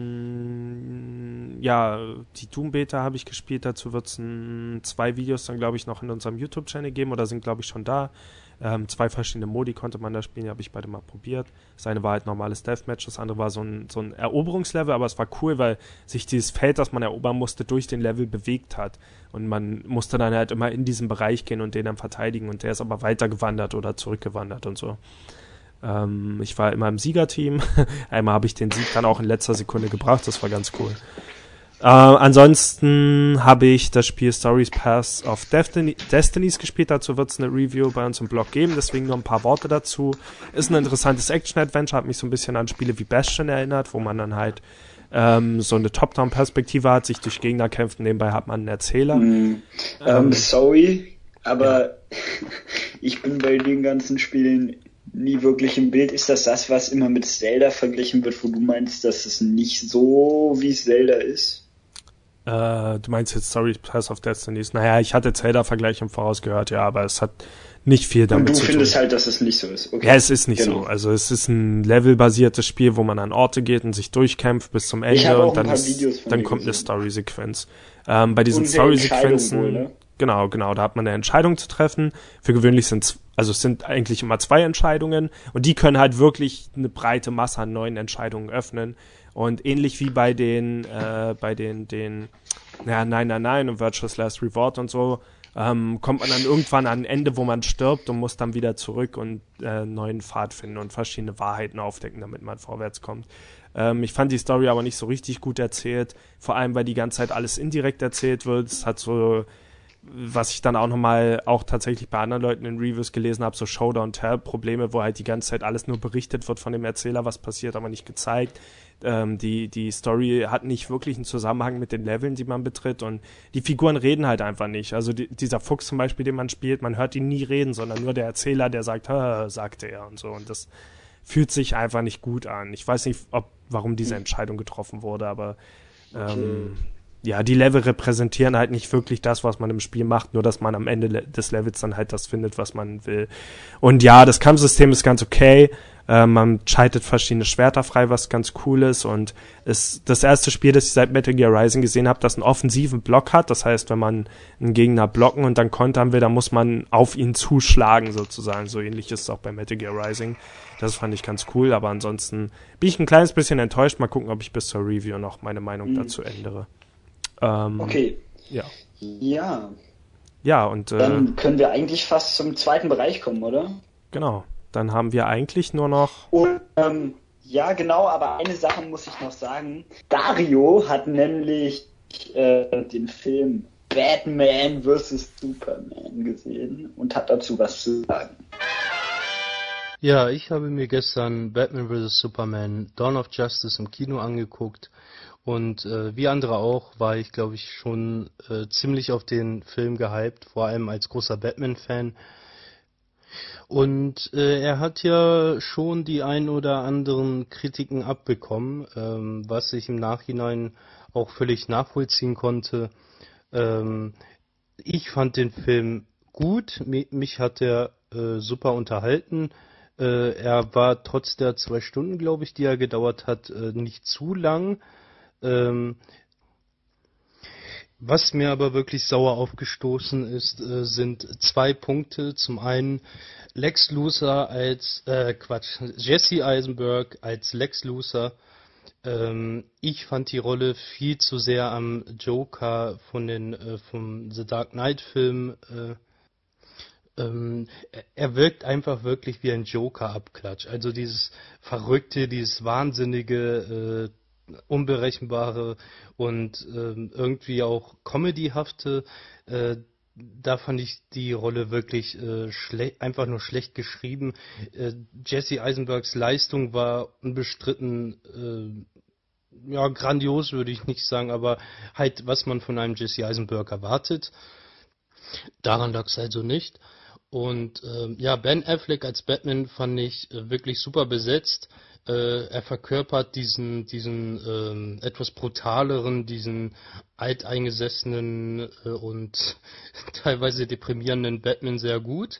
dann, ja, die Doom-Beta habe ich gespielt, dazu wird es zwei Videos dann, glaube ich, noch in unserem YouTube-Channel geben, oder sind, glaube ich, schon da. Ähm, zwei verschiedene Modi konnte man da spielen, die habe ich beide mal probiert. Das eine war halt normales Deathmatch, das andere war so ein, so ein Eroberungslevel, aber es war cool, weil sich dieses Feld, das man erobern musste, durch den Level bewegt hat. Und man musste dann halt immer in diesen Bereich gehen und den dann verteidigen, und der ist aber weitergewandert oder zurückgewandert und so. Ähm, ich war immer im Siegerteam. Einmal habe ich den Sieg dann auch in letzter Sekunde gebracht. Das war ganz cool. Äh, ansonsten habe ich das Spiel Stories Path of Destiny, Destinies gespielt. Dazu wird es eine Review bei uns im Blog geben. Deswegen nur ein paar Worte dazu. Ist ein interessantes Action-Adventure. Hat mich so ein bisschen an Spiele wie Bastion erinnert, wo man dann halt ähm, so eine Top-Down-Perspektive hat, sich durch Gegner kämpft. Nebenbei hat man einen Erzähler. Mhm. Ähm, ähm, sorry. Aber ja. Ich bin bei den ganzen Spielen nie wirklich im Bild. Ist das das, was immer mit Zelda verglichen wird, wo du meinst, dass es nicht so wie Zelda ist? Äh, du meinst jetzt Story Path of Destinies? Naja, ich hatte Zelda-Vergleich im Voraus gehört, ja, aber es hat nicht viel damit zu tun. Und du findest halt, dass es nicht so ist? Okay. Ja, es ist nicht genau. so. Also es ist ein levelbasiertes Spiel, wo man an Orte geht und sich durchkämpft bis zum Ende ich habe auch und dann, ein paar ist, Videos von dann dir kommt gesehen. eine Story-Sequenz. Ähm, bei diesen Und Story-Sequenzen, wohl, ne? genau, genau, da hat man eine Entscheidung zu treffen. Für gewöhnlich sind also es sind eigentlich immer zwei Entscheidungen und die können halt wirklich eine breite Masse an neuen Entscheidungen öffnen. Und ähnlich wie bei den, äh, bei den, den, ja, nein, nein, nein und Virtuous Last Reward und so, ähm, kommt man dann irgendwann an ein Ende, wo man stirbt und muss dann wieder zurück und äh, einen neuen Pfad finden und verschiedene Wahrheiten aufdecken, damit man vorwärts kommt. Ähm, ich fand die Story aber nicht so richtig gut erzählt, vor allem, weil die ganze Zeit alles indirekt erzählt wird. Es hat so, was ich dann auch nochmal auch tatsächlich bei anderen Leuten in Reviews gelesen habe, so Show-Don't-Tell-Probleme, wo halt die ganze Zeit alles nur berichtet wird von dem Erzähler, was passiert, aber nicht gezeigt. Ähm, die, die Story hat nicht wirklich einen Zusammenhang mit den Leveln, die man betritt und die Figuren reden halt einfach nicht. Also die, dieser Fuchs zum Beispiel, den man spielt, man hört ihn nie reden, sondern nur der Erzähler, der sagt, sagte er und so und das fühlt sich einfach nicht gut an. Ich weiß nicht, ob warum diese Entscheidung getroffen wurde, aber ähm, okay. Ja, die Level repräsentieren halt nicht wirklich das, was man im Spiel macht, nur dass man am Ende des Levels dann halt das findet, was man will. Und ja, das Kampfsystem ist ganz okay. Äh, man schaltet verschiedene Schwerter frei, was ganz cool ist. Und ist das erste Spiel, das ich seit Metal Gear Rising gesehen habe, das einen offensiven Block hat. Das heißt, wenn man einen Gegner blocken und dann kontern will, dann muss man auf ihn zuschlagen sozusagen. So ähnlich ist es auch bei Metal Gear Rising. Das fand ich ganz cool, aber ansonsten bin ich ein kleines bisschen enttäuscht. Mal gucken, ob ich bis zur Review noch meine Meinung mhm. dazu ändere. Ähm, okay. Ja. Ja. Ja, und äh, dann können wir eigentlich fast zum zweiten Bereich kommen, oder? Genau. Dann haben wir eigentlich nur noch... Und, ähm, ja, genau, aber eine Sache muss ich noch sagen. Dario hat nämlich äh, den Film Batman versus. Superman gesehen und hat dazu was zu sagen. Ja, ich habe mir gestern Batman versus. Superman Dawn of Justice im Kino angeguckt. Und äh, wie andere auch, war ich, glaube ich, schon äh, ziemlich auf den Film gehypt, vor allem als großer Batman-Fan. Und äh, er hat ja schon die ein oder anderen Kritiken abbekommen, ähm, was ich im Nachhinein auch völlig nachvollziehen konnte. Ähm, ich fand den Film gut, Mi- mich hat er äh, super unterhalten. Äh, er war trotz der zwei Stunden, glaube ich, die er gedauert hat, äh, nicht zu lang. Ähm, was mir aber wirklich sauer aufgestoßen ist, äh, sind zwei Punkte. Zum einen Lex Luthor als, äh, Quatsch, Jesse Eisenberg als Lex Luthor. Ähm, ich fand die Rolle viel zu sehr am Joker von den, äh, vom The Dark Knight Film, äh, ähm, er wirkt einfach wirklich wie ein Joker-Abklatsch. Also dieses Verrückte, dieses Wahnsinnige, äh, Unberechenbare und ähm, irgendwie auch Comedyhafte, äh, da fand ich die Rolle wirklich äh, schle- einfach nur schlecht geschrieben. Äh, Jesse Eisenbergs Leistung war unbestritten, äh, ja, grandios würde ich nicht sagen, aber halt, was man von einem Jesse Eisenberg erwartet. Daran lag es also nicht. Und äh, ja, Ben Affleck als Batman fand ich äh, wirklich super besetzt. Äh, er verkörpert diesen, diesen ähm, etwas brutaleren, diesen alteingesessenen äh, und teilweise deprimierenden Batman sehr gut.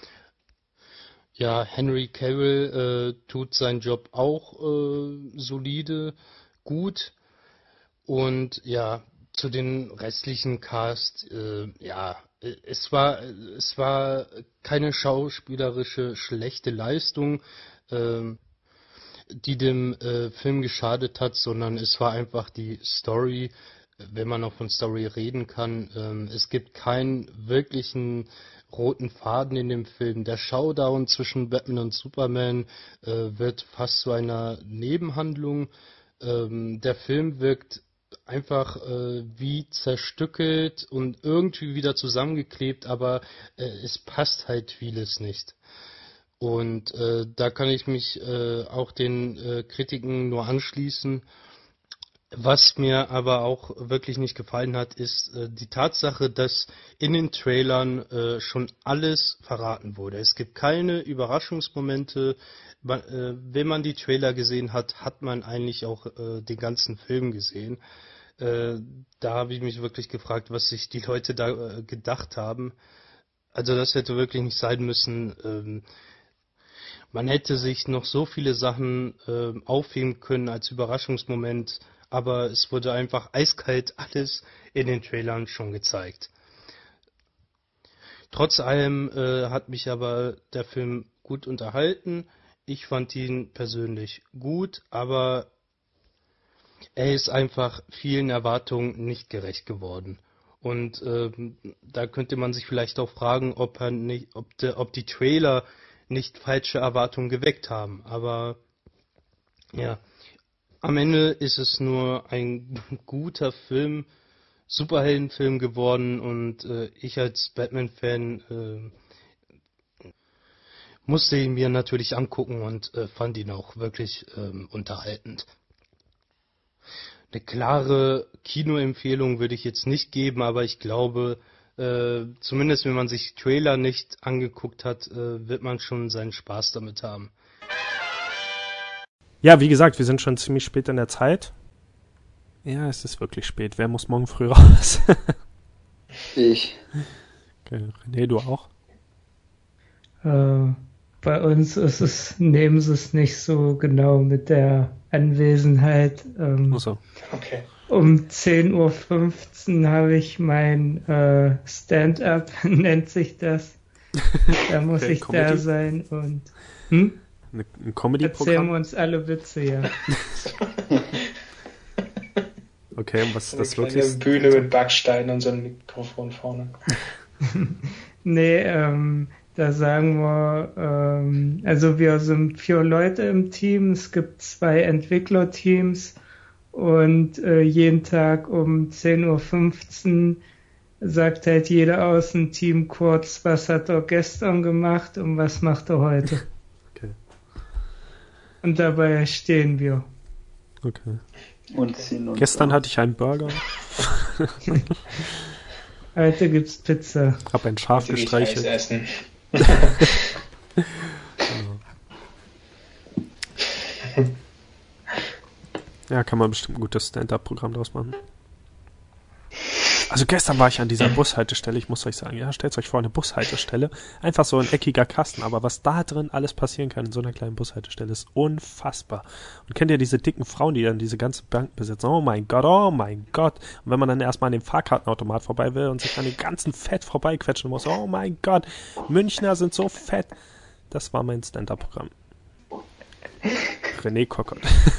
Ja, Henry Cavill äh, tut seinen Job auch äh, solide, gut. Und ja, zu den restlichen Cast, äh, ja, es war, es war keine schauspielerische schlechte Leistung, äh, die dem äh, Film geschadet hat, sondern es war einfach die Story, wenn man noch von Story reden kann. Ähm, es gibt keinen wirklichen roten Faden in dem Film. Der Showdown zwischen Batman und Superman äh, wird fast zu einer Nebenhandlung. Ähm, der Film wirkt einfach äh, wie zerstückelt und irgendwie wieder zusammengeklebt, aber äh, es passt halt vieles nicht. Und äh, da kann ich mich äh, auch den äh, Kritiken nur anschließen. Was mir aber auch wirklich nicht gefallen hat, ist äh, die Tatsache, dass in den Trailern äh, schon alles verraten wurde. Es gibt keine Überraschungsmomente. Man, äh, wenn man die Trailer gesehen hat, hat man eigentlich auch äh, den ganzen Film gesehen. Äh, da habe ich mich wirklich gefragt, was sich die Leute da äh, gedacht haben. Also das hätte wirklich nicht sein müssen. Ähm, man hätte sich noch so viele Sachen äh, aufheben können als Überraschungsmoment, aber es wurde einfach eiskalt alles in den Trailern schon gezeigt. Trotz allem äh, hat mich aber der Film gut unterhalten. Ich fand ihn persönlich gut, aber er ist einfach vielen Erwartungen nicht gerecht geworden. Und ähm, da könnte man sich vielleicht auch fragen, ob, er nicht, ob, de, ob die Trailer nicht falsche Erwartungen geweckt haben. Aber ja, am Ende ist es nur ein guter Film, Superheldenfilm geworden und äh, ich als Batman-Fan äh, musste ihn mir natürlich angucken und äh, fand ihn auch wirklich äh, unterhaltend. Eine klare Kinoempfehlung würde ich jetzt nicht geben, aber ich glaube, äh, zumindest wenn man sich Trailer nicht angeguckt hat, äh, wird man schon seinen Spaß damit haben. Ja, wie gesagt, wir sind schon ziemlich spät in der Zeit. Ja, es ist wirklich spät. Wer muss morgen früh raus? Ich. Okay. René, du auch? Äh, bei uns ist es, nehmen sie es nicht so genau mit der Anwesenheit. Ähm, Ach so. Okay. Um zehn Uhr fünfzehn habe ich mein äh, Stand-up, nennt sich das. Da muss okay, ich Comedy? Da sein und hm? Ein, ein Comedy-Programm? Erzählen wir uns alle Witze, ja. Okay, und was ist das wirklich? wirklich? Eine Bühne mit Backsteinen und so ein Mikrofon vorne. Nee, ähm, da sagen wir, ähm, also wir sind vier Leute im Team, es gibt zwei Entwicklerteams und äh, jeden Tag um zehn Uhr fünfzehn sagt halt jeder aus dem Team kurz, was hat er gestern gemacht und was macht er heute. Okay. Und dabei stehen wir. Okay. Und ziehen Gestern hatte ich einen Burger. Heute gibt's Pizza. Hab ein Schaf gestreichelt. Essen. Ja, kann man bestimmt ein gutes Stand-Up-Programm draus machen. Also gestern war ich an dieser Bushaltestelle, ich muss euch sagen, ja, stellt euch vor, eine Bushaltestelle, einfach so ein eckiger Kasten, aber was da drin alles passieren kann in so einer kleinen Bushaltestelle, ist unfassbar. Und kennt ihr diese dicken Frauen, die dann diese ganze Bank besitzen? Oh mein Gott, oh mein Gott. Und wenn man dann erstmal an dem Fahrkartenautomat vorbei will und sich an dem ganzen Fett vorbeiquetschen muss, oh mein Gott, Münchner sind so fett. Das war mein Stand-Up-Programm. René Kockert.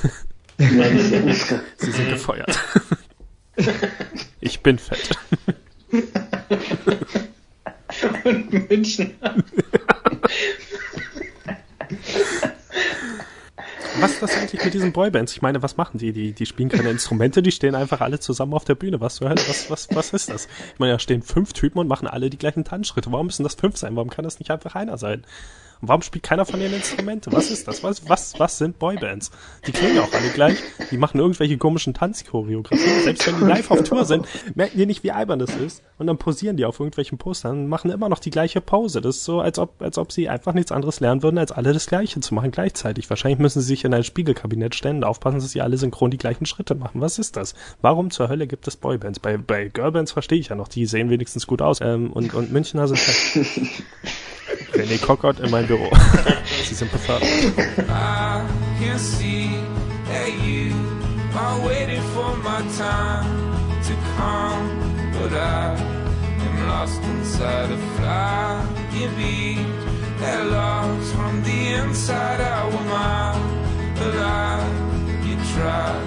Sie sind gefeuert. Ich bin fett. Und München. Was ist das eigentlich mit diesen Boybands? Ich meine, was machen die? Die, die spielen keine Instrumente, die stehen einfach alle zusammen auf der Bühne. Was, was, was, was ist das? Ich meine, da stehen fünf Typen und machen alle die gleichen Tanzschritte. Warum müssen das fünf sein? Warum kann das nicht einfach einer sein? Und warum spielt keiner von denen Instrumente? Was ist das? Was, was, was sind Boybands? Die klingen auch alle gleich. Die machen irgendwelche komischen Tanzchoreografien. Selbst wenn die live auf Tour sind, merken die nicht, wie albern das ist. Und dann posieren die auf irgendwelchen Postern und machen immer noch die gleiche Pose. Das ist so, als ob, als ob sie einfach nichts anderes lernen würden, als alle das Gleiche zu machen gleichzeitig. Wahrscheinlich müssen sie sich in ein Spiegelkabinett stellen und aufpassen, dass sie alle synchron die gleichen Schritte machen. Was ist das? Warum zur Hölle gibt es Boybands? Bei, bei Girlbands verstehe ich ja noch. Die sehen wenigstens gut aus. Ähm, und, und Münchner sind halt René Kockert in meinem Büro. Sie sind befördert. I can see that you are waiting for my time to come, but I am lost inside a flying beat that lost from the inside out. Am I alive? You try